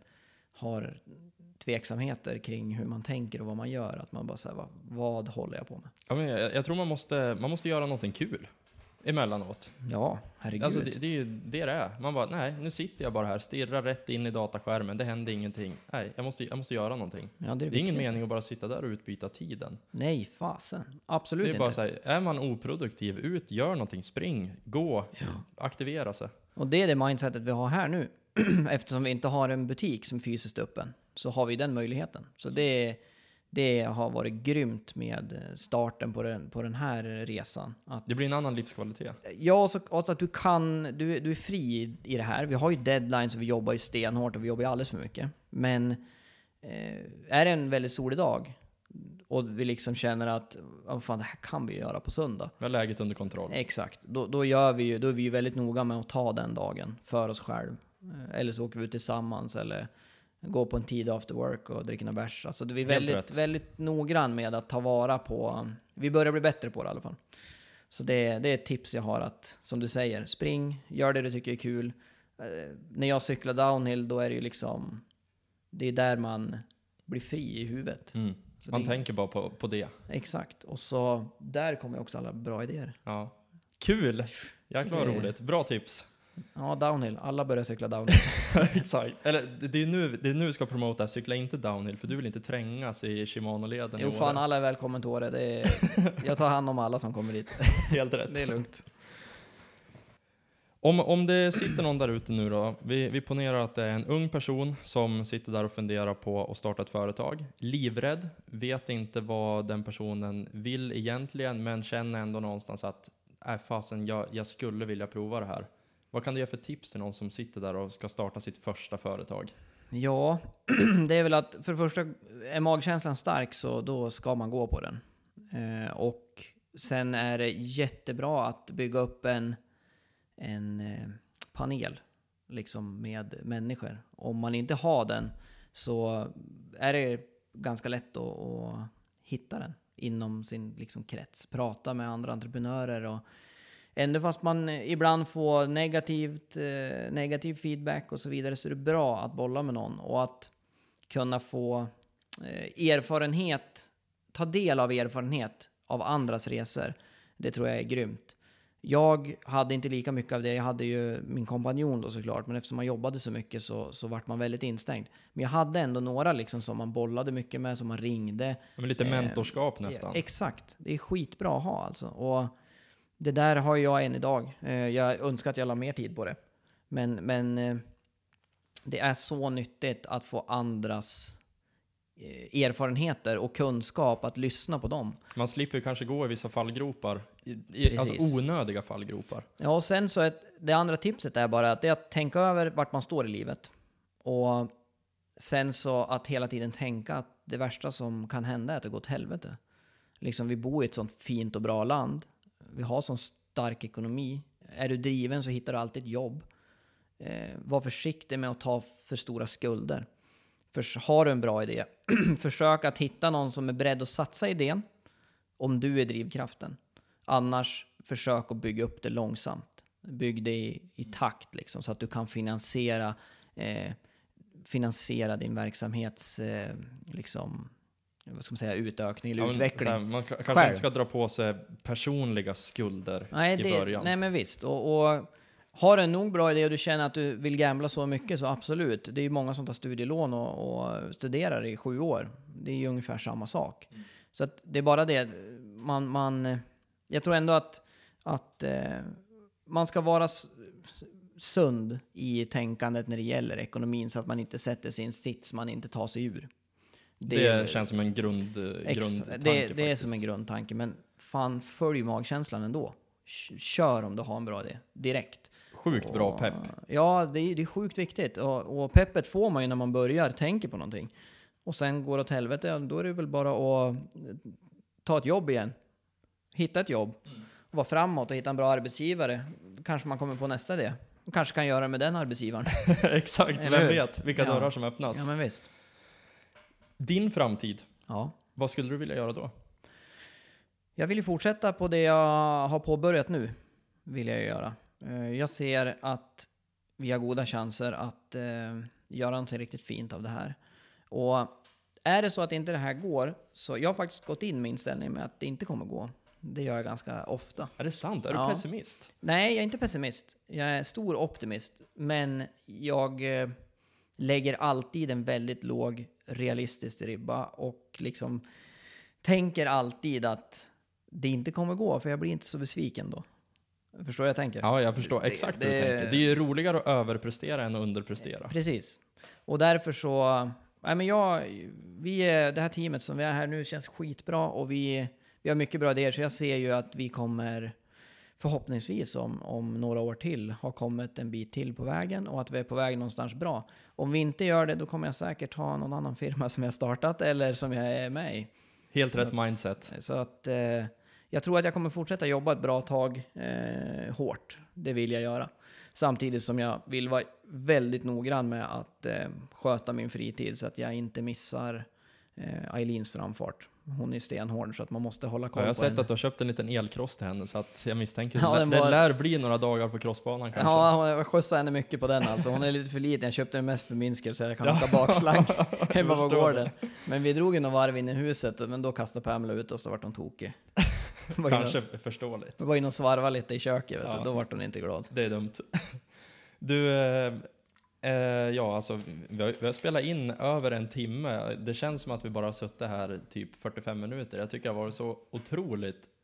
har tveksamheter kring hur man tänker och vad man gör. Att man bara säger, vad, vad håller jag på med? Ja, men jag, jag tror man måste, man måste göra någonting kul emellanåt. Ja, herregud. Alltså det, det är ju det det är. Man bara, nej, nu sitter jag bara här, stirrar rätt in i dataskärmen, det händer ingenting. Nej, jag måste, jag måste göra någonting. ja, det är, Det är ingen viktigt. mening att bara sitta där och utbyta tiden. Nej, fasen. Absolut Det är inte. bara så här, är man oproduktiv, ut, gör någonting, spring, gå, aktivera sig. Och det är det mindsetet vi har här nu. Eftersom vi inte har en butik som är fysiskt öppen så har vi den möjligheten. Så det, det har varit grymt med starten på den, på den här resan. Att, Det blir en annan livskvalitet. ja, så och att du kan, du, du är fri i det här. Vi har ju deadlines och vi jobbar ju stenhårt och vi jobbar ju alldeles för mycket. Men eh, är det en väldigt solig dag och vi liksom känner att oh, fan, det här kan vi göra på söndag. Vi har läget under kontroll. Exakt, då, då, gör vi ju, då är vi ju väldigt noga med att ta den dagen för oss själv. Eh, Eller så åker vi ut tillsammans eller går på en tid after work och dricker en bärs. Alltså vi är Helt väldigt, rätt. väldigt noggrann med att ta vara på, vi börjar bli bättre på det i alla fall. Så det, det är ett tips jag har att, som du säger, spring, gör det du tycker är kul. Eh, när jag cyklar downhill då är det ju liksom, det är där man blir fri i huvudet. Mm. Så Man det, tänker bara på, på det. Exakt, och så där kommer också alla bra idéer. Ja. Kul! Jäklar Så vad det- roligt. Bra tips. Ja, downhill. Alla börjar cykla downhill. Exakt. Eller det- det är nu, det är nu vi ska promota, cykla inte downhill, för du vill inte trängas i Shimano-leden. i Jo, Åre. fan, alla är välkommen till Åre. Det är, jag tar hand om alla som kommer dit. Helt rätt. Det är lugnt. Om, om det sitter någon där ute nu då, vi, vi ponerar att det är en ung person som sitter där och funderar på att starta ett företag. Livrädd, vet inte vad den personen vill egentligen, men känner ändå någonstans att äh, fasen, jag, jag skulle vilja prova det här. Vad kan du ge för tips till någon som sitter där och ska starta sitt första företag? Ja, det är väl att för det första, är magkänslan stark så då ska man gå på den. Eh, och sen är det jättebra att bygga upp en, en eh, panel liksom med människor. Om man inte har den så är det ganska lätt att, att hitta den inom sin liksom, krets. Prata med andra entreprenörer och ändå fast man ibland får negativt, eh, negativ feedback och så vidare så är det bra att bolla med någon och att kunna få eh, erfarenhet, ta del av erfarenhet av andras resor. Det tror jag är grymt. Jag hade inte lika mycket av det. Jag hade ju min kompanjon då såklart, men eftersom man jobbade så mycket så, så vart man väldigt instängd. Men jag hade ändå några liksom som man bollade mycket med, som man ringde. Men lite mentorskap eh, nästan. Exakt. Det är skitbra att ha alltså. Och det där har jag än idag. Jag önskar att jag la mer tid på det. Men, men det är så nyttigt att få andras erfarenheter och kunskap, att lyssna på dem. Man slipper kanske gå i vissa fallgropar. I, alltså onödiga fallgropar. Ja, och sen så ett, det andra tipset är bara att det är att tänka över vart man står i livet. Och sen så att hela tiden tänka att det värsta som kan hända är att det går åt helvete. Liksom vi bor i ett sånt fint och bra land. Vi har sån stark ekonomi. Är du driven så hittar du alltid ett jobb. Eh, var försiktig med att ta för stora skulder. För har du en bra idé, försök att hitta någon som är beredd att satsa idén. Om du är drivkraften. Annars försök att bygga upp det långsamt. Bygg det i, i takt liksom, så att du kan finansiera, eh, finansiera din verksamhets eh, liksom, vad ska man säga, utökning eller ja, utveckling. Här, man k- kanske inte ska dra på sig personliga skulder nej, i det, början. Nej, men visst. Och, och har du en nog bra idé och du känner att du vill gambla så mycket, så absolut. Det är ju många som tar studielån och, och studerar i sju år. Det är ju ungefär samma sak. Mm. Så att det är bara det. Man, man, jag tror ändå att, att eh, man ska vara s- sund i tänkandet när det gäller ekonomin, så att man inte sätter sig i en sits man inte tar sig ur. Det, det känns som en grund, ex, grundtanke. Det, det är som en grundtanke, men fan, följ magkänslan ändå. Kör om du har en bra idé, direkt. Sjukt bra och, pepp. Ja, det är, det är sjukt viktigt. Och, och peppet får man ju när man börjar tänka på någonting. Och sen går det åt helvete, då är det väl bara att ta ett jobb igen. Hitta ett jobb. Mm. Vara framåt och hitta en bra arbetsgivare. Kanske man kommer på nästa idé. Och kanske kan göra det med den arbetsgivaren. Exakt, vem vet vilka ja. dörrar som öppnas. Ja, men visst. Din framtid, ja. Vad skulle du vilja göra då? Jag vill ju fortsätta på det jag har påbörjat nu. Vill jag göra. Jag ser att vi har goda chanser att eh, göra någonting riktigt fint av det här. Och är det så att inte det här går, så jag har faktiskt gått in med inställningen med att det inte kommer gå. Det gör jag ganska ofta. Är det sant? Är ja. du pessimist? Nej, jag är inte pessimist. Jag är stor optimist. Men jag eh, lägger alltid en väldigt låg realistisk ribba. Och liksom tänker alltid att det inte kommer gå. För jag blir inte så besviken då. Förstår jag tänker? Ja, jag förstår exakt det, hur du det, tänker. Det är ju roligare att överprestera än att underprestera. Precis. Och därför så... Nej, men jag, vi är, det här teamet som vi är här nu känns skitbra. Och vi, vi har mycket bra idéer. Så jag ser ju att vi kommer förhoppningsvis om, om några år till ha kommit en bit till på vägen. Och att vi är på väg någonstans bra. Om vi inte gör det, då kommer jag säkert ha någon annan firma som jag startat. Eller som jag är med i. Helt så rätt att, mindset. Så att... Eh, Jag tror att jag kommer fortsätta jobba ett bra tag eh, hårt. Det vill jag göra. Samtidigt som jag vill vara väldigt noggrann med att eh, sköta min fritid så att jag inte missar eh, Eileens framfart. Hon är stenhård så att man måste hålla koll ja, jag har på sett henne. att du har köpt en liten elkross till henne så att jag misstänker ja, att det var... lär bli några dagar på crossbanan kanske. Ja, jag skjutsar henne mycket på den alltså. Hon är lite för liten. Jag köpte den mest för min skull så jag kan åka bakslang hemma på gården. Men vi drog ju någon varv in i huset, men då kastade Pamela ut och så vart hon tokig. Kanske någon, förståeligt. Det var ju någon svarva lite i köket, vet ja, du. Då vart hon inte glad. Det är dumt. Du, eh, eh, ja alltså, vi har, vi har spelat in över en timme. Det känns som att vi bara har suttit här typ fyrtiofem minuter. Jag tycker det har varit så otroligt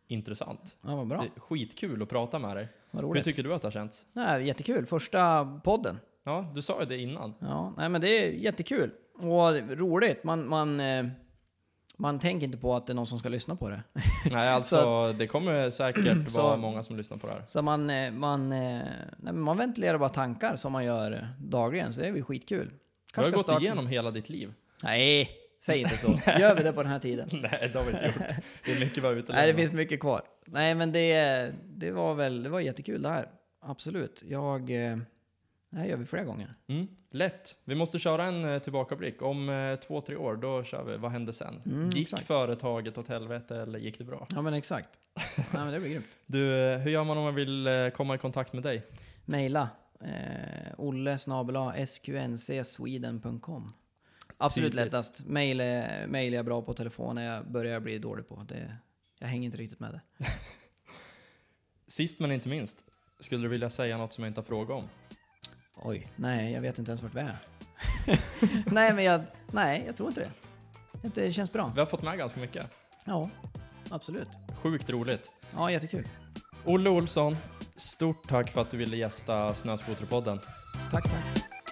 intressant. Ja, vad bra. Det är skitkul att prata med dig. Vad Hur roligt. tycker du att det har känts? Nej, jättekul. Första podden. Ja, du sa ju det innan. Ja, nej men det är jättekul. Och roligt. Man, man, eh, man tänker inte på att det är någon som ska lyssna på det. Nej, alltså Så- det kommer säkert Så- vara många som lyssnar på det här. Så man, eh, man, eh, nej, men man ventilerar bara tankar som man gör eh, dagligen. Så det är väl skitkul. Du har Kanske gått ska starta- igenom hela ditt liv. Nej, säg inte så. Gör vi det på den här tiden? Nej, det har vi inte gjort. Det är mycket bara ute. Nej, det finns mycket kvar. Nej, men det, det var väl det var jättekul det här. Absolut. Jag... eh, Det här gör vi flera gånger. Mm, lätt. Vi måste köra en eh, tillbakablick. Om eh, två, tre år, då kör vi. Vad hände sen? Mm, gick exakt. företaget åt helvete eller gick det bra? Ja, men exakt. Nej, men det blir grymt. Du, eh, hur gör man om man vill eh, komma i kontakt med dig? Maila. Eh, Olle snabel-a s q n c sweden punkt com. Absolut Tydligt. lättast. Mail är, mail är jag bra på, telefon är jag börjar jag bli dålig på. Det, jag hänger inte riktigt med det. Sist men inte minst, skulle du vilja säga något som jag inte har frågat om? Oj, nej, jag vet inte ens vart vi är. nej, men jag, nej, jag tror inte det. Det känns bra. Vi har fått med ganska mycket. Ja, absolut. Sjukt roligt. Ja, jättekul. Olle Olsson, stort tack för att du ville gästa Snöskoterpodden. Tack, tack.